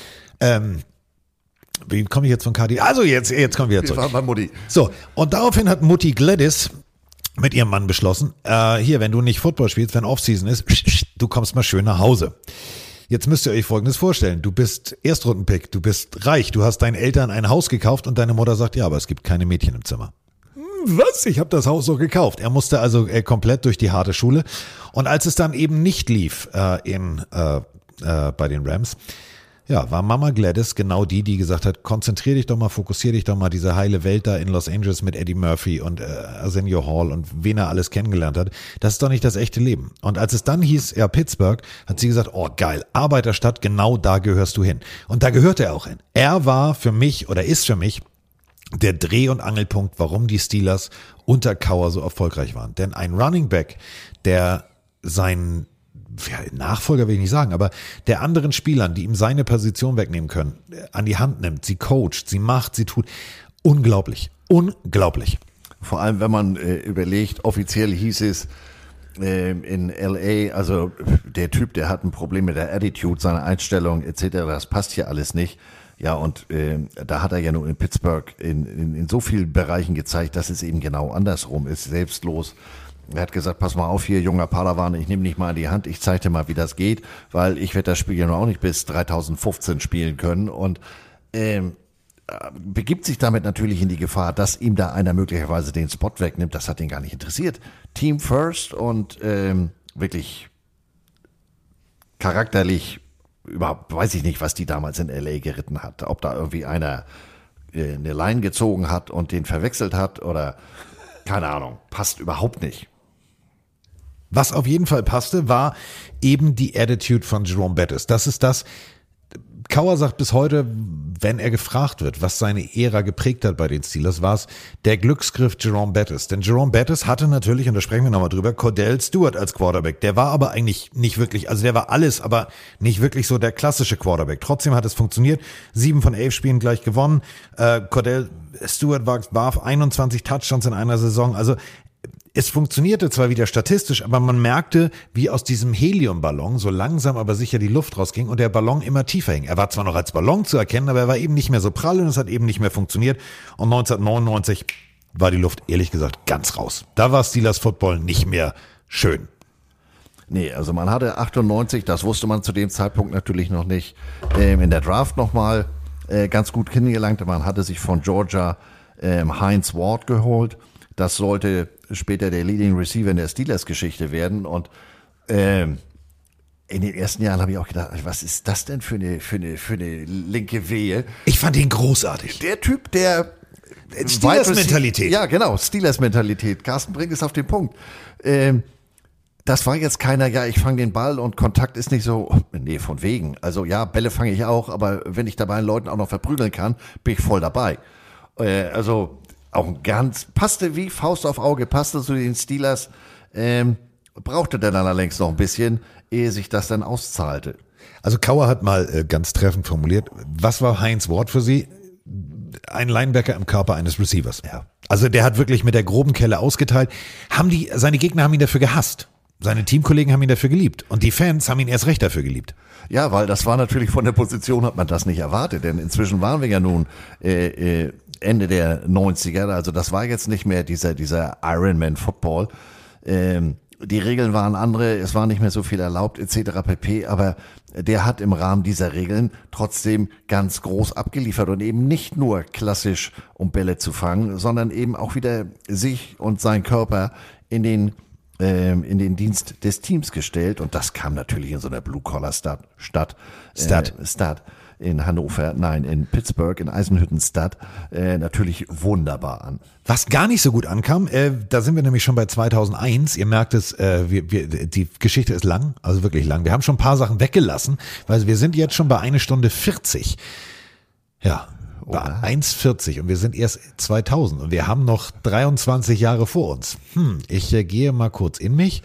Wie komme ich jetzt von Cardi? Also jetzt kommen wir zurück.
Wir waren bei Mutti.
So, und daraufhin hat Mutti Gladys mit ihrem Mann beschlossen, hier, wenn du nicht Football spielst, wenn Offseason ist, du kommst mal schön nach Hause. Jetzt müsst ihr euch Folgendes vorstellen. Du bist Erstrundenpick, du bist reich, du hast deinen Eltern ein Haus gekauft und deine Mutter sagt, ja, aber es gibt keine Mädchen im Zimmer. Was? Ich habe das Haus so gekauft. Er musste also komplett durch die harte Schule. Und als es dann eben nicht lief bei den Rams, ja, war Mama Gladys genau die gesagt hat, konzentrier dich doch mal, fokussier dich doch mal, diese heile Welt da in Los Angeles mit Eddie Murphy und Arsenio Hall und wen er alles kennengelernt hat, das ist doch nicht das echte Leben. Und als es dann hieß, ja, Pittsburgh, hat sie gesagt, oh geil, Arbeiterstadt, genau da gehörst du hin. Und da gehört er auch hin. Er war für mich oder ist für mich der Dreh- und Angelpunkt, warum die Steelers unter Cowher so erfolgreich waren. Denn ein Running Back, der seinen Nachfolger will ich nicht sagen, aber der anderen Spielern, die ihm seine Position wegnehmen können, an die Hand nimmt, sie coacht, sie macht, sie tut. Unglaublich.
Vor allem, wenn man überlegt, offiziell hieß es in LA, also der Typ, der hat ein Problem mit der Attitude, seine Einstellung etc., das passt hier alles nicht. Ja, und da hat er ja nur in Pittsburgh in so vielen Bereichen gezeigt, dass es eben genau andersrum ist, selbstlos. Er hat gesagt, pass mal auf hier, junger Padawan, ich nehme dich mal in die Hand, ich zeige dir mal, wie das geht, weil ich werde das Spiel ja noch auch nicht bis 2015 spielen können und begibt sich damit natürlich in die Gefahr, dass ihm da einer möglicherweise den Spot wegnimmt. Das hat ihn gar nicht interessiert. Team first und wirklich charakterlich, überhaupt weiß ich nicht, was die damals in LA geritten hat. Ob da irgendwie einer eine Line gezogen hat und den verwechselt hat oder keine Ahnung, passt überhaupt nicht.
Was auf jeden Fall passte, war eben die Attitude von Jerome Bettis. Das ist das, Cowher sagt bis heute, wenn er gefragt wird, was seine Ära geprägt hat bei den Steelers, war es der Glücksgriff Jerome Bettis. Denn Jerome Bettis hatte natürlich, und da sprechen wir nochmal drüber, Cordell Stewart als Quarterback. Der war aber eigentlich nicht wirklich, also der war alles, aber nicht wirklich so der klassische Quarterback. Trotzdem hat es funktioniert. 7 von 11 Spielen gleich gewonnen. Cordell Stewart warf 21 Touchdowns in einer Saison. Also es funktionierte zwar wieder statistisch, aber man merkte, wie aus diesem Heliumballon so langsam aber sicher die Luft rausging und der Ballon immer tiefer hing. Er war zwar noch als Ballon zu erkennen, aber er war eben nicht mehr so prall und es hat eben nicht mehr funktioniert. Und 1999 war die Luft ehrlich gesagt ganz raus. Da war Steelers Football nicht mehr schön.
Nee, also man hatte 98, das wusste man zu dem Zeitpunkt natürlich noch nicht, in der Draft nochmal ganz gut kennengelernt. Man hatte sich von Georgia Heinz Ward geholt. Das sollte später der Leading Receiver in der Steelers-Geschichte werden. Und in den ersten Jahren habe ich auch gedacht, was ist das denn für eine linke Wehe?
Ich fand ihn großartig.
Der Typ, der
Steelers-Mentalität.
Ja, genau, Steelers-Mentalität. Carsten bringt es auf den Punkt. Das war jetzt keiner, ja, ich fange den Ball und Kontakt ist nicht so, nee, von wegen. Also ja, Bälle fange ich auch, aber wenn ich dabei Leuten auch noch verprügeln kann, bin ich voll dabei. Also auch passte wie Faust auf Auge, passte zu den Steelers, brauchte dann allerdings noch ein bisschen, ehe sich das dann auszahlte.
Also Cowher hat mal ganz treffend formuliert, was war Heinz Ward für Sie? Ein Linebacker im Körper eines Receivers.
Ja.
Also der hat wirklich mit der groben Kelle ausgeteilt. Seine Gegner haben ihn dafür gehasst. Seine Teamkollegen haben ihn dafür geliebt. Und die Fans haben ihn erst recht dafür geliebt.
Ja, weil das war natürlich von der Position, hat man das nicht erwartet. Denn inzwischen waren wir ja nun Ende der 90er. Also das war jetzt nicht mehr dieser Ironman Football, die Regeln waren andere, es war nicht mehr so viel erlaubt etc. pp. Aber der hat im Rahmen dieser Regeln trotzdem ganz groß abgeliefert und eben nicht nur klassisch, um Bälle zu fangen, sondern eben auch wieder sich und sein Körper in den Dienst des Teams gestellt. Und das kam natürlich in so einer Blue-Collar-Stadt in Hannover, nein, in Pittsburgh, in Eisenhüttenstadt, natürlich wunderbar an.
Was gar nicht so gut ankam, da sind wir nämlich schon bei 2001. Ihr merkt es, die Geschichte ist lang, also wirklich lang. Wir haben schon ein paar Sachen weggelassen, weil wir sind jetzt schon bei 1 Stunde 40. Ja, bei 1,40 und wir sind erst 2000 und wir haben noch 23 Jahre vor uns. Ich gehe mal kurz in mich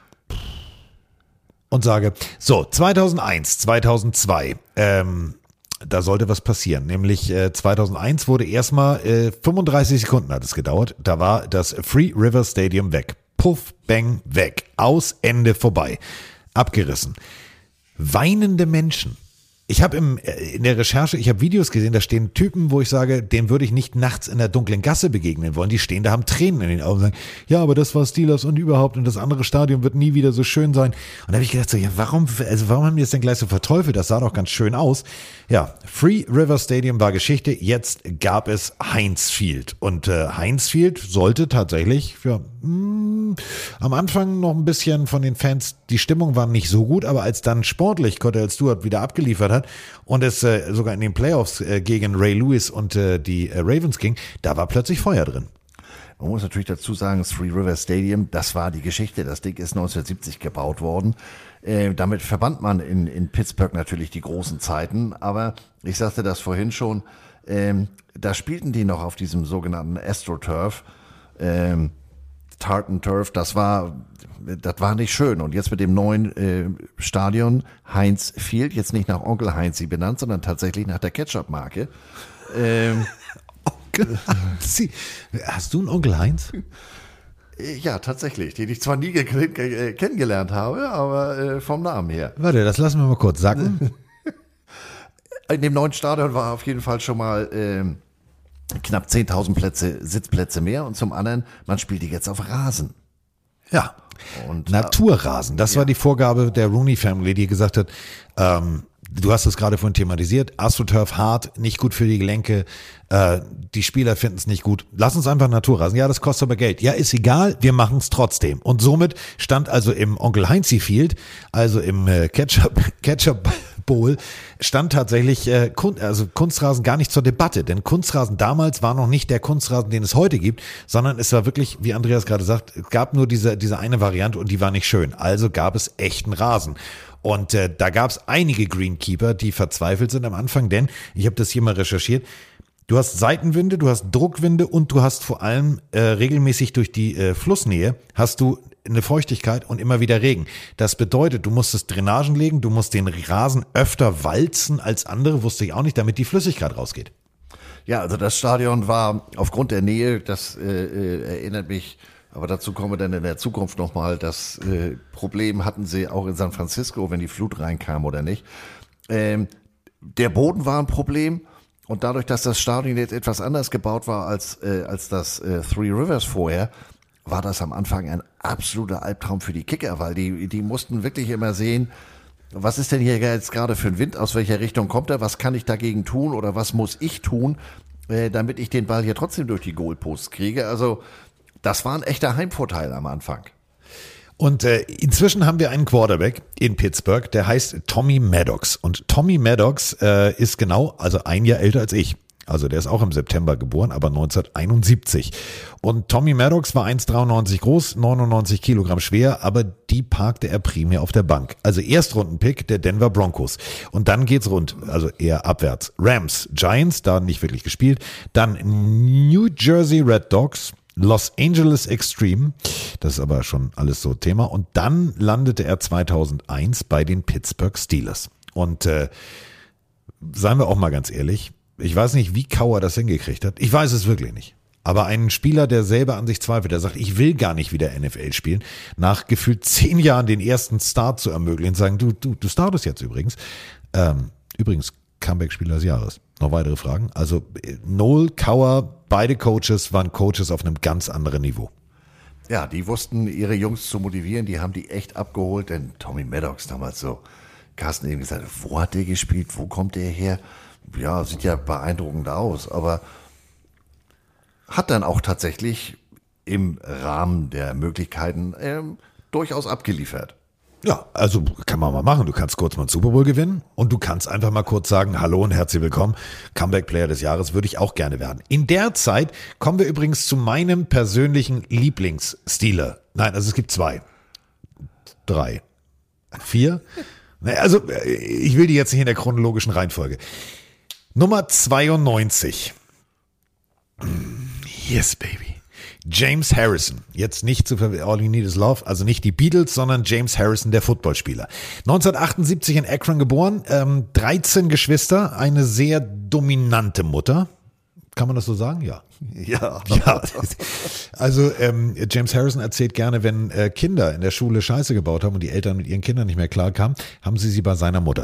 und sage, so, 2001, 2002, da sollte was passieren, nämlich 2001 wurde erstmal 35 Sekunden hat es gedauert, da war das Free River Stadium weg. Puff, bang, weg. Aus, Ende, vorbei. Abgerissen. Weinende Menschen. Ich habe in der Recherche, ich habe Videos gesehen, da stehen Typen, wo ich sage, denen würde ich nicht nachts in der dunklen Gasse begegnen wollen. Die stehen da, haben Tränen in den Augen und sagen, ja, aber das war Steelers und überhaupt und das andere Stadion wird nie wieder so schön sein. Und da habe ich gedacht, so, ja, warum haben die das denn gleich so verteufelt? Das sah doch ganz schön aus. Ja, Free River Stadium war Geschichte. Jetzt gab es Heinz Field. Und Heinz Field sollte tatsächlich, ja, am Anfang noch ein bisschen von den Fans, die Stimmung war nicht so gut, aber als dann sportlich Cordell Stewart wieder abgeliefert hat und es sogar in den Playoffs gegen Ray Lewis und die Ravens ging, da war plötzlich Feuer drin.
Man muss natürlich dazu sagen, das Three River Stadium, das war die Geschichte. Das Ding ist 1970 gebaut worden. Damit verband man in Pittsburgh natürlich die großen Zeiten. Aber ich sagte das vorhin schon, da spielten die noch auf diesem sogenannten AstroTurf. Tartan Turf, das war nicht schön. Und jetzt mit dem neuen Stadion Heinz Field, jetzt nicht nach Onkel Heinzi benannt, sondern tatsächlich nach der Ketchup-Marke.
Onkel Heinzi. Hast du einen Onkel Heinz?
Ja, tatsächlich, den ich zwar nie kennengelernt habe, aber vom Namen her.
Warte, das lassen wir mal kurz sacken.
In dem neuen Stadion war auf jeden Fall schon mal knapp 10.000 Sitzplätze mehr und zum anderen, man spielt die jetzt auf Rasen.
Ja, und Naturrasen. Das war die Vorgabe der Rooney Family, die gesagt hat, du hast es gerade vorhin thematisiert, AstroTurf hart, nicht gut für die Gelenke, die Spieler finden es nicht gut. Lass uns einfach Naturrasen. Ja, das kostet aber Geld. Ja, ist egal, wir machen es trotzdem. Und somit stand also im Onkel Heinzi Field, also im Ketchup Bowl, stand tatsächlich Kunstrasen gar nicht zur Debatte. Denn Kunstrasen damals war noch nicht der Kunstrasen, den es heute gibt, sondern es war wirklich, wie Andreas gerade sagt, es gab nur diese eine Variante und die war nicht schön. Also gab es echten Rasen. Und da gab es einige Greenkeeper, die verzweifelt sind am Anfang, denn ich habe das hier mal recherchiert. Du hast Seitenwinde, du hast Druckwinde und du hast vor allem regelmäßig durch die Flussnähe hast du eine Feuchtigkeit und immer wieder Regen. Das bedeutet, du musstest Drainagen legen, du musst den Rasen öfter walzen als andere, wusste ich auch nicht, damit die Flüssigkeit rausgeht.
Ja, also das Stadion war aufgrund der Nähe, das erinnert mich, aber dazu kommen wir dann in der Zukunft nochmal, das Problem hatten sie auch in San Francisco, wenn die Flut reinkam oder nicht. Der Boden war ein Problem. Und dadurch, dass das Stadion jetzt etwas anders gebaut war als das Three Rivers vorher, war das am Anfang ein absoluter Albtraum für die Kicker, weil die mussten wirklich immer sehen, was ist denn hier jetzt gerade für ein Wind, aus welcher Richtung kommt er, was kann ich dagegen tun oder was muss ich tun, damit ich den Ball hier trotzdem durch die Goalposts kriege. Also das war ein echter Heimvorteil am Anfang.
Und inzwischen haben wir einen Quarterback in Pittsburgh, der heißt Tommy Maddox. Und Tommy Maddox ist genau, also ein Jahr älter als ich. Also der ist auch im September geboren, aber 1971. Und Tommy Maddox war 1,93 groß, 99 Kilogramm schwer, aber die parkte er primär auf der Bank. Also Erstrundenpick der Denver Broncos. Und dann geht's rund, also eher abwärts. Rams, Giants, da nicht wirklich gespielt. Dann New Jersey Red Dogs, Los Angeles Extreme, das ist aber schon alles so Thema. Und dann landete er 2001 bei den Pittsburgh Steelers. Und seien wir auch mal ganz ehrlich, ich weiß nicht, wie Kauer das hingekriegt hat. Ich weiß es wirklich nicht. Aber ein Spieler, der selber an sich zweifelt, der sagt, ich will gar nicht wieder NFL spielen, nach gefühlt 10 Jahren den ersten Start zu ermöglichen, sagen, du startest jetzt übrigens. Übrigens, Comeback-Spieler des Jahres. Noch weitere Fragen? Also Noel, Kauer, beide Coaches waren Coaches auf einem ganz anderen Niveau.
Ja, die wussten, ihre Jungs zu motivieren, die haben die echt abgeholt, denn Tommy Maddox damals so, Carsten eben gesagt, wo hat der gespielt, wo kommt der her? Ja, sieht ja beeindruckend aus, aber hat dann auch tatsächlich im Rahmen der Möglichkeiten durchaus abgeliefert.
Ja, also kann man mal machen. Du kannst kurz mal einen Super Bowl gewinnen und du kannst einfach mal kurz sagen, hallo und herzlich willkommen. Comeback Player des Jahres würde ich auch gerne werden. In der Zeit kommen wir übrigens zu meinem persönlichen Lieblingsstealer. Nein, also es gibt 2, 3, 4. Also ich will die jetzt nicht in der chronologischen Reihenfolge. Nummer 92. Yes, baby. James Harrison, jetzt nicht zu verwechseln, All You Need Is Love, also nicht die Beatles, sondern James Harrison, der Footballspieler. 1978 in Akron geboren, 13 Geschwister, eine sehr dominante Mutter. Kann man das so sagen? Ja.
Ja.
Ja. Also James Harrison erzählt gerne, wenn Kinder in der Schule Scheiße gebaut haben und die Eltern mit ihren Kindern nicht mehr klarkamen, haben sie bei seiner Mutter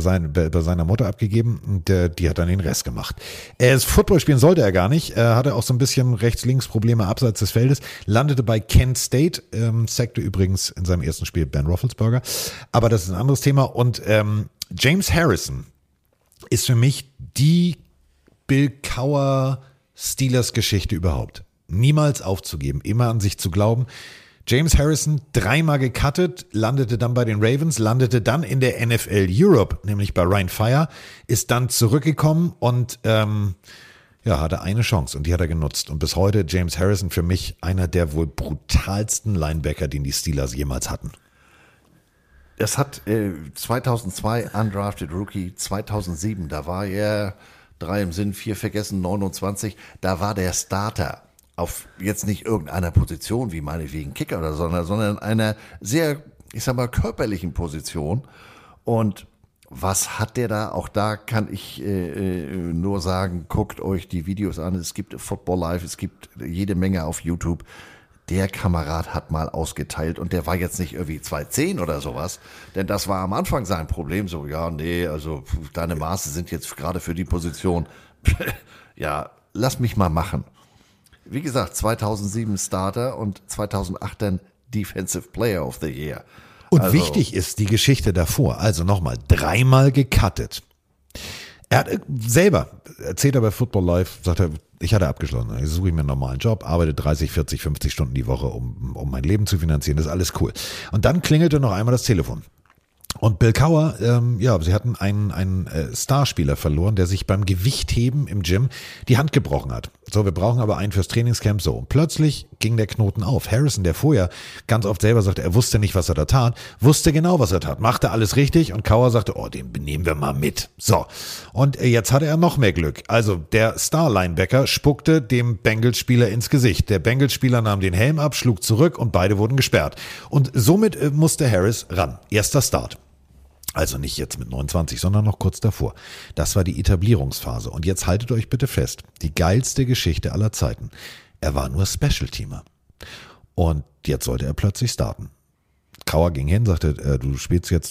abgegeben und die hat dann den Rest gemacht. Football spielen sollte er gar nicht, hatte auch so ein bisschen Rechts-Links-Probleme abseits des Feldes, landete bei Kent State, sackte übrigens in seinem ersten Spiel Ben Roethlisberger, aber das ist ein anderes Thema und James Harrison ist für mich die Bill Cowher Steelers Geschichte überhaupt. Niemals aufzugeben, immer an sich zu glauben. James Harrison 3-mal gecuttet, landete dann bei den Ravens, landete dann in der NFL Europe, nämlich bei Ryan Fire, ist dann zurückgekommen und hatte eine Chance und die hat er genutzt. Und bis heute James Harrison für mich einer der wohl brutalsten Linebacker, den die Steelers jemals hatten.
Es hat 2002 Undrafted Rookie, 2007, da war er 3 im Sinn, 4 vergessen, 29, da war der Starter auf jetzt nicht irgendeiner Position, wie meinetwegen Kicker oder sondern einer sehr, ich sag mal, körperlichen Position. Und was hat der da? Auch da kann ich nur sagen, guckt euch die Videos an. Es gibt Football Live, es gibt jede Menge auf YouTube. Der Kamerad hat mal ausgeteilt und der war jetzt nicht irgendwie 2,10 oder sowas, denn das war am Anfang sein Problem, so, ja, nee, also deine Maße sind jetzt gerade für die Position, ja, lass mich mal machen. Wie gesagt, 2007 Starter und 2008 dann Defensive Player of the Year.
Und also, wichtig ist die Geschichte davor, also nochmal, 3-mal gecuttet. Er hat selber, erzählt er bei Football Live, sagt er, ich hatte abgeschlossen, ich suche mir einen normalen Job, arbeite 30, 40, 50 Stunden die Woche, um mein Leben zu finanzieren, das ist alles cool. Und dann klingelte noch einmal das Telefon. Und Bill Cowher, sie hatten einen Starspieler verloren, der sich beim Gewichtheben im Gym die Hand gebrochen hat. So, wir brauchen aber einen fürs Trainingscamp. So, und plötzlich ging der Knoten auf. Harrison, der vorher ganz oft selber sagte, er wusste nicht, was er da tat, wusste genau, was er tat, machte alles richtig und Cowher sagte, oh, den nehmen wir mal mit. So, und jetzt hatte er noch mehr Glück. Also der Star-Linebacker spuckte dem Bengals-Spieler ins Gesicht. Der Bengals-Spieler nahm den Helm ab, schlug zurück und beide wurden gesperrt. Und somit musste Harris ran. Erster Start. Also nicht jetzt mit 29, sondern noch kurz davor. Das war die Etablierungsphase. Und jetzt haltet euch bitte fest, die geilste Geschichte aller Zeiten. Er war nur Special-Teamer. Und jetzt sollte er plötzlich starten. Cowher ging hin, sagte, du spielst jetzt,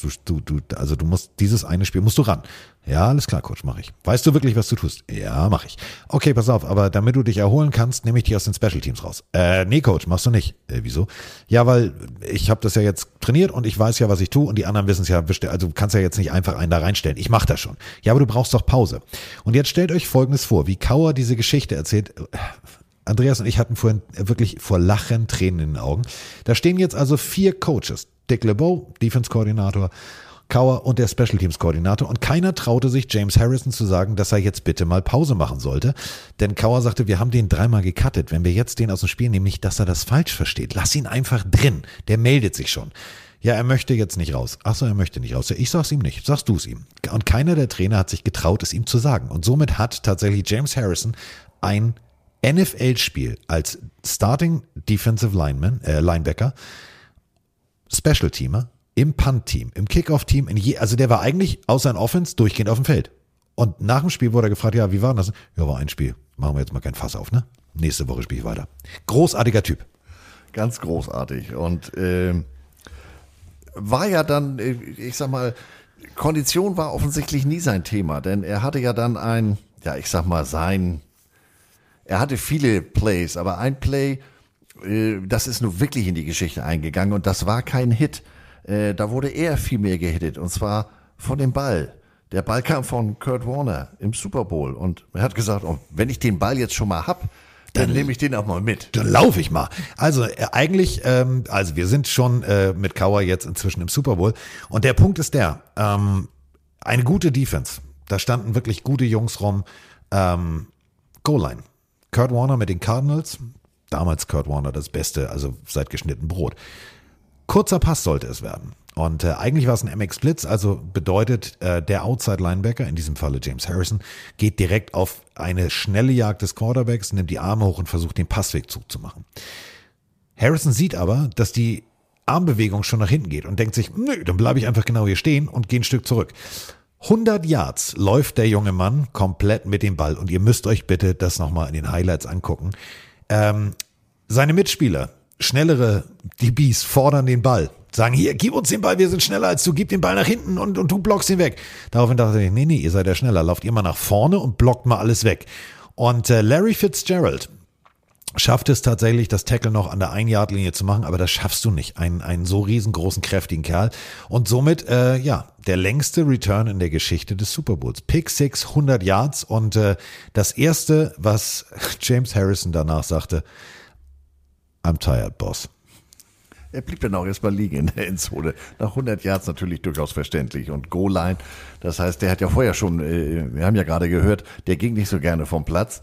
du musst dieses eine Spiel, musst du ran. Ja, alles klar, Coach, mach ich. Weißt du wirklich, was du tust? Ja, mach ich. Okay, pass auf, aber damit du dich erholen kannst, nehme ich dich aus den Special Teams raus. Nee, Coach, machst du nicht. Wieso? Ja, weil ich habe das ja jetzt trainiert und ich weiß ja, was ich tue und die anderen wissen es ja, also du kannst ja jetzt nicht einfach einen da reinstellen. Ich mach das schon. Ja, aber du brauchst doch Pause. Und jetzt stellt euch Folgendes vor, wie Cowher diese Geschichte erzählt. Andreas und ich hatten vorhin wirklich vor Lachen Tränen in den Augen. Da stehen jetzt also 4 Coaches. Dick LeBeau, Defense-Koordinator, Cowher und der Special Teams Koordinator. Und keiner traute sich, James Harrison zu sagen, dass er jetzt bitte mal Pause machen sollte. Denn Cowher sagte, wir haben den 3-mal gecuttet. Wenn wir jetzt den aus dem Spiel nehmen, nicht, dass er das falsch versteht. Lass ihn einfach drin. Der meldet sich schon. Ja, er möchte jetzt nicht raus. Ach so, er möchte nicht raus. Ja, ich sag's ihm nicht. Sagst du es ihm. Und keiner der Trainer hat sich getraut, es ihm zu sagen. Und somit hat tatsächlich James Harrison ein NFL-Spiel als Starting Defensive Linebacker, Special-Teamer, im Punt-Team, im Kickoff-Team, also der war eigentlich außer in Offense durchgehend auf dem Feld. Und nach dem Spiel wurde er gefragt, ja, wie war das? Ja, war ein Spiel. Machen wir jetzt mal kein Fass auf, ne? Nächste Woche spiele ich weiter. Großartiger Typ.
Ganz großartig. Und war ja dann, ich sag mal, Kondition war offensichtlich nie sein Thema, denn er hatte ja dann er hatte viele Plays, aber ein Play, das ist nun wirklich in die Geschichte eingegangen und das war kein Hit. Da wurde er viel mehr gehittet und zwar von dem Ball. Der Ball kam von Kurt Warner im Super Bowl und er hat gesagt, oh, wenn ich den Ball jetzt schon mal hab, dann nehme ich den auch mal mit.
Dann laufe ich mal. Also eigentlich, also wir sind schon mit Cowher jetzt inzwischen im Super Bowl und der Punkt ist der, eine gute Defense, da standen wirklich gute Jungs rum, Goal-Line. Kurt Warner mit den Cardinals, damals Kurt Warner das Beste, also seit geschnitten Brot. Kurzer Pass sollte es werden. Und eigentlich war es ein MX-Blitz, also bedeutet, der Outside-Linebacker, in diesem Falle James Harrison, geht direkt auf eine schnelle Jagd des Quarterbacks, nimmt die Arme hoch und versucht, den Passwegzug zu machen. Harrison sieht aber, dass die Armbewegung schon nach hinten geht und denkt sich, nö, dann bleibe ich einfach genau hier stehen und gehe ein Stück zurück. 100 Yards läuft der junge Mann komplett mit dem Ball und ihr müsst euch bitte das nochmal in den Highlights angucken. Seine Mitspieler, schnellere DBs, fordern den Ball. Sagen, hier, gib uns den Ball, wir sind schneller als du, gib den Ball nach hinten und du blockst ihn weg. Daraufhin dachte ich, nee, ihr seid ja schneller, lauft ihr mal nach vorne und blockt mal alles weg. Und Larry Fitzgerald schafft es tatsächlich, das Tackle noch an der 1-Yard-Linie zu machen, aber das schaffst du nicht, einen so riesengroßen, kräftigen Kerl. Und somit, der längste Return in der Geschichte des Super Bowls. Pick 6, 100 Yards und das Erste, was James Harrison danach sagte, I'm tired, Boss.
Er blieb dann auch erstmal liegen in der Endzone. Nach 100 Yards natürlich durchaus verständlich. Und Goal-Line, das heißt, der hat ja vorher schon, wir haben ja gerade gehört, der ging nicht so gerne vom Platz.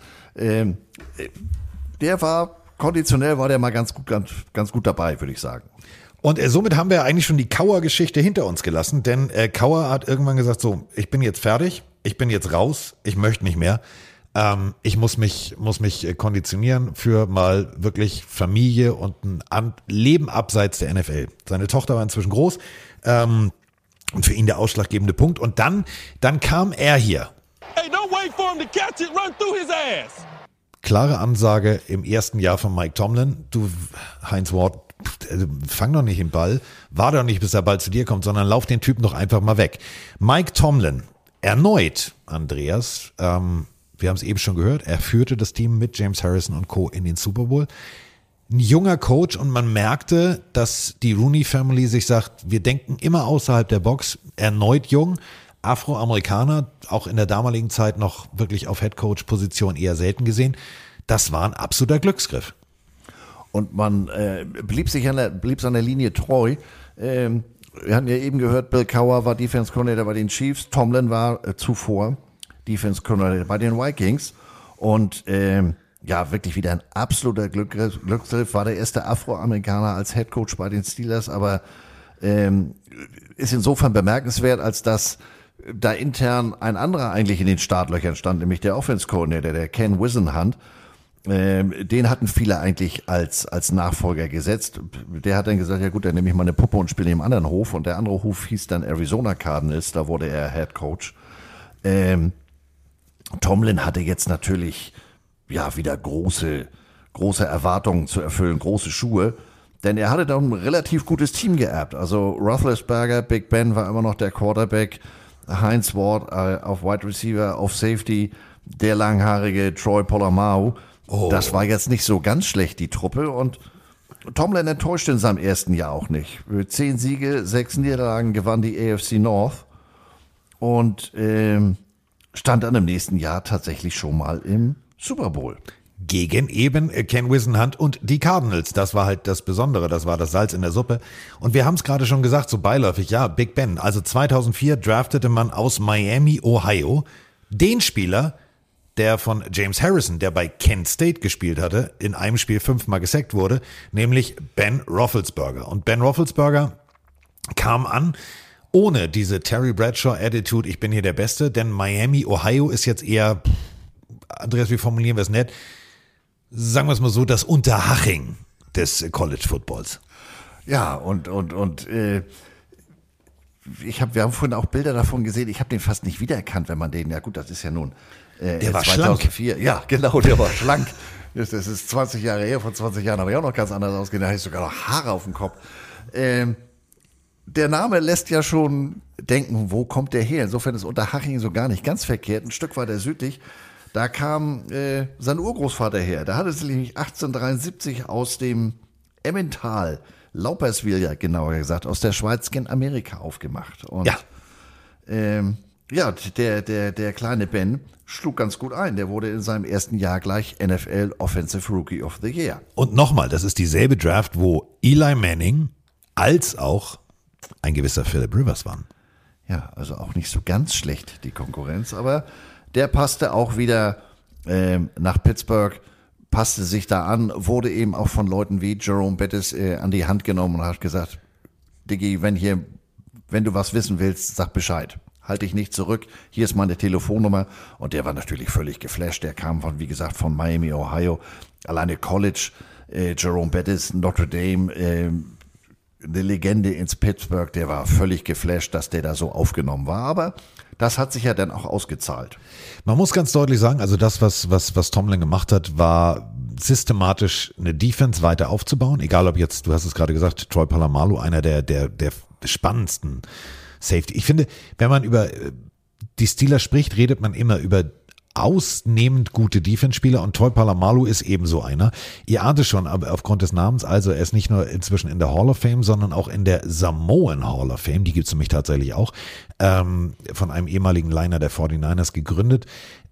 Der war, konditionell war der mal ganz gut dabei, würde ich sagen.
Und somit haben wir eigentlich schon die Cowher-Geschichte hinter uns gelassen, denn Cowher hat irgendwann gesagt, so, ich bin jetzt fertig, ich bin jetzt raus, ich möchte nicht mehr. Ich muss mich konditionieren für mal wirklich Familie und ein Leben abseits der NFL. Seine Tochter war inzwischen groß und für ihn der ausschlaggebende Punkt. Und dann kam er hier.
Hey, don't wait for him to catch it, run through his ass.
Klare Ansage im ersten Jahr von Mike Tomlin. Du, Heinz Ward, fang doch nicht den Ball, warte doch nicht, bis der Ball zu dir kommt, sondern lauf den Typen doch einfach mal weg. Mike Tomlin, erneut, Andreas, wir haben es eben schon gehört, er führte das Team mit James Harrison und Co. in den Super Bowl. Ein junger Coach und man merkte, dass die Rooney Family sich sagt, wir denken immer außerhalb der Box, erneut jung, Afroamerikaner, auch in der damaligen Zeit noch wirklich auf Headcoach-Position eher selten gesehen. Das war ein absoluter Glücksgriff.
Und man blieb seiner Linie treu. Wir hatten ja eben gehört, Bill Cowher war Defense Coordinator bei den Chiefs, Tomlin war zuvor Defense Coordinator bei den Vikings und wirklich wieder ein absoluter Glücksgriff, war der erste Afroamerikaner als Headcoach bei den Steelers, aber ist insofern bemerkenswert, als dass da intern ein anderer eigentlich in den Startlöchern stand, nämlich der Offense Coordinator, der Ken Whisenhunt. Den hatten viele eigentlich als Nachfolger gesetzt. Der hat dann gesagt, ja gut, dann nehme ich mal eine Puppe und spiele im anderen Hof. Und der andere Hof hieß dann Arizona Cardinals, da wurde er Head Coach. Tomlin hatte jetzt natürlich wieder große Erwartungen zu erfüllen, große Schuhe. Denn er hatte da ein relativ gutes Team geerbt. Also Roethlisberger, Big Ben war immer noch der Quarterback, Heinz Ward auf Wide Receiver, auf Safety, der langhaarige Troy Polamalu. Oh. Das war jetzt nicht so ganz schlecht, die Truppe. Und Tomlin enttäuschte in seinem ersten Jahr auch nicht. 10 Siege, 6 Niederlagen gewann die AFC North und stand dann im nächsten Jahr tatsächlich schon mal im Super Bowl.
Gegen eben Ken Whisenhunt und die Cardinals. Das war halt das Besondere, das war das Salz in der Suppe. Und wir haben es gerade schon gesagt, so beiläufig, ja, Big Ben. Also 2004 draftete man aus Miami, Ohio, den Spieler, der von James Harrison, der bei Kent State gespielt hatte, in einem Spiel 5-mal gesackt wurde, nämlich Ben Roethlisberger. Und Ben Roethlisberger kam an ohne diese Terry Bradshaw-Attitude, ich bin hier der Beste, denn Miami, Ohio ist jetzt eher, Andreas, wie formulieren wir es nett, sagen wir es mal so, das Unterhaching des College Footballs.
Ja, wir haben vorhin auch Bilder davon gesehen, ich habe den fast nicht wiedererkannt, wenn man den, ja gut, das ist ja nun
der war
2004.
Schlank.
Ja, genau, der war schlank. Das ist 20 Jahre her, vor 20 Jahren habe ich auch noch ganz anders ausgesehen, da hatte ich sogar noch Haare auf dem Kopf. Der Name lässt ja schon denken, wo kommt der her? Insofern ist Unterhaching so gar nicht ganz verkehrt, ein Stück weiter südlich. Da kam sein Urgroßvater her. Der hatte sich nämlich 1873 aus dem Emmental, Lauperswil ja genauer gesagt, aus der Schweiz gen Amerika aufgemacht. Und der kleine Ben schlug ganz gut ein. Der wurde in seinem ersten Jahr gleich NFL Offensive Rookie of the Year.
Und nochmal, das ist dieselbe Draft, wo Eli Manning als auch ein gewisser Philip Rivers waren.
Ja, also auch nicht so ganz schlecht, die Konkurrenz, aber der passte auch wieder nach Pittsburgh, passte sich da an, wurde eben auch von Leuten wie Jerome Bettis an die Hand genommen und hat gesagt, Diggi, wenn du was wissen willst, sag Bescheid. Halt dich nicht zurück, hier ist meine Telefonnummer. Und der war natürlich völlig geflasht, der kam wie gesagt, von Miami, Ohio, alleine College, Jerome Bettis, Notre Dame, eine Legende ins Pittsburgh, der war völlig geflasht, dass der da so aufgenommen war, aber das hat sich ja dann auch ausgezahlt.
Man muss ganz deutlich sagen, also das, was Tomlin gemacht hat, war systematisch eine Defense weiter aufzubauen, egal ob jetzt, du hast es gerade gesagt, Troy Polamalu, einer der spannendsten Safety. Ich finde, wenn man über die Steelers spricht, redet man immer über ausnehmend gute Defense-Spieler und Troy Polamalu ist ebenso einer. Ihr ahnt es schon, aber aufgrund des Namens, also er ist nicht nur inzwischen in der Hall of Fame, sondern auch in der Samoan Hall of Fame, die gibt es nämlich tatsächlich auch, von einem ehemaligen Liner der 49ers gegründet.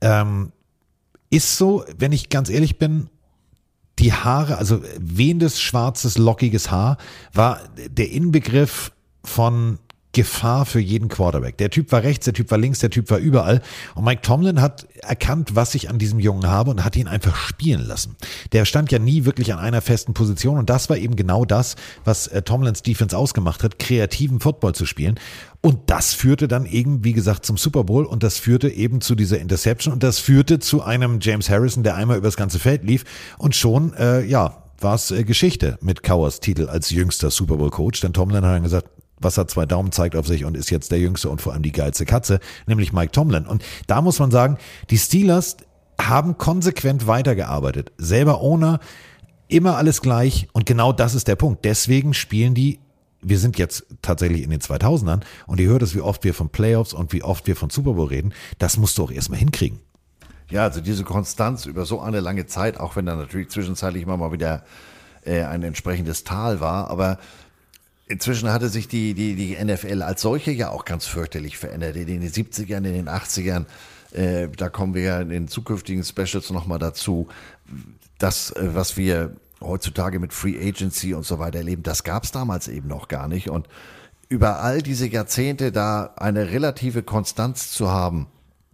Ist so, wenn ich ganz ehrlich bin, die Haare, also wehendes, schwarzes, lockiges Haar, war der Inbegriff von Gefahr für jeden Quarterback. Der Typ war rechts, der Typ war links, der Typ war überall. Und Mike Tomlin hat erkannt, was ich an diesem Jungen habe und hat ihn einfach spielen lassen. Der stand ja nie wirklich an einer festen Position und das war eben genau das, was Tomlins Defense ausgemacht hat, kreativen Football zu spielen. Und das führte dann eben, wie gesagt, zum Super Bowl und das führte eben zu dieser Interception und das führte zu einem James Harrison, der einmal übers ganze Feld lief und schon, war es Geschichte mit Cowhers Titel als jüngster Super Bowl Coach, denn Tomlin hat dann gesagt, was hat 2 Daumen, zeigt auf sich und ist jetzt der Jüngste und vor allem die geilste Katze, nämlich Mike Tomlin. Und da muss man sagen, die Steelers haben konsequent weitergearbeitet. Selber Owner, immer alles gleich und genau das ist der Punkt. Deswegen spielen die, wir sind jetzt tatsächlich in den 2000ern und ihr hört es, wie oft wir von Playoffs und wie oft wir von Super Bowl reden, das musst du auch erstmal hinkriegen.
Ja, also diese Konstanz über so eine lange Zeit, auch wenn da natürlich zwischenzeitlich immer mal wieder ein entsprechendes Tal war, aber inzwischen hatte sich die NFL als solche ja auch ganz fürchterlich verändert. In den 70ern, in den 80ern, da kommen wir ja in den zukünftigen Specials nochmal dazu. Das, was wir heutzutage mit Free Agency und so weiter erleben, das gab es damals eben noch gar nicht. Und über all diese Jahrzehnte da eine relative Konstanz zu haben,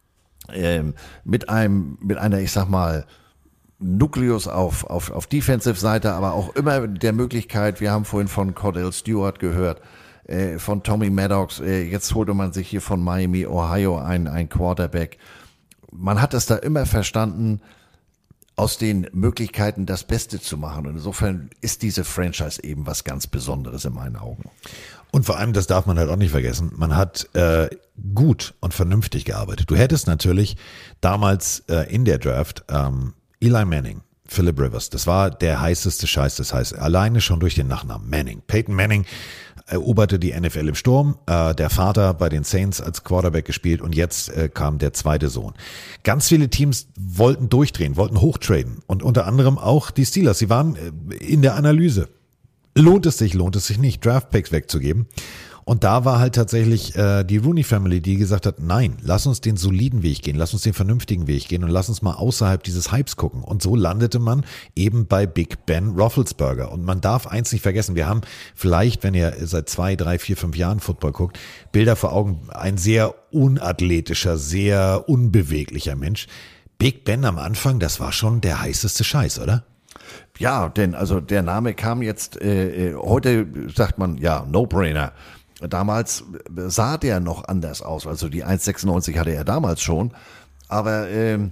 mit einer, ich sag mal, Nukleus auf Defensive-Seite, aber auch immer der Möglichkeit, wir haben vorhin von Cordell Stewart gehört, von Tommy Maddox, jetzt holte man sich hier von Miami, Ohio ein Quarterback. Man hat es da immer verstanden, aus den Möglichkeiten das Beste zu machen. Und insofern ist diese Franchise eben was ganz Besonderes in meinen Augen.
Und vor allem, das darf man halt auch nicht vergessen, man hat gut und vernünftig gearbeitet. Du hättest natürlich damals in der Draft Eli Manning, Philip Rivers, das war der heißeste Scheiß, das heißt alleine schon durch den Nachnamen Manning. Peyton Manning eroberte die NFL im Sturm, der Vater bei den Saints als Quarterback gespielt und jetzt kam der zweite Sohn. Ganz viele Teams wollten durchdrehen, wollten hochtraden und unter anderem auch die Steelers. Sie waren in der Analyse. Lohnt es sich nicht, Draftpicks wegzugeben? Und da war halt tatsächlich die Rooney Family, die gesagt hat, nein, lass uns den soliden Weg gehen, lass uns den vernünftigen Weg gehen und lass uns mal außerhalb dieses Hypes gucken. Und so landete man eben bei Big Ben Roethlisberger. Und man darf eins nicht vergessen, wir haben vielleicht, wenn ihr seit 2, 3, 4, 5 Jahren Football guckt, Bilder vor Augen, ein sehr unathletischer, sehr unbeweglicher Mensch. Big Ben am Anfang, das war schon der heißeste Scheiß, oder?
Ja, denn also der Name kam jetzt, heute sagt man, ja, No-Brainer. Damals sah der noch anders aus, also die 1,96 hatte er damals schon, aber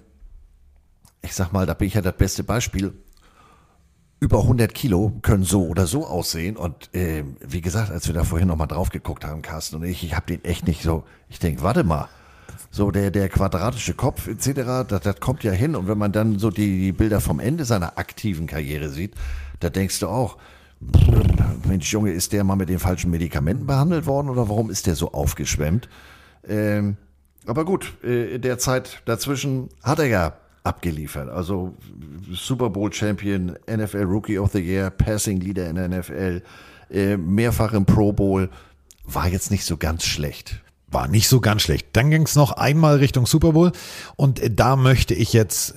ich sag mal, da bin ich ja das beste Beispiel. Über 100 Kilo können so oder so aussehen und wie gesagt, als wir da vorhin nochmal drauf geguckt haben, Carsten und ich habe den echt nicht so, ich denke, warte mal, so der quadratische Kopf etc., das kommt ja hin und wenn man dann so die Bilder vom Ende seiner aktiven Karriere sieht, da denkst du auch, Mensch Junge, ist der mal mit den falschen Medikamenten behandelt worden oder warum ist der so aufgeschwemmt? Aber gut, in der Zeit dazwischen hat er ja abgeliefert. Also Super Bowl Champion, NFL Rookie of the Year, Passing Leader in der NFL, mehrfach im Pro Bowl, war jetzt nicht so ganz schlecht.
War nicht so ganz schlecht. Dann ging es noch einmal Richtung Super Bowl und da möchte ich jetzt,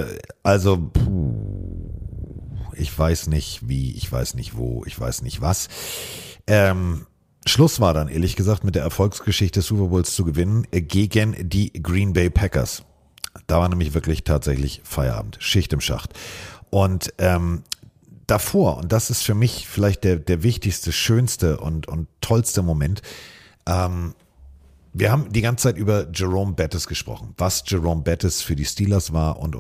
ich weiß nicht wie, ich weiß nicht wo, ich weiß nicht was. Schluss war dann ehrlich gesagt mit der Erfolgsgeschichte des Super Bowls zu gewinnen gegen die Green Bay Packers. Da war nämlich wirklich tatsächlich Feierabend, Schicht im Schacht. Und davor, und das ist für mich vielleicht der wichtigste, schönste und tollste Moment, wir haben die ganze Zeit über Jerome Bettis gesprochen, was Jerome Bettis für die Steelers war und.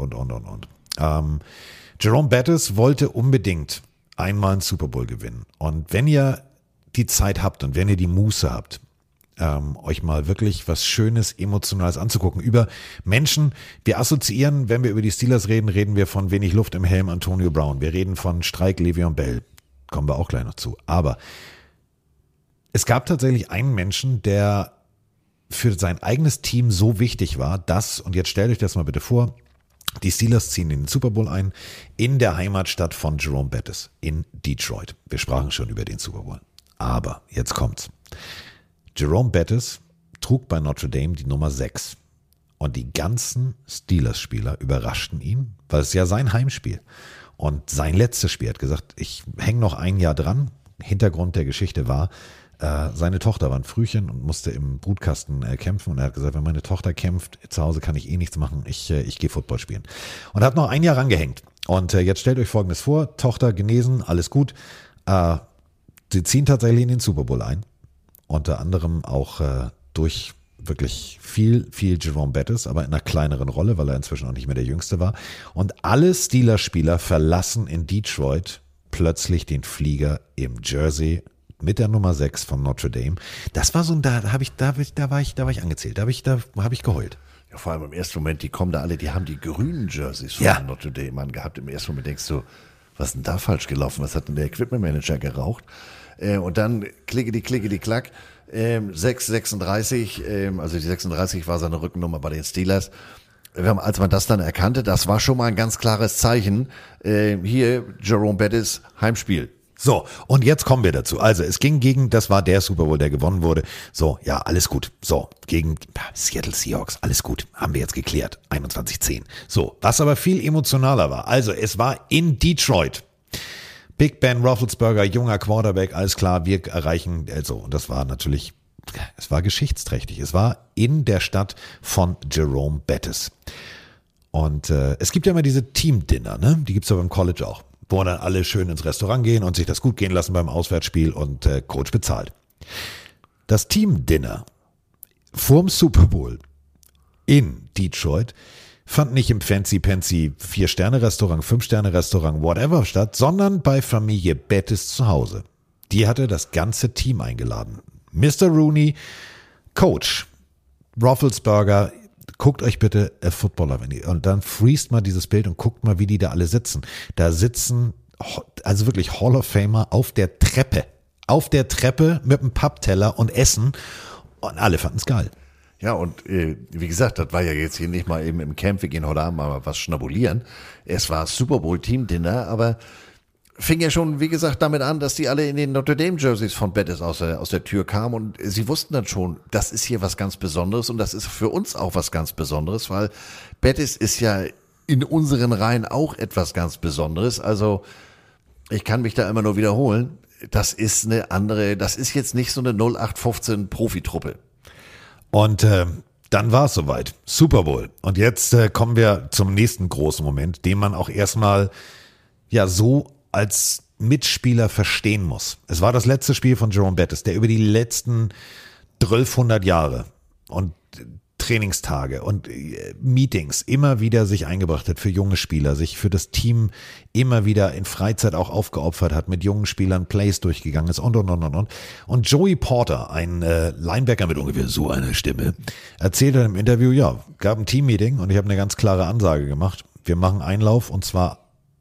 Jerome Bettis wollte unbedingt einmal einen Super Bowl gewinnen. Und wenn ihr die Zeit habt und wenn ihr die Muße habt, euch mal wirklich was Schönes, Emotionales anzugucken über Menschen. Wir assoziieren, wenn wir über die Steelers reden, reden wir von wenig Luft im Helm Antonio Brown. Wir reden von Streik Le'Veon Bell. Kommen wir auch gleich noch zu. Aber es gab tatsächlich einen Menschen, der für sein eigenes Team so wichtig war, dass, und jetzt stellt euch das mal bitte vor, die Steelers ziehen in den Super Bowl ein, in der Heimatstadt von Jerome Bettis, in Detroit. Wir sprachen schon über den Super Bowl. Aber jetzt kommt's. Jerome Bettis trug bei Notre Dame die Nummer 6. Und die ganzen Steelers-Spieler überraschten ihn, weil es ja sein Heimspiel und sein letztes Spiel. Er hat gesagt, ich hänge noch ein Jahr dran. Hintergrund der Geschichte war, seine Tochter war ein Frühchen und musste im Brutkasten kämpfen. Und er hat gesagt, wenn meine Tochter kämpft, zu Hause kann ich nichts machen, ich gehe Football spielen. Und hat noch ein Jahr rangehängt. Und jetzt stellt euch Folgendes vor, Tochter genesen, alles gut. Sie ziehen tatsächlich in den Super Bowl ein. Unter anderem auch durch wirklich viel Jerome Bettis, aber in einer kleineren Rolle, weil er inzwischen auch nicht mehr der Jüngste war. Und alle Steelers-Spieler verlassen in Detroit plötzlich den Flieger im Jersey mit der Nummer 6 von Notre Dame. Das war so, da war ich angezählt, da habe ich geheult.
Ja, vor allem im ersten Moment, die kommen da alle, die haben die grünen Jerseys von Notre Dame angehabt. Im ersten Moment denkst du, was ist denn da falsch gelaufen? Was hat denn der Equipment Manager geraucht? Und dann klack, 6,36, also die 36 war seine Rückennummer bei den Steelers. Als man das dann erkannte, das war schon mal ein ganz klares Zeichen. Hier, Jerome Bettis, Heimspiel.
So, und jetzt kommen wir dazu. Also, es ging das war der Super Bowl, der gewonnen wurde. So, ja, alles gut. So, gegen Seattle Seahawks, alles gut. Haben wir jetzt geklärt. 21-10. So, was aber viel emotionaler war. Also, es war in Detroit. Big Ben Roethlisberger, junger Quarterback, alles klar, wir erreichen, also, und das war natürlich, es war geschichtsträchtig. Es war in der Stadt von Jerome Bettis. Und es gibt ja immer diese Team-Dinner, ne? Die gibt's ja beim College auch, wo dann alle schön ins Restaurant gehen und sich das gut gehen lassen beim Auswärtsspiel und Coach bezahlt. Das Team-Dinner vorm Super Bowl in Detroit fand nicht im fancy-pancy 4-Sterne-Restaurant, 5-Sterne-Restaurant, whatever statt, sondern bei Familie Bettis zu Hause. Die hatte das ganze Team eingeladen. Mr. Rooney, Coach, Roethlisberger, guckt euch bitte Footballer an und dann freest mal dieses Bild und guckt mal, wie die da alle sitzen. Da sitzen also wirklich Hall of Famer auf der Treppe mit einem Pappteller und essen und alle fanden es geil.
Ja, und wie gesagt, das war ja jetzt hier nicht mal eben im Camp, wir gehen heute Abend mal was schnabulieren. Es war Super Bowl Team Dinner, aber fing ja schon, wie gesagt, damit an, dass die alle in den Notre Dame Jerseys von Bettis aus der Tür kamen und sie wussten dann schon, das ist hier was ganz Besonderes und das ist für uns auch was ganz Besonderes, weil Bettis ist ja in unseren Reihen auch etwas ganz Besonderes. Also ich kann mich da immer nur wiederholen, das ist jetzt nicht so eine 0815 Profitruppe.
Und dann war es soweit. Super Bowl. Und jetzt kommen wir zum nächsten großen Moment, den man auch erstmal ja so als Mitspieler verstehen muss. Es war das letzte Spiel von Jerome Bettis, der über die letzten 1200 Jahre und Trainingstage und Meetings immer wieder sich eingebracht hat für junge Spieler, sich für das Team immer wieder in Freizeit auch aufgeopfert hat, mit jungen Spielern Plays durchgegangen ist und. Und Joey Porter, ein Linebacker mit ungefähr so einer Stimme, erzählte im Interview, ja, gab ein Team-Meeting und ich habe eine ganz klare Ansage gemacht. Wir machen Einlauf und zwar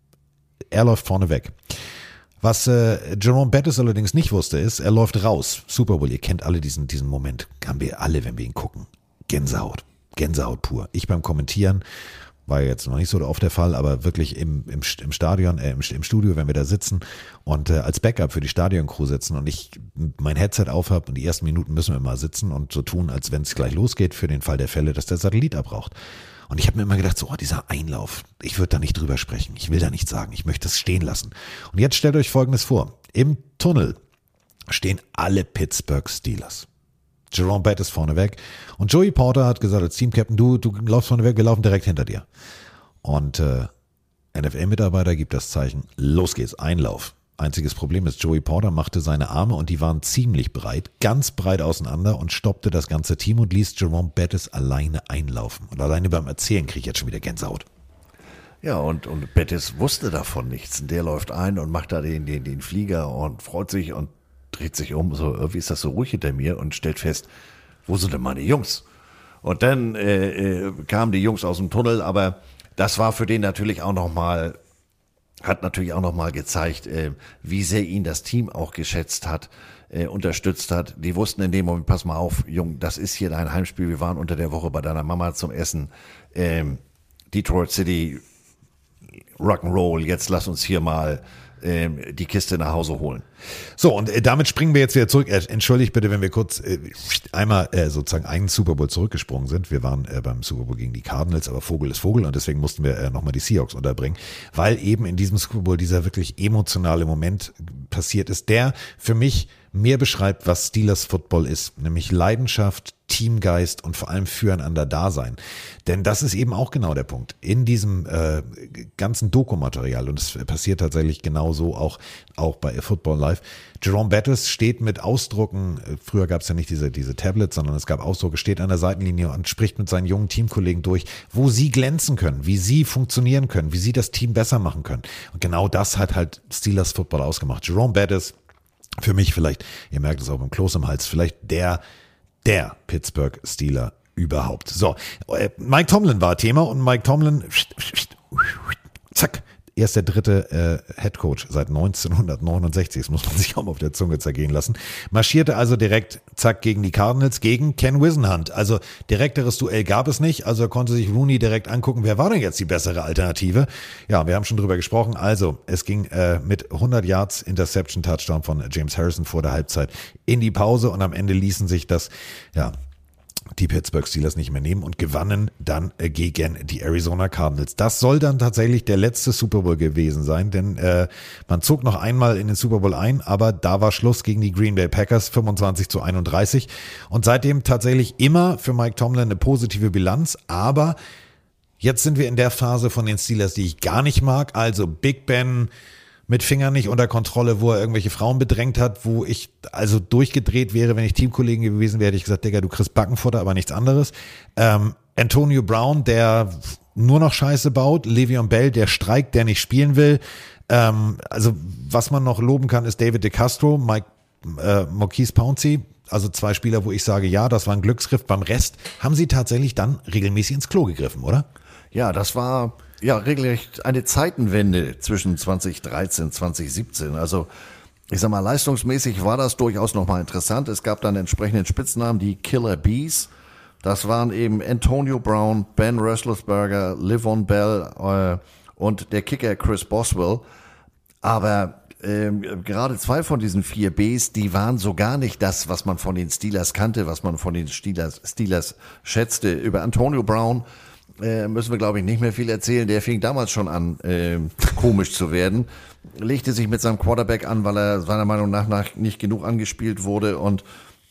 er läuft vorne weg. Was Jerome Bettis allerdings nicht wusste, ist, er läuft raus. Super Bowl, ihr kennt alle diesen Moment. Haben wir alle, wenn wir ihn gucken. Gänsehaut pur. Ich beim Kommentieren war ja jetzt noch nicht so oft der Fall, aber wirklich im Stadion, im Studio, wenn wir da sitzen und als Backup für die Stadioncrew sitzen und ich mein Headset aufhab und die ersten Minuten müssen wir mal sitzen und so tun, als wenn es gleich losgeht für den Fall der Fälle, dass der Satellit abraucht. Und ich habe mir immer gedacht, so, dieser Einlauf, ich würde da nicht drüber sprechen, ich will da nichts sagen, ich möchte es stehen lassen. Und jetzt stellt euch Folgendes vor, im Tunnel stehen alle Pittsburgh Steelers. Jerome Bettis vorneweg und Joey Porter hat gesagt als Teamcaptain, du laufst vorneweg, wir laufen direkt hinter dir. Und NFL-Mitarbeiter gibt das Zeichen, los geht's, Einlauf. Einziges Problem ist, Joey Porter machte seine Arme und die waren ziemlich breit, ganz breit auseinander und stoppte das ganze Team und ließ Jerome Bettis alleine einlaufen. Und alleine beim Erzählen kriege ich jetzt schon wieder Gänsehaut.
Ja, und Bettis wusste davon nichts. Und der läuft ein und macht da den Flieger und freut sich und dreht sich um. So, irgendwie ist das so ruhig hinter mir und stellt fest, wo sind denn meine Jungs? Und dann kamen die Jungs aus dem Tunnel, aber das war für den natürlich auch nochmal, hat natürlich auch nochmal gezeigt, wie sehr ihn das Team auch geschätzt hat, unterstützt hat. Die wussten in dem Moment, pass mal auf, Jung, das ist hier dein Heimspiel. Wir waren unter der Woche bei deiner Mama zum Essen. Detroit City, Rock'n'Roll, jetzt lass uns hier mal die Kiste nach Hause holen.
So, und damit springen wir jetzt wieder zurück. Entschuldigt bitte, wenn wir kurz einmal sozusagen einen Super Bowl zurückgesprungen sind. Wir waren beim Super Bowl gegen die Cardinals, aber Vogel ist Vogel und deswegen mussten wir nochmal die Seahawks unterbringen, weil eben in diesem Super Bowl dieser wirklich emotionale Moment passiert ist, der für mich mehr beschreibt, was Steelers Football ist, nämlich Leidenschaft, Teamgeist und vor allem füreinander Dasein. Denn das ist eben auch genau der Punkt. In diesem ganzen Dokumaterial, und es passiert tatsächlich genauso auch bei Football Live, Jerome Bettis steht mit Ausdrucken, früher gab es ja nicht diese Tablets, sondern es gab Ausdrucke, steht an der Seitenlinie und spricht mit seinen jungen Teamkollegen durch, wo sie glänzen können, wie sie funktionieren können, wie sie das Team besser machen können. Und genau das hat halt Steelers Football ausgemacht. Jerome Bettis, für mich vielleicht, ihr merkt es auch beim Kloß im Hals, vielleicht der Pittsburgh Steeler überhaupt. So, Mike Tomlin war Thema und Mike Tomlin, zack, erst der dritte Headcoach seit 1969, das muss man sich auch mal auf der Zunge zergehen lassen, marschierte also direkt, zack, gegen die Cardinals, gegen Ken Whisenhunt. Also direkteres Duell gab es nicht, also konnte sich Rooney direkt angucken, wer war denn jetzt die bessere Alternative? Ja, wir haben schon drüber gesprochen, also es ging mit 100 Yards Interception Touchdown von James Harrison vor der Halbzeit in die Pause und am Ende ließen sich das, die Pittsburgh Steelers nicht mehr nehmen und gewannen dann gegen die Arizona Cardinals. Das soll dann tatsächlich der letzte Super Bowl gewesen sein, denn man zog noch einmal in den Super Bowl ein, aber da war Schluss gegen die Green Bay Packers 25-31 und seitdem tatsächlich immer für Mike Tomlin eine positive Bilanz, aber jetzt sind wir in der Phase von den Steelers, die ich gar nicht mag, also Big Ben mit Fingern nicht unter Kontrolle, wo er irgendwelche Frauen bedrängt hat, wo ich also durchgedreht wäre, wenn ich Teamkollegen gewesen wäre, hätte ich gesagt, Digga, du kriegst Backenfutter, aber nichts anderes. Antonio Brown, der nur noch Scheiße baut, Le'Veon Bell, der streikt, der nicht spielen will. Also was man noch loben kann, ist David DeCastro, Maurkice Pouncey, also zwei Spieler, wo ich sage, ja, das war ein Glücksgriff. Beim Rest haben sie tatsächlich dann regelmäßig ins Klo gegriffen, oder?
Ja, das war regelrecht eine Zeitenwende zwischen 2013 und 2017. Also ich sag mal, leistungsmäßig war das durchaus nochmal interessant. Es gab dann entsprechenden Spitznamen, die Killer Bees. Das waren eben Antonio Brown, Ben Roethlisberger, Le'Veon Bell und der Kicker Chris Boswell. Aber gerade zwei von diesen 4 Bs, die waren so gar nicht das, was man von den Steelers kannte, was man von den Steelers schätzte. Über Antonio Brown müssen wir, glaube ich, nicht mehr viel erzählen. Der fing damals schon an, komisch zu werden. Legte sich mit seinem Quarterback an, weil er seiner Meinung nach nicht genug angespielt wurde. Und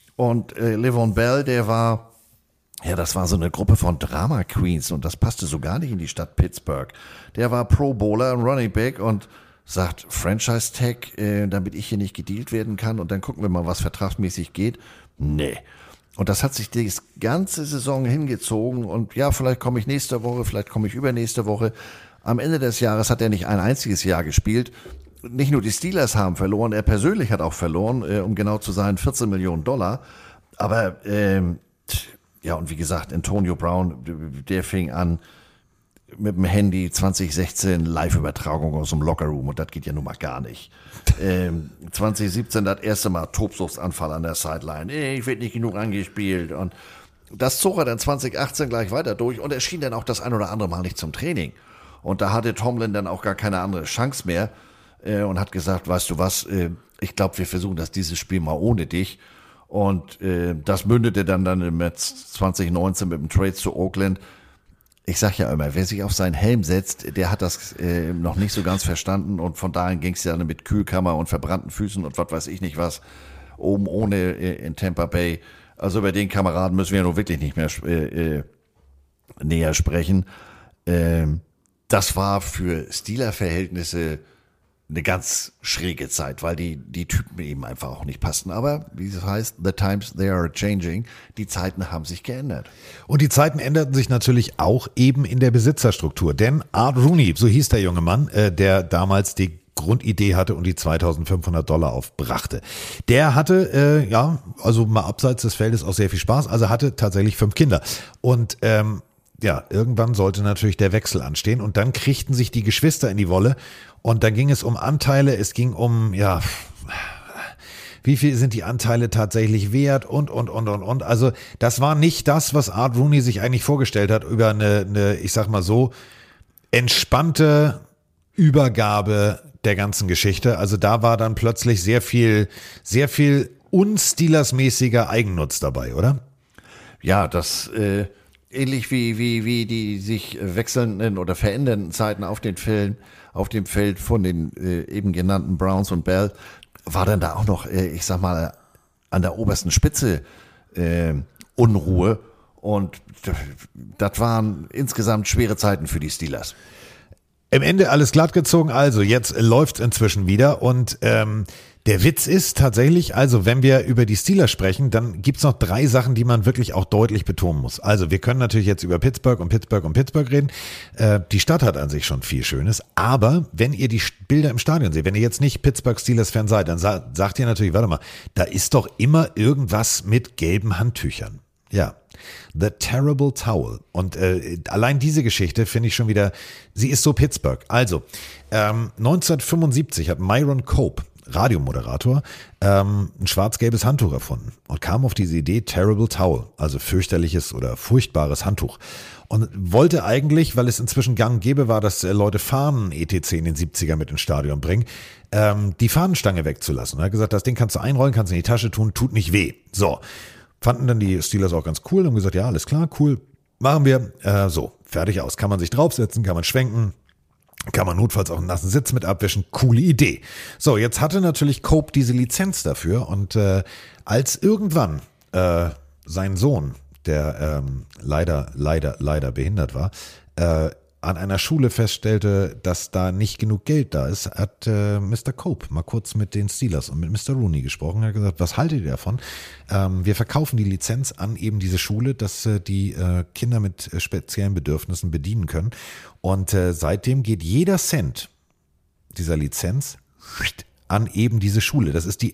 Le'Veon Bell, der war, das war so eine Gruppe von Drama Queens und das passte so gar nicht in die Stadt Pittsburgh. Der war Pro Bowler, ein Running Back und sagt, Franchise Tag, damit ich hier nicht gedealt werden kann und dann gucken wir mal, was vertragsmäßig geht. Nee. Und das hat sich die ganze Saison hingezogen und vielleicht komme ich nächste Woche, vielleicht komme ich übernächste Woche. Am Ende des Jahres hat er nicht ein einziges Jahr gespielt. Nicht nur die Steelers haben verloren, er persönlich hat auch verloren, um genau zu sein, $14 Millionen. Aber, und wie gesagt, Antonio Brown, der fing an mit dem Handy 2016 Live-Übertragung aus dem Lockerroom und das geht ja nun mal gar nicht. 2017 das erste Mal Tobsuchtsanfall an der Sideline. Ich werde nicht genug angespielt das zog er dann 2018 gleich weiter durch und erschien dann auch das ein oder andere Mal nicht zum Training. Und da hatte Tomlin dann auch gar keine andere Chance mehr und hat gesagt, weißt du was, ich glaube, wir versuchen das dieses Spiel mal ohne dich. Und das mündete dann im März 2019 mit dem Trade zu Oakland. Ich sag ja immer, wer sich auf seinen Helm setzt, der hat das noch nicht so ganz verstanden. Und von daher ging es ja mit Kühlkammer und verbrannten Füßen und was weiß ich nicht was, oben ohne in Tampa Bay. Also über den Kameraden müssen wir nun wirklich nicht mehr näher sprechen. Das war für Steeler-Verhältnisse eine ganz schräge Zeit, weil die Typen eben einfach auch nicht passten. Aber wie es heißt, the times they are changing. Die Zeiten haben sich geändert.
Und die Zeiten änderten sich natürlich auch eben in der Besitzerstruktur. Denn Art Rooney, so hieß der junge Mann, der damals die Grundidee hatte und die $2.500 aufbrachte. Der hatte, also mal abseits des Feldes auch sehr viel Spaß. Also hatte tatsächlich 5 Kinder. Und irgendwann sollte natürlich der Wechsel anstehen. Und dann kriegten sich die Geschwister in die Wolle. Und dann ging es um Anteile, es ging um, wie viel sind die Anteile tatsächlich wert und. Also das war nicht das, was Art Rooney sich eigentlich vorgestellt hat über eine, ich sag mal so, entspannte Übergabe der ganzen Geschichte. Also da war dann plötzlich sehr viel unsteelersmäßiger Eigennutz dabei, oder?
Ja, das ähnlich wie die sich wechselnden oder verändernden Zeiten auf dem Feld von den eben genannten Browns und Bell, war dann da auch noch, ich sag mal, an der obersten Spitze Unruhe. Und das waren insgesamt schwere Zeiten für die Steelers.
Im Ende alles glatt gezogen, also jetzt läuft's inzwischen wieder und der Witz ist tatsächlich, also wenn wir über die Steelers sprechen, dann gibt's noch 3 Sachen, die man wirklich auch deutlich betonen muss. Also wir können natürlich jetzt über Pittsburgh reden. Die Stadt hat an sich schon viel Schönes, aber wenn ihr die Bilder im Stadion seht, wenn ihr jetzt nicht Pittsburgh Steelers-Fan seid, dann sagt ihr natürlich, warte mal, da ist doch immer irgendwas mit gelben Handtüchern. Ja, The Terrible Towel. Und allein diese Geschichte finde ich schon wieder, sie ist so Pittsburgh. Also, 1975 hat Myron Cope, Radiomoderator, ein schwarz-gelbes Handtuch erfunden und kam auf diese Idee Terrible Towel, also fürchterliches oder furchtbares Handtuch. Und wollte eigentlich, weil es inzwischen gang und gäbe war, dass Leute Fahnen etc. in den 70er mit ins Stadion bringen, die Fahnenstange wegzulassen. Er hat gesagt, das Ding kannst du einrollen, kannst in die Tasche tun, tut nicht weh. So. Fanden dann die Steelers auch ganz cool und haben gesagt, ja, alles klar, cool, machen wir. So, fertig aus. Kann man sich draufsetzen, kann man schwenken, kann man notfalls auch einen nassen Sitz mit abwischen. Coole Idee. So, jetzt hatte natürlich Cope diese Lizenz dafür und als irgendwann sein Sohn, der leider behindert war, an einer Schule feststellte, dass da nicht genug Geld da ist, hat Mr. Cope mal kurz mit den Steelers und mit Mr. Rooney gesprochen. Er hat gesagt, was haltet ihr davon? Wir verkaufen die Lizenz an eben diese Schule, dass die Kinder mit speziellen Bedürfnissen bedienen können. Und seitdem geht jeder Cent dieser Lizenz an eben diese Schule. Das ist die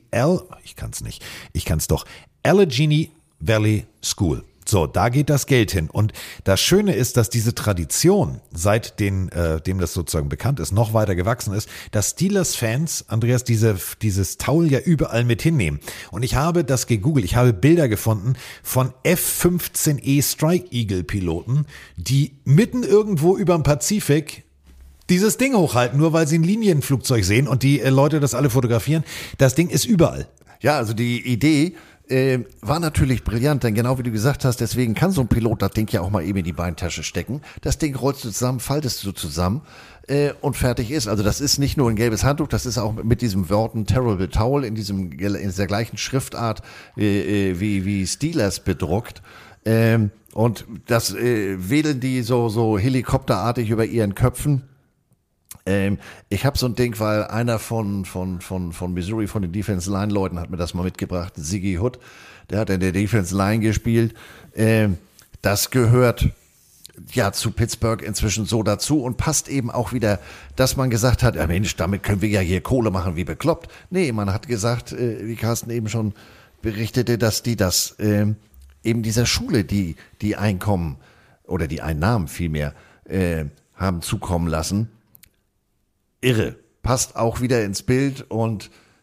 Allegheny Valley School. So, da geht das Geld hin. Und das Schöne ist, dass diese Tradition, seit dem das sozusagen bekannt ist, noch weiter gewachsen ist, dass Steelers-Fans, Andreas, dieses Towel ja überall mit hinnehmen. Und ich habe das gegoogelt, ich habe Bilder gefunden von F-15E Strike Eagle Piloten, die mitten irgendwo überm Pazifik dieses Ding hochhalten, nur weil sie ein Linienflugzeug sehen und die Leute das alle fotografieren. Das Ding ist überall.
Ja, also die Idee war natürlich brillant, denn genau wie du gesagt hast, deswegen kann so ein Pilot das Ding ja auch mal eben in die Beintasche stecken. Das Ding rollst du zusammen, faltest du zusammen und fertig ist. Also das ist nicht nur ein gelbes Handtuch, das ist auch mit diesem Worten Terrible Towel in dieser gleichen Schriftart wie Steelers bedruckt. Und das wedeln die so helikopterartig über ihren Köpfen. Ich habe so ein Ding, weil einer von Missouri, von den Defense Line Leuten hat mir das mal mitgebracht, Ziggy Hood, der hat in der Defense Line gespielt. Das gehört ja zu Pittsburgh inzwischen so dazu und passt eben auch wieder, dass man gesagt hat, ja Mensch, damit können wir ja hier Kohle machen, wie bekloppt. Nee, man hat gesagt, wie Carsten eben schon berichtete, dass die das eben dieser Schule, die Einkommen oder die Einnahmen vielmehr haben zukommen lassen. Irre. Passt auch wieder ins Bild und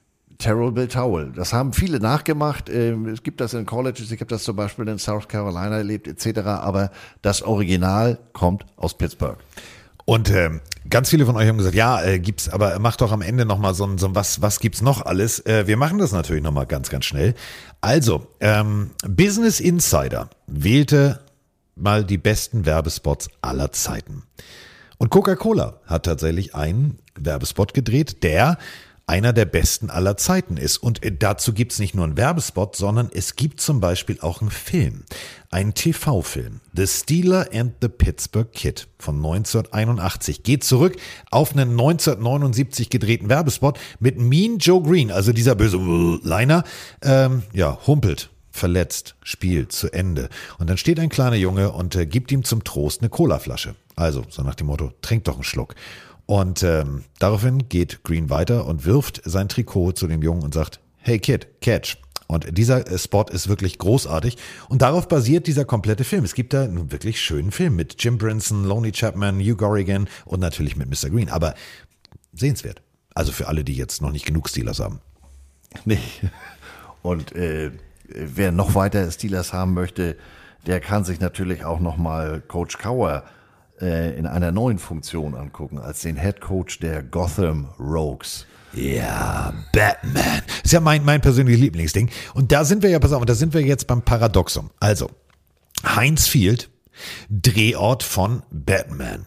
Terrible Towel. Das haben viele nachgemacht. Es gibt das in Colleges, ich habe das zum Beispiel in South Carolina erlebt, etc. Aber das Original kommt aus Pittsburgh.
Und ganz viele von euch haben gesagt, ja, gibt's, aber mach doch am Ende nochmal so ein was gibt's noch alles? Wir machen das natürlich nochmal ganz, ganz schnell. Also, Business Insider wählte mal die besten Werbespots aller Zeiten. Und Coca-Cola hat tatsächlich einen Werbespot gedreht, der einer der besten aller Zeiten ist. Und dazu gibt's nicht nur einen Werbespot, sondern es gibt zum Beispiel auch einen Film, einen TV-Film, The Steeler and the Pittsburgh Kid von 1981. Geht zurück auf einen 1979 gedrehten Werbespot mit Mean Joe Green, also dieser böse Liner, humpelt, verletzt, Spiel zu Ende. Und dann steht ein kleiner Junge und gibt ihm zum Trost eine Colaflasche. Also so nach dem Motto, trink doch einen Schluck. Und daraufhin geht Green weiter und wirft sein Trikot zu dem Jungen und sagt, hey Kid, catch. Und dieser Spot ist wirklich großartig. Und darauf basiert dieser komplette Film. Es gibt da einen wirklich schönen Film mit Jim Brinson, Lonely Chapman, Hugh Corrigan und natürlich mit Mr. Green. Aber sehenswert. Also für alle, die jetzt noch nicht genug Steelers haben.
Nee. Und wer noch weiter Steelers haben möchte, der kann sich natürlich auch nochmal Coach Cowher in einer neuen Funktion angucken, als den Head Coach der Gotham Rogues.
Ja, Batman. Ist ja mein persönliches Lieblingsding. Und da sind wir ja, pass auf, da sind wir jetzt beim Paradoxum. Also, Heinz Field, Drehort von Batman.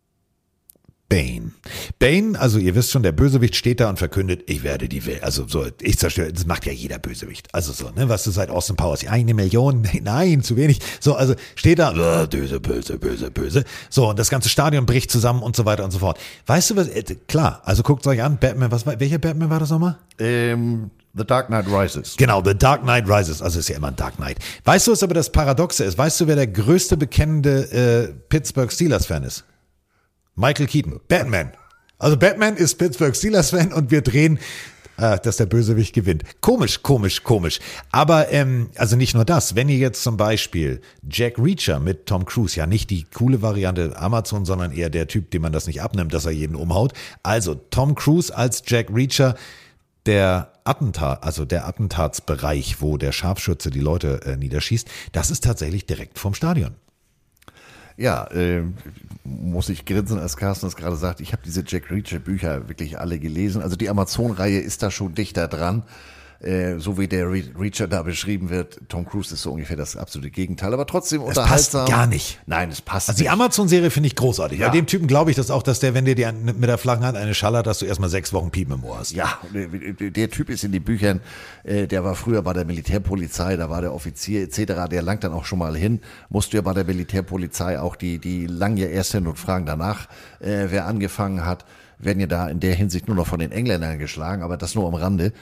Bane, also ihr wisst schon, der Bösewicht steht da und verkündet, ich werde die Welt, also so, ich zerstöre, das macht ja jeder Bösewicht. Also so, ne, was du seit Austin Powers, 1 Million, nein, zu wenig. So, also steht da, böse. So, und das ganze Stadion bricht zusammen und so weiter und so fort. Weißt du was, klar, also guckt euch an, Batman, welcher Batman war das nochmal?
The Dark Knight Rises.
Genau, The Dark Knight Rises, also ist ja immer ein Dark Knight. Weißt du, was aber das Paradoxe ist? Weißt du, wer der größte bekennende Pittsburgh Steelers-Fan ist? Michael Keaton, Batman. Also Batman ist Pittsburgh Steelers-Fan und wir drehen, dass der Bösewicht gewinnt. Komisch. Aber also nicht nur das. Wenn ihr jetzt zum Beispiel Jack Reacher mit Tom Cruise, ja nicht die coole Variante Amazon, sondern eher der Typ, dem man das nicht abnimmt, dass er jeden umhaut. Also Tom Cruise als Jack Reacher, der Attentatsbereich, wo der Scharfschütze die Leute niederschießt, das ist tatsächlich direkt vorm Stadion.
Ja, muss ich grinsen, als Carsten das gerade sagt. Ich habe diese Jack Reacher Bücher wirklich alle gelesen. Also die Amazon-Reihe ist da schon dichter dran. So wie der Reacher da beschrieben wird. Tom Cruise ist so ungefähr das absolute Gegenteil, aber trotzdem unterhaltsam.
Das passt gar nicht.
Nein, es passt
nicht. Also die Amazon-Serie finde ich großartig. Ja. Bei dem Typen glaube ich das auch, dass der, wenn der dir mit der flachen Hand eine schallert, dass du erstmal 6 Wochen Piepen im Ohr hast.
Ja, der Typ ist in den Büchern, der war früher bei der Militärpolizei, da war der Offizier etc., der langt dann auch schon mal hin. Musst du ja bei der Militärpolizei auch, die langen ja erst hin und fragen danach, wer angefangen hat, werden ja da in der Hinsicht nur noch von den Engländern geschlagen, aber das nur am Rande.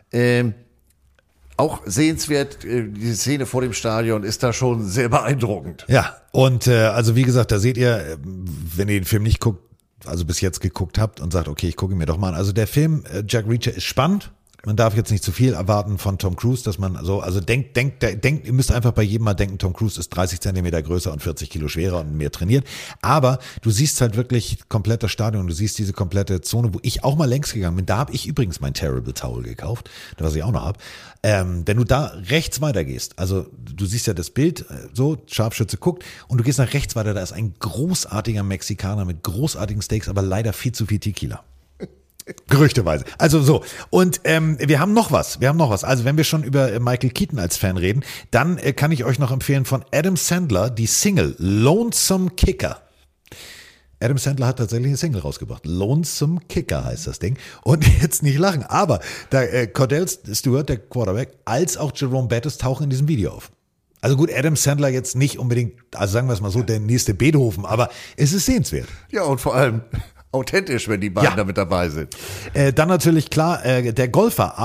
Auch sehenswert, die Szene vor dem Stadion ist da schon sehr beeindruckend.
Ja, und also wie gesagt, da seht ihr, wenn ihr den Film nicht guckt, also bis jetzt geguckt habt und sagt, okay, ich gucke ihn mir doch mal an. Also der Film Jack Reacher ist spannend. Man darf jetzt nicht zu viel erwarten von Tom Cruise, dass man so, also denkt, ihr müsst einfach bei jedem mal denken, Tom Cruise ist 30 Zentimeter größer und 40 Kilo schwerer und mehr trainiert. Aber du siehst halt wirklich komplett das Stadion, du siehst diese komplette Zone, wo ich auch mal längs gegangen bin. Da habe ich übrigens mein Terrible Towel gekauft, was ich auch noch habe. Wenn du da rechts weitergehst, also du siehst ja das Bild, so, Scharfschütze guckt und du gehst nach rechts weiter, da ist ein großartiger Mexikaner mit großartigen Steaks, aber leider viel zu viel Tequila. Gerüchteweise. Also so. Und wir haben noch was. Also wenn wir schon über Michael Keaton als Fan reden, dann kann ich euch noch empfehlen von Adam Sandler die Single Lonesome Kicker. Adam Sandler hat tatsächlich eine Single rausgebracht. Lonesome Kicker heißt das Ding. Und jetzt nicht lachen, aber da Cordell Stewart, der Quarterback, als auch Jerome Bettis tauchen in diesem Video auf. Also gut, Adam Sandler jetzt nicht unbedingt, also sagen wir es mal so, der nächste Beethoven, aber es ist sehenswert.
Ja, und vor allem authentisch, wenn die beiden damit dabei sind.
Dann natürlich klar, der Golfer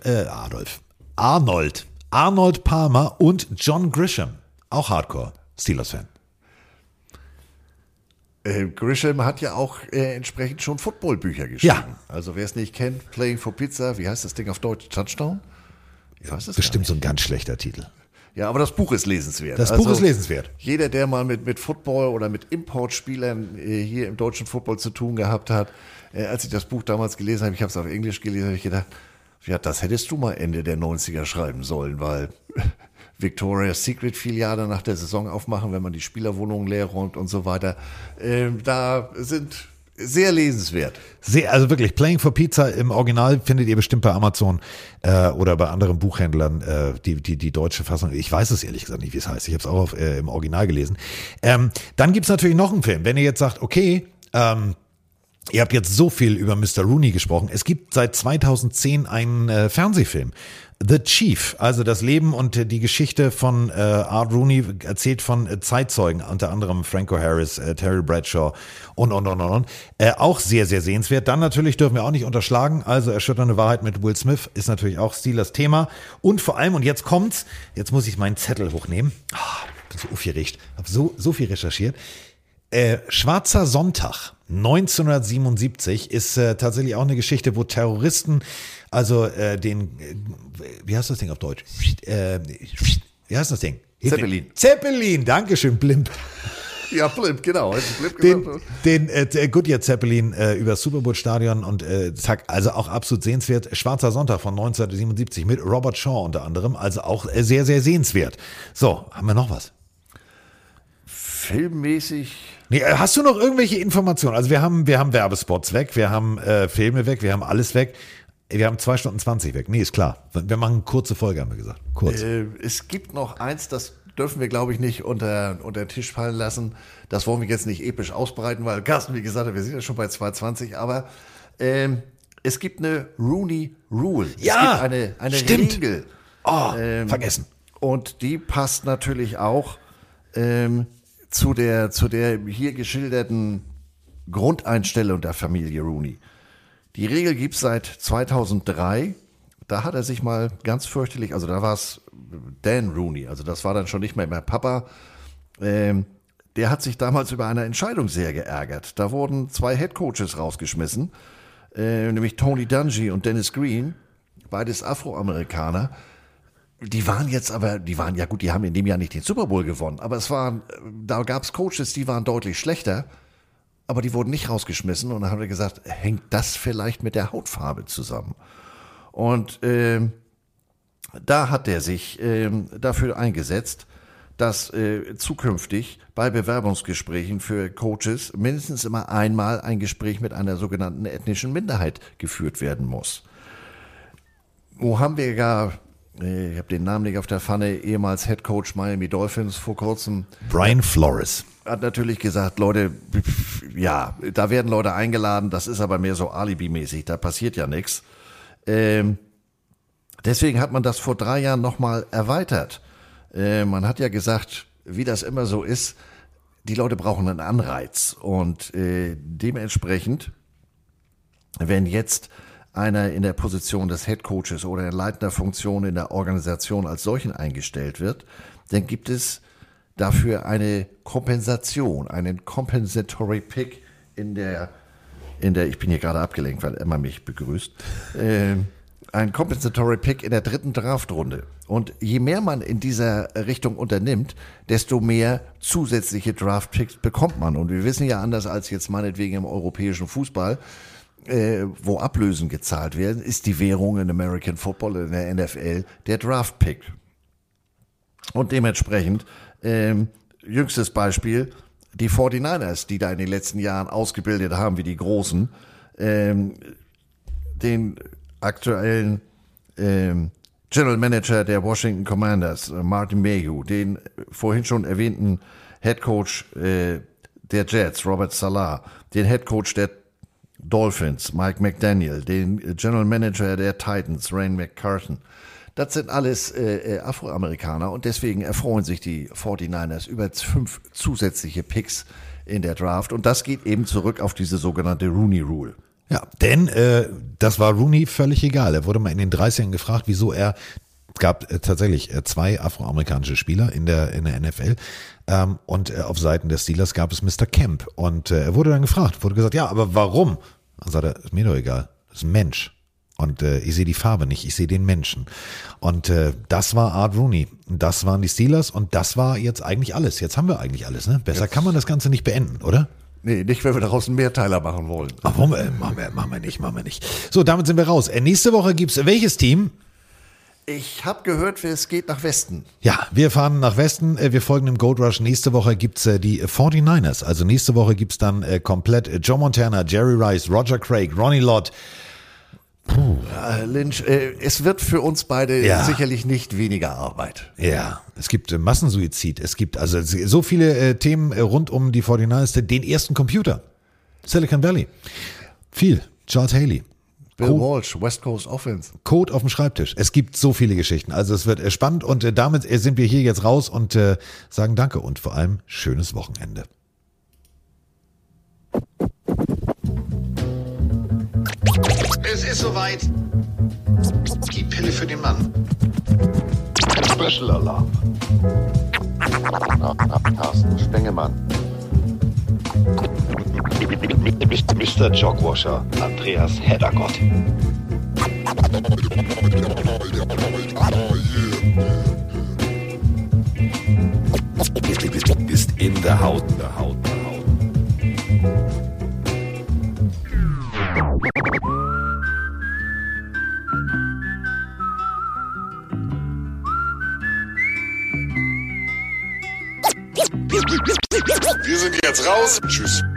Arnold Palmer und John Grisham, auch Hardcore Steelers-Fan.
Grisham hat ja auch entsprechend schon Footballbücher geschrieben.
Ja.
Also wer es nicht kennt, Playing for Pizza, wie heißt das Ding auf Deutsch? Touchdown? Ich weiß es
Bestimmt so ein ganz schlechter Titel.
Ja, aber das Buch ist lesenswert.
Das Buch ist lesenswert.
Jeder, der mal mit Football oder mit Importspielern hier im deutschen Football zu tun gehabt hat, als ich das Buch damals gelesen habe, ich habe es auf Englisch gelesen, habe ich gedacht, Ja, das hättest du mal Ende der 90er schreiben sollen, weil Victoria's Secret Filiale nach der Saison aufmachen, wenn man die Spielerwohnungen leer räumt und so weiter. Da sind sehr lesenswert.
Also wirklich, Playing for Pizza im Original findet ihr bestimmt bei Amazon oder bei anderen Buchhändlern die deutsche Fassung. Ich weiß es ehrlich gesagt nicht, wie es heißt. Ich habe es auch im Original gelesen. Dann gibt's natürlich noch einen Film. Wenn ihr jetzt sagt, okay, ihr habt jetzt so viel über Mr. Rooney gesprochen. Es gibt seit 2010 einen Fernsehfilm. The Chief, also das Leben und die Geschichte von Art Rooney, erzählt von Zeitzeugen, unter anderem Franco Harris, Terry Bradshaw und. Auch sehr, sehr sehenswert. Dann natürlich dürfen wir auch nicht unterschlagen, also Erschütternde Wahrheit mit Will Smith ist natürlich auch Steelers Thema. Und vor allem, und jetzt kommt's, jetzt muss ich meinen Zettel hochnehmen. Bin so aufgeregt, habe so viel recherchiert. Schwarzer Sonntag 1977 ist tatsächlich auch eine Geschichte, wo Terroristen, also wie heißt das Ding auf Deutsch? Wie heißt das Ding? Zeppelin, dankeschön, Blimp.
Ja, Blimp, genau.
Den Goodyear Zeppelin übers Superbowl-Stadion und zack, also auch absolut sehenswert. Schwarzer Sonntag von 1977 mit Robert Shaw unter anderem, also auch sehr, sehr sehenswert. So, haben wir noch was?
Filmmäßig.
Nee, hast du noch irgendwelche Informationen? Also wir haben Werbespots weg, wir haben Filme weg, wir haben alles weg. Wir haben 2 Stunden 20 weg. Nee, ist klar. Wir machen eine kurze Folge, haben wir gesagt. Kurz.
Es gibt noch eins, das dürfen wir, glaube ich, nicht unter den Tisch fallen lassen. Das wollen wir jetzt nicht episch ausbreiten, weil Carsten, wie gesagt hat, wir sind ja schon bei 2,20. Aber es gibt eine Rooney Rule.
Ja,
es gibt eine
stimmt.
Regel.
Vergessen.
Und die passt natürlich auch zu der hier geschilderten Grundeinstellung der Familie Rooney. Die Regel gibt es seit 2003. Da hat er sich mal ganz fürchterlich, also da war es Dan Rooney, also das war dann schon nicht mehr Papa. Der hat sich damals über eine Entscheidung sehr geärgert. Da wurden 2 Headcoaches rausgeschmissen, nämlich Tony Dungy und Dennis Green, beides Afroamerikaner. Die waren die haben in dem Jahr nicht den Super Bowl gewonnen, aber da gab es Coaches, die waren deutlich schlechter, aber die wurden nicht rausgeschmissen und dann haben wir gesagt, hängt das vielleicht mit der Hautfarbe zusammen? Und da hat er sich dafür eingesetzt, dass zukünftig bei Bewerbungsgesprächen für Coaches mindestens immer einmal ein Gespräch mit einer sogenannten ethnischen Minderheit geführt werden muss. Wo haben wir gar... Ich habe den Namen nicht auf der Pfanne, ehemals Head Coach Miami Dolphins vor kurzem.
Brian Flores.
Hat natürlich gesagt, Leute, ja, da werden Leute eingeladen, das ist aber mehr so Alibi-mäßig, da passiert ja nichts. Deswegen hat man das vor 3 Jahren nochmal erweitert. Man hat ja gesagt, wie das immer so ist, die Leute brauchen einen Anreiz und dementsprechend, wenn jetzt einer in der Position des Headcoaches oder in leitender Funktion in der Organisation als solchen eingestellt wird, dann gibt es dafür eine Kompensation, einen Compensatory Pick in der, ich bin hier gerade abgelenkt, weil Emma mich begrüßt, ein Compensatory Pick in der 3. Draftrunde. Und je mehr man in dieser Richtung unternimmt, desto mehr zusätzliche Draft-Picks bekommt man. Und wir wissen ja, anders als jetzt meinetwegen im europäischen Fußball, wo Ablösen gezahlt werden, ist die Währung in American Football, in der NFL, der Draft-Pick. Und dementsprechend, jüngstes Beispiel, die 49ers, die da in den letzten Jahren ausgebildet haben wie die Großen, den aktuellen General Manager der Washington Commanders, Martin Mayhew, den vorhin schon erwähnten Head Coach der Jets, Robert Saleh, den Head Coach der Dolphins, Mike McDaniel, den General Manager der Titans, Ryan McCarthy. Das sind alles Afroamerikaner und deswegen erfreuen sich die 49ers über 5 zusätzliche Picks in der Draft und das geht eben zurück auf diese sogenannte Rooney Rule.
Ja, denn das war Rooney völlig egal. Er wurde mal in den 30ern gefragt, wieso es gab tatsächlich 2 afroamerikanische Spieler in der NFL und auf Seiten der Steelers gab es Mr. Kemp und er wurde dann gefragt, wurde gesagt, ja, aber warum? Dann sagt er, ist mir doch egal, das ist ein Mensch und ich sehe die Farbe nicht, ich sehe den Menschen und das war Art Rooney, das waren die Steelers und das war jetzt eigentlich alles, jetzt haben wir eigentlich alles, ne? Besser kann man das Ganze nicht beenden, oder?
Nee, nicht, wenn wir daraus einen Mehrteiler machen wollen.
Ach, warum? Machen wir nicht. So, damit sind wir raus. Nächste Woche gibt's welches Team?
Ich habe gehört, es geht nach Westen.
Ja, wir fahren nach Westen, wir folgen dem Gold Rush. Nächste Woche gibt's die 49ers. Also nächste Woche gibt's dann komplett Joe Montana, Jerry Rice, Roger Craig, Ronnie Lott.
Lynch, es wird für uns beide sicherlich nicht weniger Arbeit.
Ja, es gibt Massensuizid. Es gibt also so viele Themen rund um die 49ers. Den ersten Computer. Silicon Valley. Viel. Charles Haley.
Bill Walsh, West Coast Offense.
Code auf dem Schreibtisch. Es gibt so viele Geschichten. Also es wird spannend und damit sind wir hier jetzt raus und sagen Danke und vor allem schönes Wochenende.
Es ist soweit. Die Pille für den Mann.
Special Alarm. Carsten Spengemann. Mr. Jogwasher, Andreas Heddergott.
Ist in der Haut.
Wir sind jetzt raus. Tschüss.